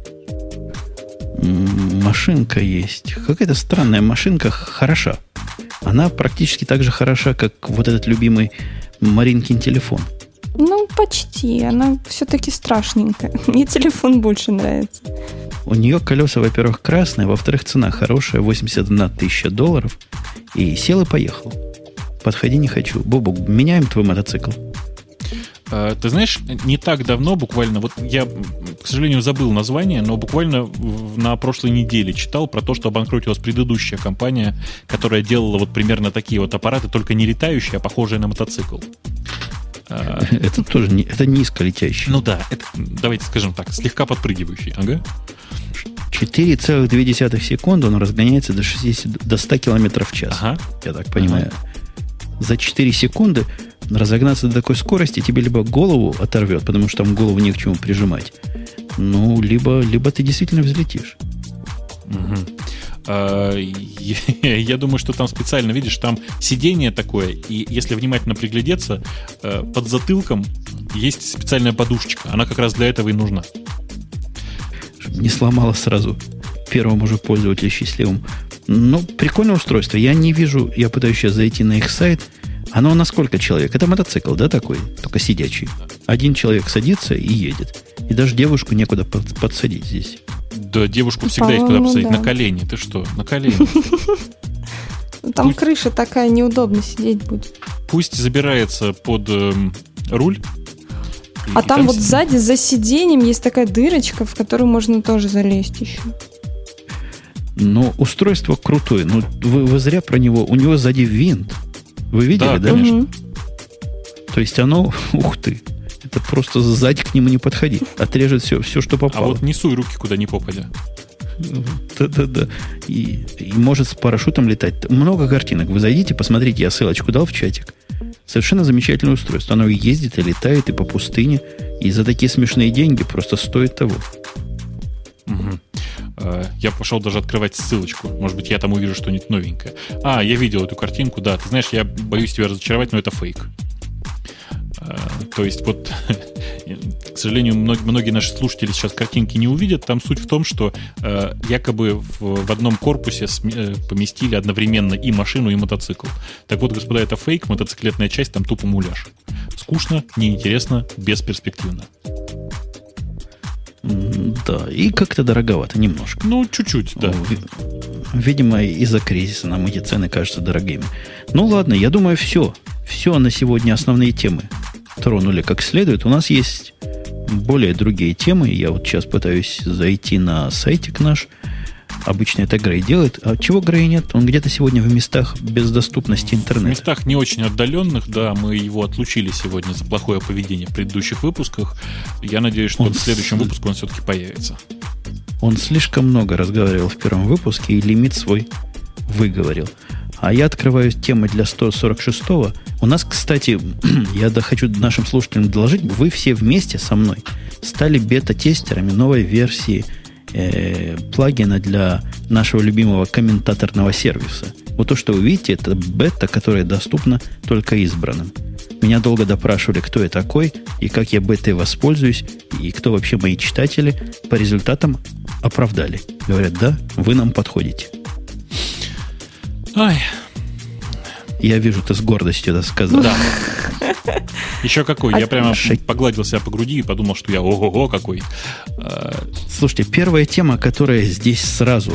Машинка есть. Какая-то странная машинка хороша. Она практически так же хороша, как вот этот любимый Маринкин телефон. Ну, почти. Она все-таки страшненькая. Мне телефон больше нравится. У нее колеса, во-первых, красные, во-вторых, цена хорошая, $81 тысяча. И сел и поехал. Подходи не хочу. Бобук, меняем твой мотоцикл. Ты знаешь, не так давно, буквально, вот я, к сожалению, забыл название, но буквально на прошлой неделе читал про то, что обанкротилась предыдущая компания, которая делала вот примерно такие вот аппараты, только не летающие, а похожие на мотоцикл. Это тоже это низколетящий. Ну да, это, давайте скажем так, слегка подпрыгивающий. Ага. 4,2 секунды он разгоняется до 100 км в час. Ага. Я так понимаю. За 4 секунды разогнаться до такой скорости тебе либо голову оторвет, потому что там голову не к чему прижимать, ну, либо ты действительно взлетишь. Я думаю, что там специально, видишь, там сиденье такое, и если внимательно приглядеться, под затылком есть специальная подушечка. Она как раз для этого и нужна. Не сломала сразу первому же пользователю счастливому. Ну, прикольное устройство. Я не вижу, я пытаюсь сейчас зайти на их сайт. Оно на сколько человек? Это мотоцикл, да, такой? Только сидячий. Один человек садится и едет. И даже девушку некуда подсадить здесь. Да, девушку всегда есть куда посадить. Да. На колени. Ты что? На колени. Там крыша такая, неудобно сидеть будет. Пусть забирается под руль. А там вот сзади, за сиденьем, есть такая дырочка, в которую можно тоже залезть еще. Ну, устройство крутое. Ну, вы зря про него. У него сзади винт. Вы видели, да? Конечно. То есть оно, ух ты, это просто сзади к нему не подходи. Отрежет все, что попало. А вот не суй руки куда ни попадя. Да. И может с парашютом летать. Много картинок. Вы зайдите, посмотрите, я ссылочку дал в чатик. Совершенно замечательное устройство. Оно и ездит, и летает, и по пустыне. И за такие смешные деньги просто стоит того. Угу. Я пошел даже открывать ссылочку. Может быть, я там увижу что-нибудь новенькое. Я видел эту картинку, да. Ты знаешь, я боюсь тебя разочаровать, но это фейк. То есть, вот, к сожалению, многие наши слушатели сейчас картинки не увидят. Там суть в том, что якобы в одном корпусе поместили одновременно и машину, и мотоцикл. Так вот, господа, это фейк, мотоциклетная часть там тупо муляж. Скучно, неинтересно, бесперспективно. Да, и как-то дороговато немножко. Ну, чуть-чуть, да. Видимо, из-за кризиса нам эти цены кажутся дорогими. Ну, ладно, я думаю, все. Все на сегодня основные темы тронули как следует. У нас есть более другие темы. Я вот сейчас пытаюсь зайти на сайтик наш. Обычно это Грей делает. А чего Грея нет? Он где-то сегодня в местах без доступности интернета. В местах не очень отдаленных, да. Мы его отлучили сегодня за плохое поведение в предыдущих выпусках. Я надеюсь, что в следующем выпуске он все-таки появится. Он слишком много разговаривал в первом выпуске и лимит свой выговорил. А я открываю темы для 146-го. У нас, кстати, я хочу нашим слушателям доложить, вы все вместе со мной стали бета-тестерами новой версии плагина для нашего любимого комментаторного сервиса. Вот то, что вы видите, это бета, которая доступна только избранным. Меня долго допрашивали, кто я такой, и как я бетой воспользуюсь, и кто вообще мои читатели. По результатам оправдали. Говорят, да, вы нам подходите. Ай. Я вижу, ты с гордостью это сказал. Да. Еще какой. Я прямо погладил себя по груди и подумал, что я ого-го какой. Слушайте, первая тема, которая здесь сразу...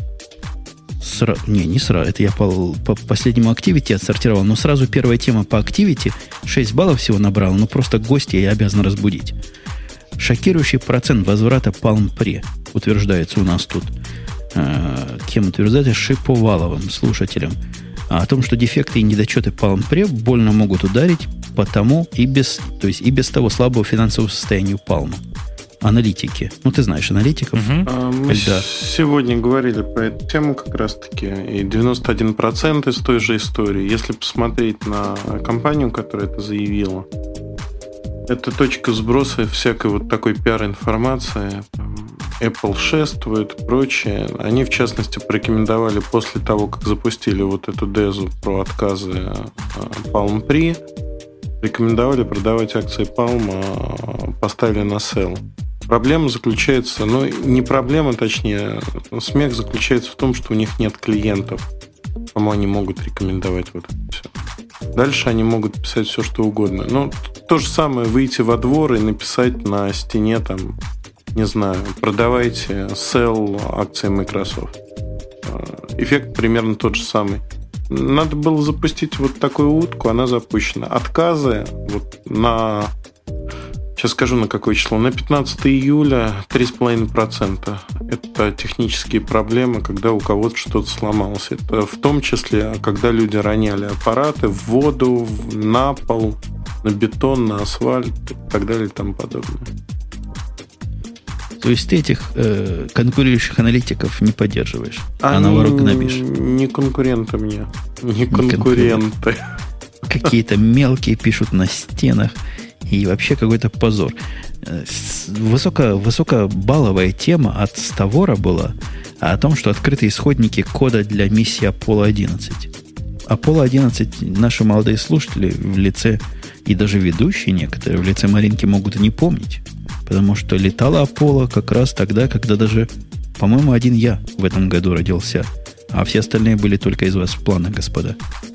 Не сразу. Это я по последнему Activity отсортировал. Но сразу первая тема по Activity. 6 баллов всего набрал. Но просто гостя я обязан разбудить. Шокирующий процент возврата Palm Pre утверждается у нас тут. Кем утверждается? Шиповаловым слушателем. О том, что дефекты и недочеты Palm Pre больно могут ударить, потому и без того слабого финансового состояния Palm. Аналитики. Ну, ты знаешь аналитиков. Мы сегодня говорили про эту тему как раз-таки. И 91% из той же истории. Если посмотреть на компанию, которая это заявила, это точка сброса всякой вот такой пиар-информации. Apple шествует и прочее. Они, в частности, порекомендовали после того, как запустили вот эту дезу про отказы Palm Pre, рекомендовали продавать акции Palm, поставили на sell. Проблема заключается, не проблема, точнее, смех заключается в том, что у них нет клиентов, кому они могут рекомендовать вот это все. Дальше они могут писать все, что угодно. то же самое выйти во двор и написать на стене, там, не знаю, продавайте sell акции Microsoft. Эффект примерно тот же самый. Надо было запустить вот такую утку, она запущена. Отказы вот на... Сейчас скажу, на какое число. На 15 июля 3,5%. Это технические проблемы, когда у кого-то что-то сломалось. Это в том числе, когда люди роняли аппараты в воду, на пол, на бетон, на асфальт и так далее и тому подобное. То есть ты этих конкурирующих аналитиков не поддерживаешь, а наоборот гнобишь? Не конкуренты мне. Не конкуренты. Какие-то мелкие пишут на стенах. И вообще какой-то позор. Высокобалловая тема от Ставора была о том, что открыты исходники кода для миссии Аполло-11. Аполло-11 наши молодые слушатели в лице, и даже ведущие некоторые в лице Маринки могут и не помнить. Потому что летала Аполло как раз тогда, когда даже, по-моему, один я в этом году родился. А все остальные были только из вас в планах, господа.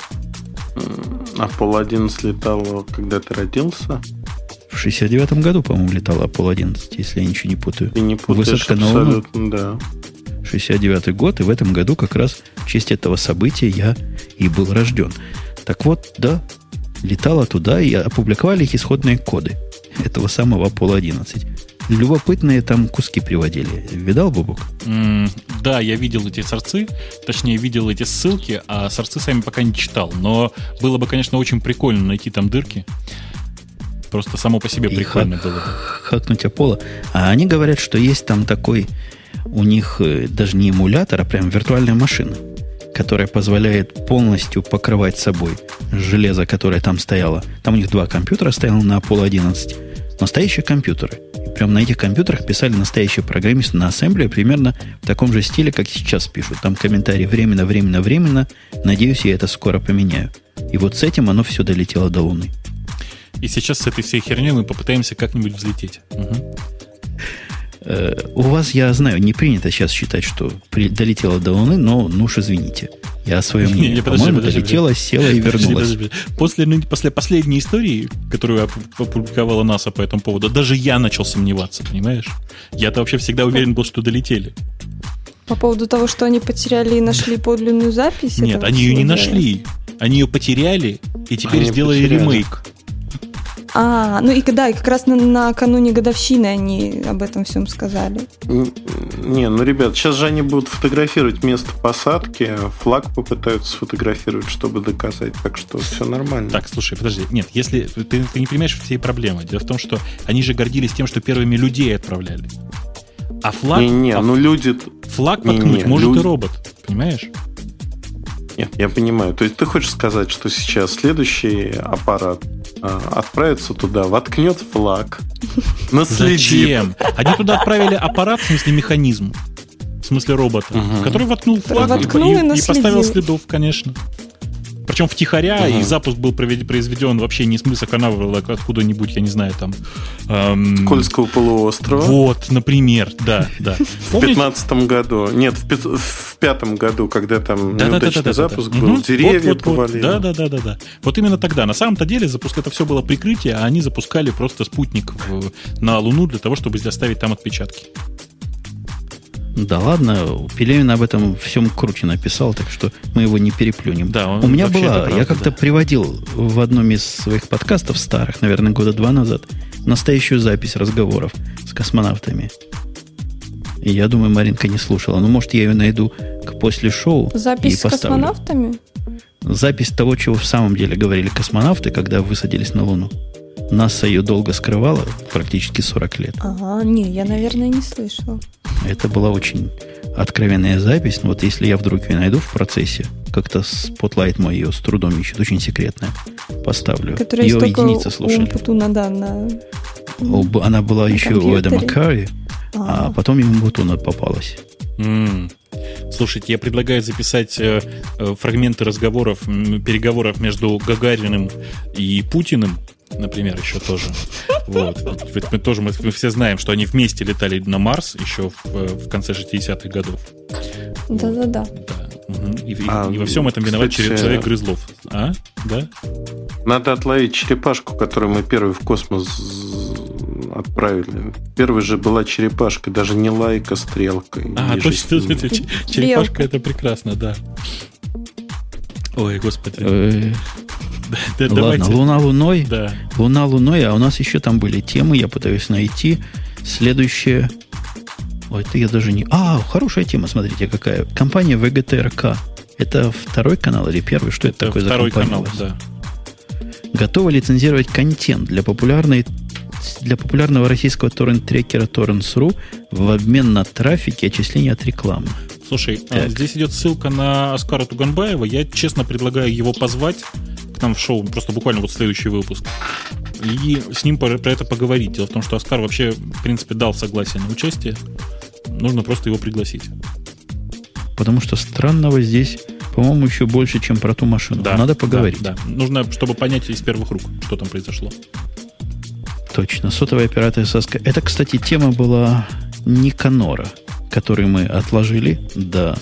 Аполло-11 летала, когда ты родился? В 69-м году, по-моему, летала Аполло-11, если я ничего не путаю. Ты не путаешь, высадка на Луну. Абсолютно, да. 69-й год, и в этом году как раз в честь этого события я и был рожден. Так вот, да, летала туда, и опубликовали их исходные коды этого самого Аполло-11. Любопытные там куски приводили. Видал, Бобук? Да, я видел эти сорцы, точнее, видел эти ссылки, а сорцы сами пока не читал. Но было бы, конечно, очень прикольно найти там дырки. Просто само по себе прикольно было бы. Хакнуть Аполло. А они говорят, что есть там такой, у них даже не эмулятор, а прям виртуальная машина, которая позволяет полностью покрывать собой железо, которое там стояло. Там у них 2 компьютера стояло на Аполло-11. Настоящие компьютеры. И прям на этих компьютерах писали настоящие программисты на ассемблере примерно в таком же стиле, как сейчас пишут. Там комментарии временно. Надеюсь, я это скоро поменяю. И вот с этим оно все долетело до Луны. И сейчас с этой всей херней мы попытаемся как-нибудь взлететь. Угу. У вас, я знаю, не принято сейчас считать, что долетело до Луны, но ну уж извините. Я свое мнение. По-моему, долетела, села и вернулась. После последней истории, которую опубликовала НАСА по этому поводу, даже я начал сомневаться, понимаешь? Я-то вообще всегда уверен был, что долетели. По поводу того, что они потеряли и нашли подлинную запись? Нет, они ее не нашли. Они ее потеряли и теперь сделали ремейк. Ну и да, и как раз накануне годовщины они об этом всем сказали. Не, ну, ребят, сейчас же они будут фотографировать место посадки, флаг попытаются сфотографировать, чтобы доказать, так что все нормально. Так, слушай, подожди, нет, если ты не понимаешь всей проблемы, дело в том, что они же гордились тем, что первыми людей отправляли. А флаг... Флаг воткнуть может и робот, понимаешь? Нет, я понимаю. То есть ты хочешь сказать, что сейчас следующий аппарат отправится туда, воткнет флаг, наследит. Зачем? Они туда отправили аппарат, в смысле механизм, в смысле робота, который воткнул флаг и поставил следов, конечно. Причем втихаря, и запуск был произведен вообще не с мыса канала, а откуда-нибудь, я не знаю, там... Кольского полуострова. Вот, например, да. В 15-м году. Нет, в 5-м году, когда там неудачный запуск был, деревья повалили. Да. Вот именно тогда. На самом-то деле это все было прикрытие, а они запускали просто спутник на Луну для того, чтобы оставить там отпечатки. Да ладно, Пелевин об этом всем круче написал, так что мы его не переплюнем. Да, у меня была, я как-то приводил в одном из своих подкастов старых, наверное, 2 года назад, настоящую запись разговоров с космонавтами. И я думаю, Маринка не слушала. Ну, может, я ее найду после шоу запись и поставлю. С космонавтами? Запись того, чего в самом деле говорили космонавты, когда высадились на Луну. НАСА ее долго скрывала, практически 40 лет. Ага, не, я, наверное, не слышала. Это была очень откровенная запись. Но вот если я вдруг ее найду в процессе, как-то Spotlight мой ее с трудом ищет, очень секретная, поставлю. Которая ее единицы слушали. Она была еще у Эда Маккари, а потом ему Бутуна попалась. Слушайте, я предлагаю записать фрагменты переговоров между Гагариным и Путиным, например, еще тоже. Вот. Мы все знаем, что они вместе летали на Марс еще в конце 60-х годов. Да. И во всем этом виноват человек Грызлов. Да? Надо отловить черепашку, которую мы первый в космос отправили. Первой же была черепашка, даже не лайка, стрелка. Точно, черепашка, это прекрасно, да. Ой, господи. Ладно, Луна Луной. Да. Луна Луной, а у нас еще там были темы, я пытаюсь найти. Следующее... Ой, это я даже не... хорошая тема, смотрите, какая. Компания ВГТРК. Это второй канал или первый? Что это такое за компания? Второй канал, да. Готова лицензировать контент для популярного российского торрент-трекера Torrents.ru в обмен на трафик и отчисления от рекламы. Слушай, здесь идет ссылка на Оскара Туганбаева. Я, честно, предлагаю его позвать к нам в шоу, просто буквально вот следующий выпуск, и с ним про это поговорить. Дело в том, что Оскар вообще, в принципе, дал согласие на участие. Нужно просто его пригласить. Потому что странного здесь, по-моему, еще больше, чем про ту машину. Да, надо поговорить. Да. Нужно, чтобы понять из первых рук, что там произошло. Точно. Сотовый оператор ССК. Это, кстати, тема была Никанора, который мы отложили до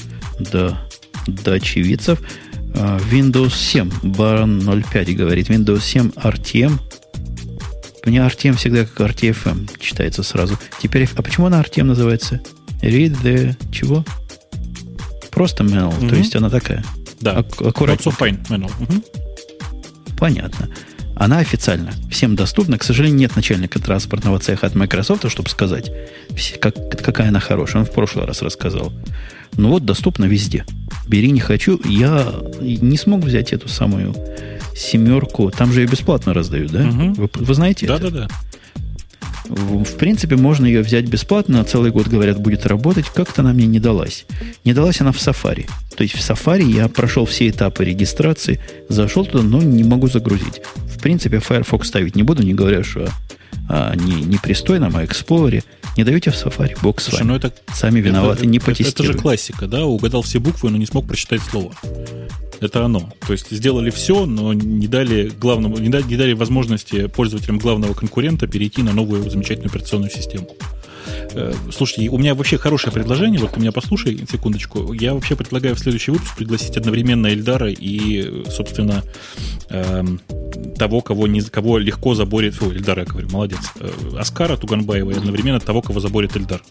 очевидцев. Windows 7 Барон 05 говорит. Windows 7 RTM. У меня RTM всегда как RTFM читается сразу. Теперь, а почему она RTM называется? Read the... чего? Просто manual. То есть она такая. Да. Аккуратно. Not so fine manual. Понятно. Она официально всем доступна. К сожалению, нет начальника транспортного цеха от Microsoft, чтобы сказать, какая она хорошая. Он в прошлый раз рассказал. Ну вот, доступна везде. Бери, не хочу. Я не смог взять эту самую 7. Там же ее бесплатно раздают, да? Вы знаете это? Да. В принципе, можно ее взять бесплатно. Целый год, говорят, будет работать. Как-то она мне не далась. Не далась она в Safari. То есть в Safari я прошел все этапы регистрации, зашел туда, но не могу загрузить. В принципе, Firefox ставить не буду, не говоря, что не пристойном, а Explorer. Не даете в Safari, бог с вами. Сами виноваты, не потестируют. Это же классика, да? Угадал все буквы, но не смог прочитать слово. Это оно. То есть сделали все, но не дали возможности пользователям главного конкурента перейти на новую замечательную операционную систему. Слушайте, у меня вообще хорошее предложение. Вот ты меня послушай, секундочку. Я вообще предлагаю в следующий выпуск пригласить одновременно Эльдара и, собственно, того, кого легко заборет... Эльдара, я говорю, молодец. Оскара Туганбаева и одновременно того, кого заборет Эльдар.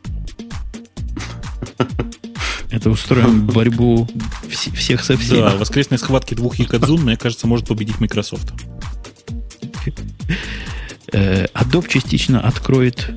Это устроим борьбу всех со всеми. Да, воскресные схватки двух якадзун, мне кажется, может победить Microsoft. Adobe частично откроет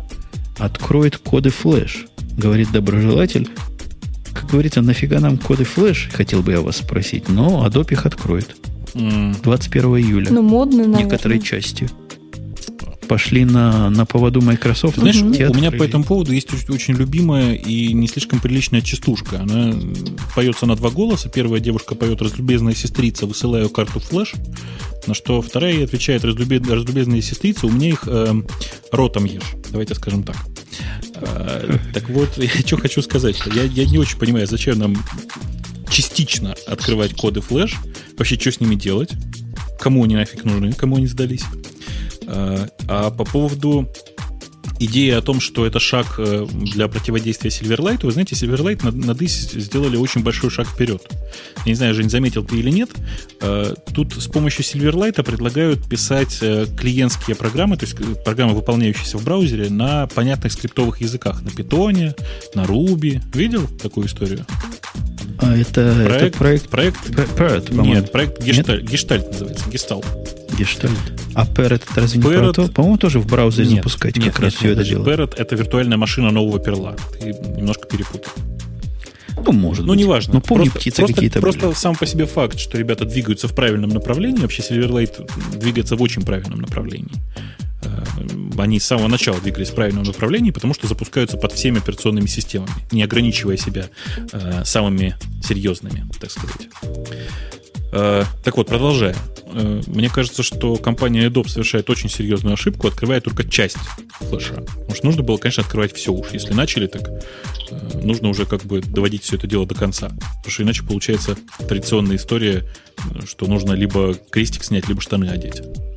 коды Flash, говорит доброжелатель. Как говорится, нафига нам коды Flash, хотел бы я вас спросить, но Adobe их откроет. 21 июля. Ну, модно, наверное. Некоторые части пошли на поводу Microsoft. Знаешь, у меня по этому поводу есть очень любимая и не слишком приличная частушка. Она поется на 2 голоса. Первая девушка поет «Разлюбезная сестрица, высылаю карту флеш», на что вторая ей отвечает «Разлюбезные сестрицы, у меня их ротом ешь». Давайте скажем так. Так вот, я что хочу сказать, что я не очень понимаю, зачем нам частично открывать коды флеш, вообще что с ними делать, кому они нафиг нужны, кому они сдались. А по поводу идеи о том, что это шаг для противодействия Silverlight, вы знаете, Silverlight на DIS сделали очень большой шаг вперед. Я не знаю, Жень, заметил ты или нет, тут с помощью Silverlight предлагают писать клиентские программы, то есть программы, выполняющиеся в браузере, на понятных скриптовых языках, на Python, на Ruby. Видел такую историю? А это проект, нет, проект Gestalt называется, Gestalt. А Parrot это разве не про то? По-моему, тоже в браузере запускать как раз все это дело. Parrot это виртуальная машина нового перла. Ты немножко перепутал. Ну, может быть. Неважно. Но помню, птицы какие-то были. Просто сам по себе факт, что ребята двигаются в правильном направлении. Вообще Silverlight двигается в очень правильном направлении. Они с самого начала двигались в правильном направлении, потому что запускаются под всеми операционными системами, не ограничивая себя самыми серьезными, так сказать. Так вот, продолжая. Мне кажется, что компания Adobe совершает очень серьезную ошибку, открывая только часть флеша. Потому что нужно было, конечно, открывать все уж. Если начали, так нужно уже как бы доводить все это дело до конца. Потому что иначе получается традиционная история, что нужно либо крестик снять, либо штаны одеть.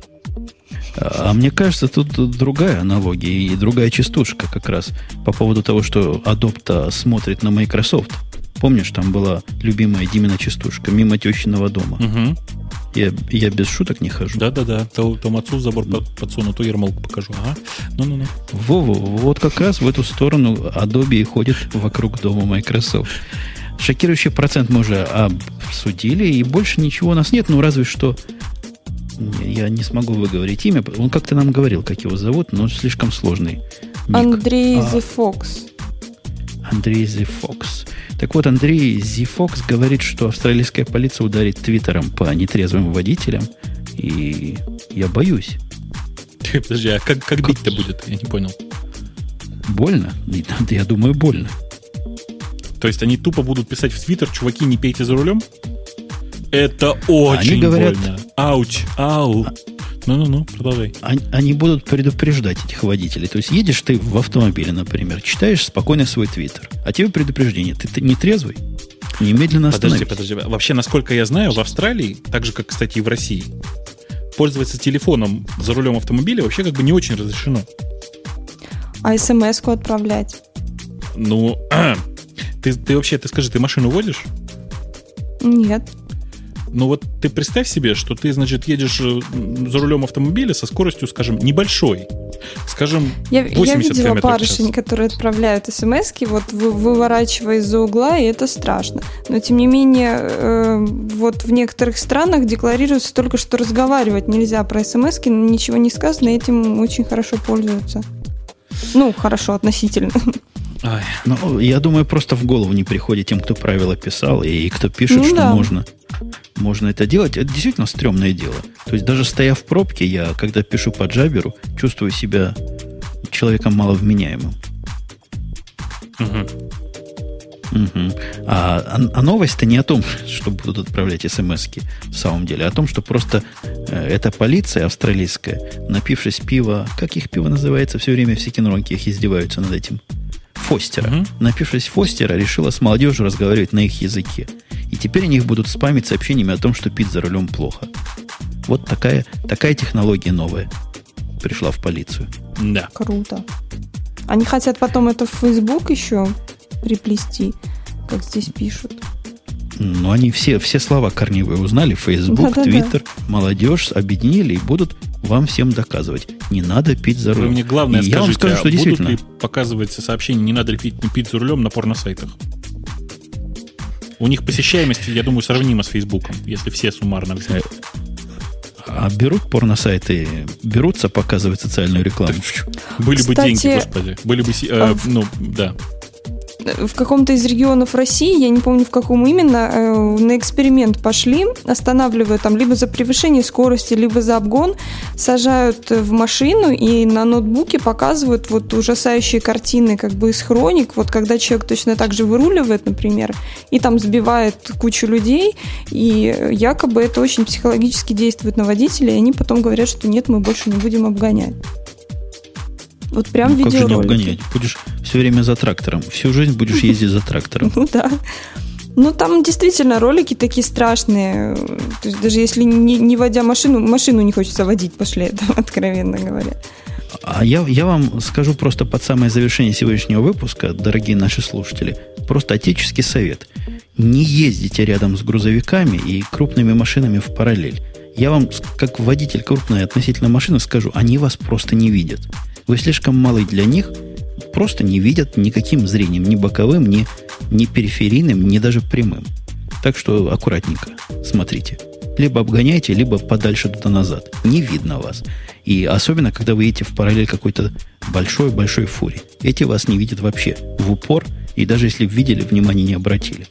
А мне кажется, тут другая аналогия и другая частушка как раз по поводу того, что Adobe смотрит на Microsoft. Помнишь, там была любимая Димина частушка «Мимо тещиного дома». Угу. Я без шуток не хожу. Да-да-да. То отцу в забор подсуну, то Ермолку покажу. Ага. Ну-ну-ну. Вова, вот как раз в эту сторону Adobe и ходит вокруг дома Microsoft. Шокирующий процент мы уже обсудили, и больше ничего у нас нет, ну разве что... Я не смогу выговорить имя. Он как-то нам говорил, как его зовут, но слишком сложный ник. Андрей The Fox. Андрей The Fox. Так вот, Андрей The Fox говорит, что австралийская полиция ударит твиттером по нетрезвым водителям, и я боюсь. Подожди, а как бить-то будет? Я не понял. Больно? Я думаю, больно. То есть они тупо будут писать в Твиттер: чуваки, не пейте за рулем? Это очень они говорят, больно. Ауч, ау. Ну, продолжай. Они будут предупреждать этих водителей. То есть едешь ты в автомобиле, например, читаешь спокойно свой твиттер, а тебе предупреждение: ты не трезвый? Немедленно остановись. Подожди. Вообще, насколько я знаю, в Австралии, так же, как, кстати, и в России, пользоваться телефоном за рулем автомобиля вообще как бы не очень разрешено. А смс-ку отправлять? Ну, ты вообще, скажи, ты машину водишь? Нет. Ну вот ты представь себе, что ты, значит, едешь за рулем автомобиля со скоростью, скажем, небольшой. Скажем, 80 я видела км/ч. барышень, которые отправляют смс-ки, вот выворачивая из-за угла, и это страшно. Но, тем не менее, вот в некоторых странах декларируется только, что разговаривать нельзя про смс-ки, ничего не сказано, и этим очень хорошо пользуются. Ну, хорошо, относительно. Ну, я думаю, просто в голову не приходит тем, кто правила писал, и кто пишет, что да. можно это делать. Это действительно стрёмное дело. То есть даже стоя в пробке, я, когда пишу по джаберу, чувствую себя человеком маловменяемым. Угу. А новость-то не о том, что будут отправлять смс-ки в самом деле, а о том, что просто эта полиция австралийская, напившись пива, как их пиво называется, все время все киноронки их издеваются над этим, Фостера. Напившись Фостера, решила с молодежью разговаривать на их языке. И теперь они их будут спамить сообщениями о том, что пить за рулем плохо. Вот такая технология новая пришла в полицию. Да. Круто. Они хотят потом это в Facebook еще приплести, как здесь пишут. Ну, они все слова корневые узнали. Facebook, Twitter, молодежь объединили и будут вам всем доказывать. Не надо пить за рулем. Вы мне главное скажите, я вам скажу, что будут ли показывать сообщения «не надо пить за рулем» на порносайтах? У них посещаемость, я думаю, сравнима с Фейсбуком, если все суммарно взять. А берут порносайты, берутся показывать социальную рекламу? Были бы Кстати, деньги, господи. Были бы, да. В каком-то из регионов России, я не помню в каком именно, на эксперимент пошли, останавливая там либо за превышение скорости, либо за обгон, сажают в машину и на ноутбуке показывают вот ужасающие картины как бы из хроник, вот когда человек точно так же выруливает, например, и там сбивает кучу людей, и якобы это очень психологически действует на водителей, и они потом говорят, что нет, мы больше не будем обгонять. Вот прям видеоролики. Как же не обгонять? Будешь все время за трактором. Всю жизнь будешь ездить за трактором. Ну да. Ну там действительно ролики такие страшные. То есть даже если не водя машину не хочется водить после этого, откровенно говоря. А я вам скажу просто под самое завершение сегодняшнего выпуска, дорогие наши слушатели, просто отеческий совет. Не ездите рядом с грузовиками и крупными машинами в параллель. Я вам, как водитель крупной относительно машины, скажу, они вас просто не видят. Вы слишком малый для них, просто не видят никаким зрением, ни боковым, ни периферийным, ни даже прямым. Так что аккуратненько смотрите. Либо обгоняйте, либо подальше туда-назад. Не видно вас. И особенно, когда вы едете в параллель какой-то большой-большой фуре. Эти вас не видят вообще в упор, и даже если видели, внимания не обратили.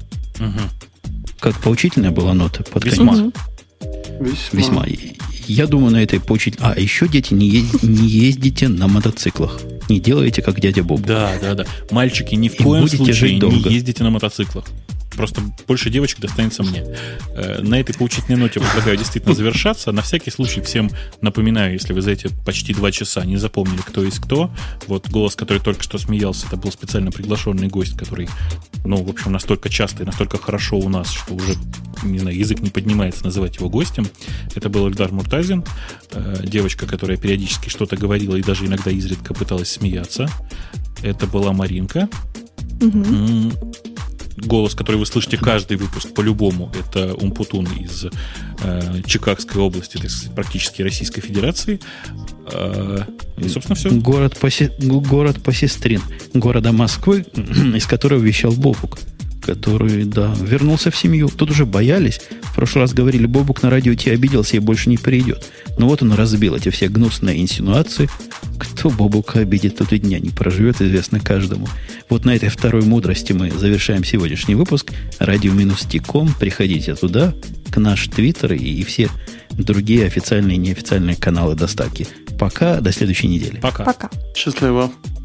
Как поучительная была нота под конец. Весьма. Я думаю, на этой поучительной... А еще, дети, не ездите на мотоциклах. Не делайте, как дядя Боб. Да. Мальчики, ни в коем случае не ездите на мотоциклах. Просто больше девочек достанется мне. На этой поучительной ноте предлагаю действительно завершаться. На всякий случай всем напоминаю, если вы за эти почти 2 часа не запомнили, кто есть кто. Вот голос, который только что смеялся, это был специально приглашенный гость, который, в общем, настолько часто и настолько хорошо у нас, что уже, не знаю, язык не поднимается называть его гостем. Это был Эльдар Муртазин, девочка, которая периодически что-то говорила и даже иногда изредка пыталась смеяться. Это была Маринка. голос, который вы слышите каждый выпуск по-любому, это Умпутун из Чикагской области, так сказать, практически Российской Федерации. И, собственно, все. Город посестрин города Москвы, из которого вещал Бобук, который, да, вернулся в семью. Тут уже боялись. В прошлый раз говорили, Бобук на радио Ти обиделся и больше не придет. Но вот он разбил эти все гнусные инсинуации. Кто Бобука обидит, тот и дня не проживет, известно каждому. Вот на этой второй мудрости мы завершаем сегодняшний выпуск. Radio-T.com. Приходите туда, к наш Твиттер и все другие официальные и неофициальные каналы доставки. Пока, до следующей недели. Пока. Счастливо.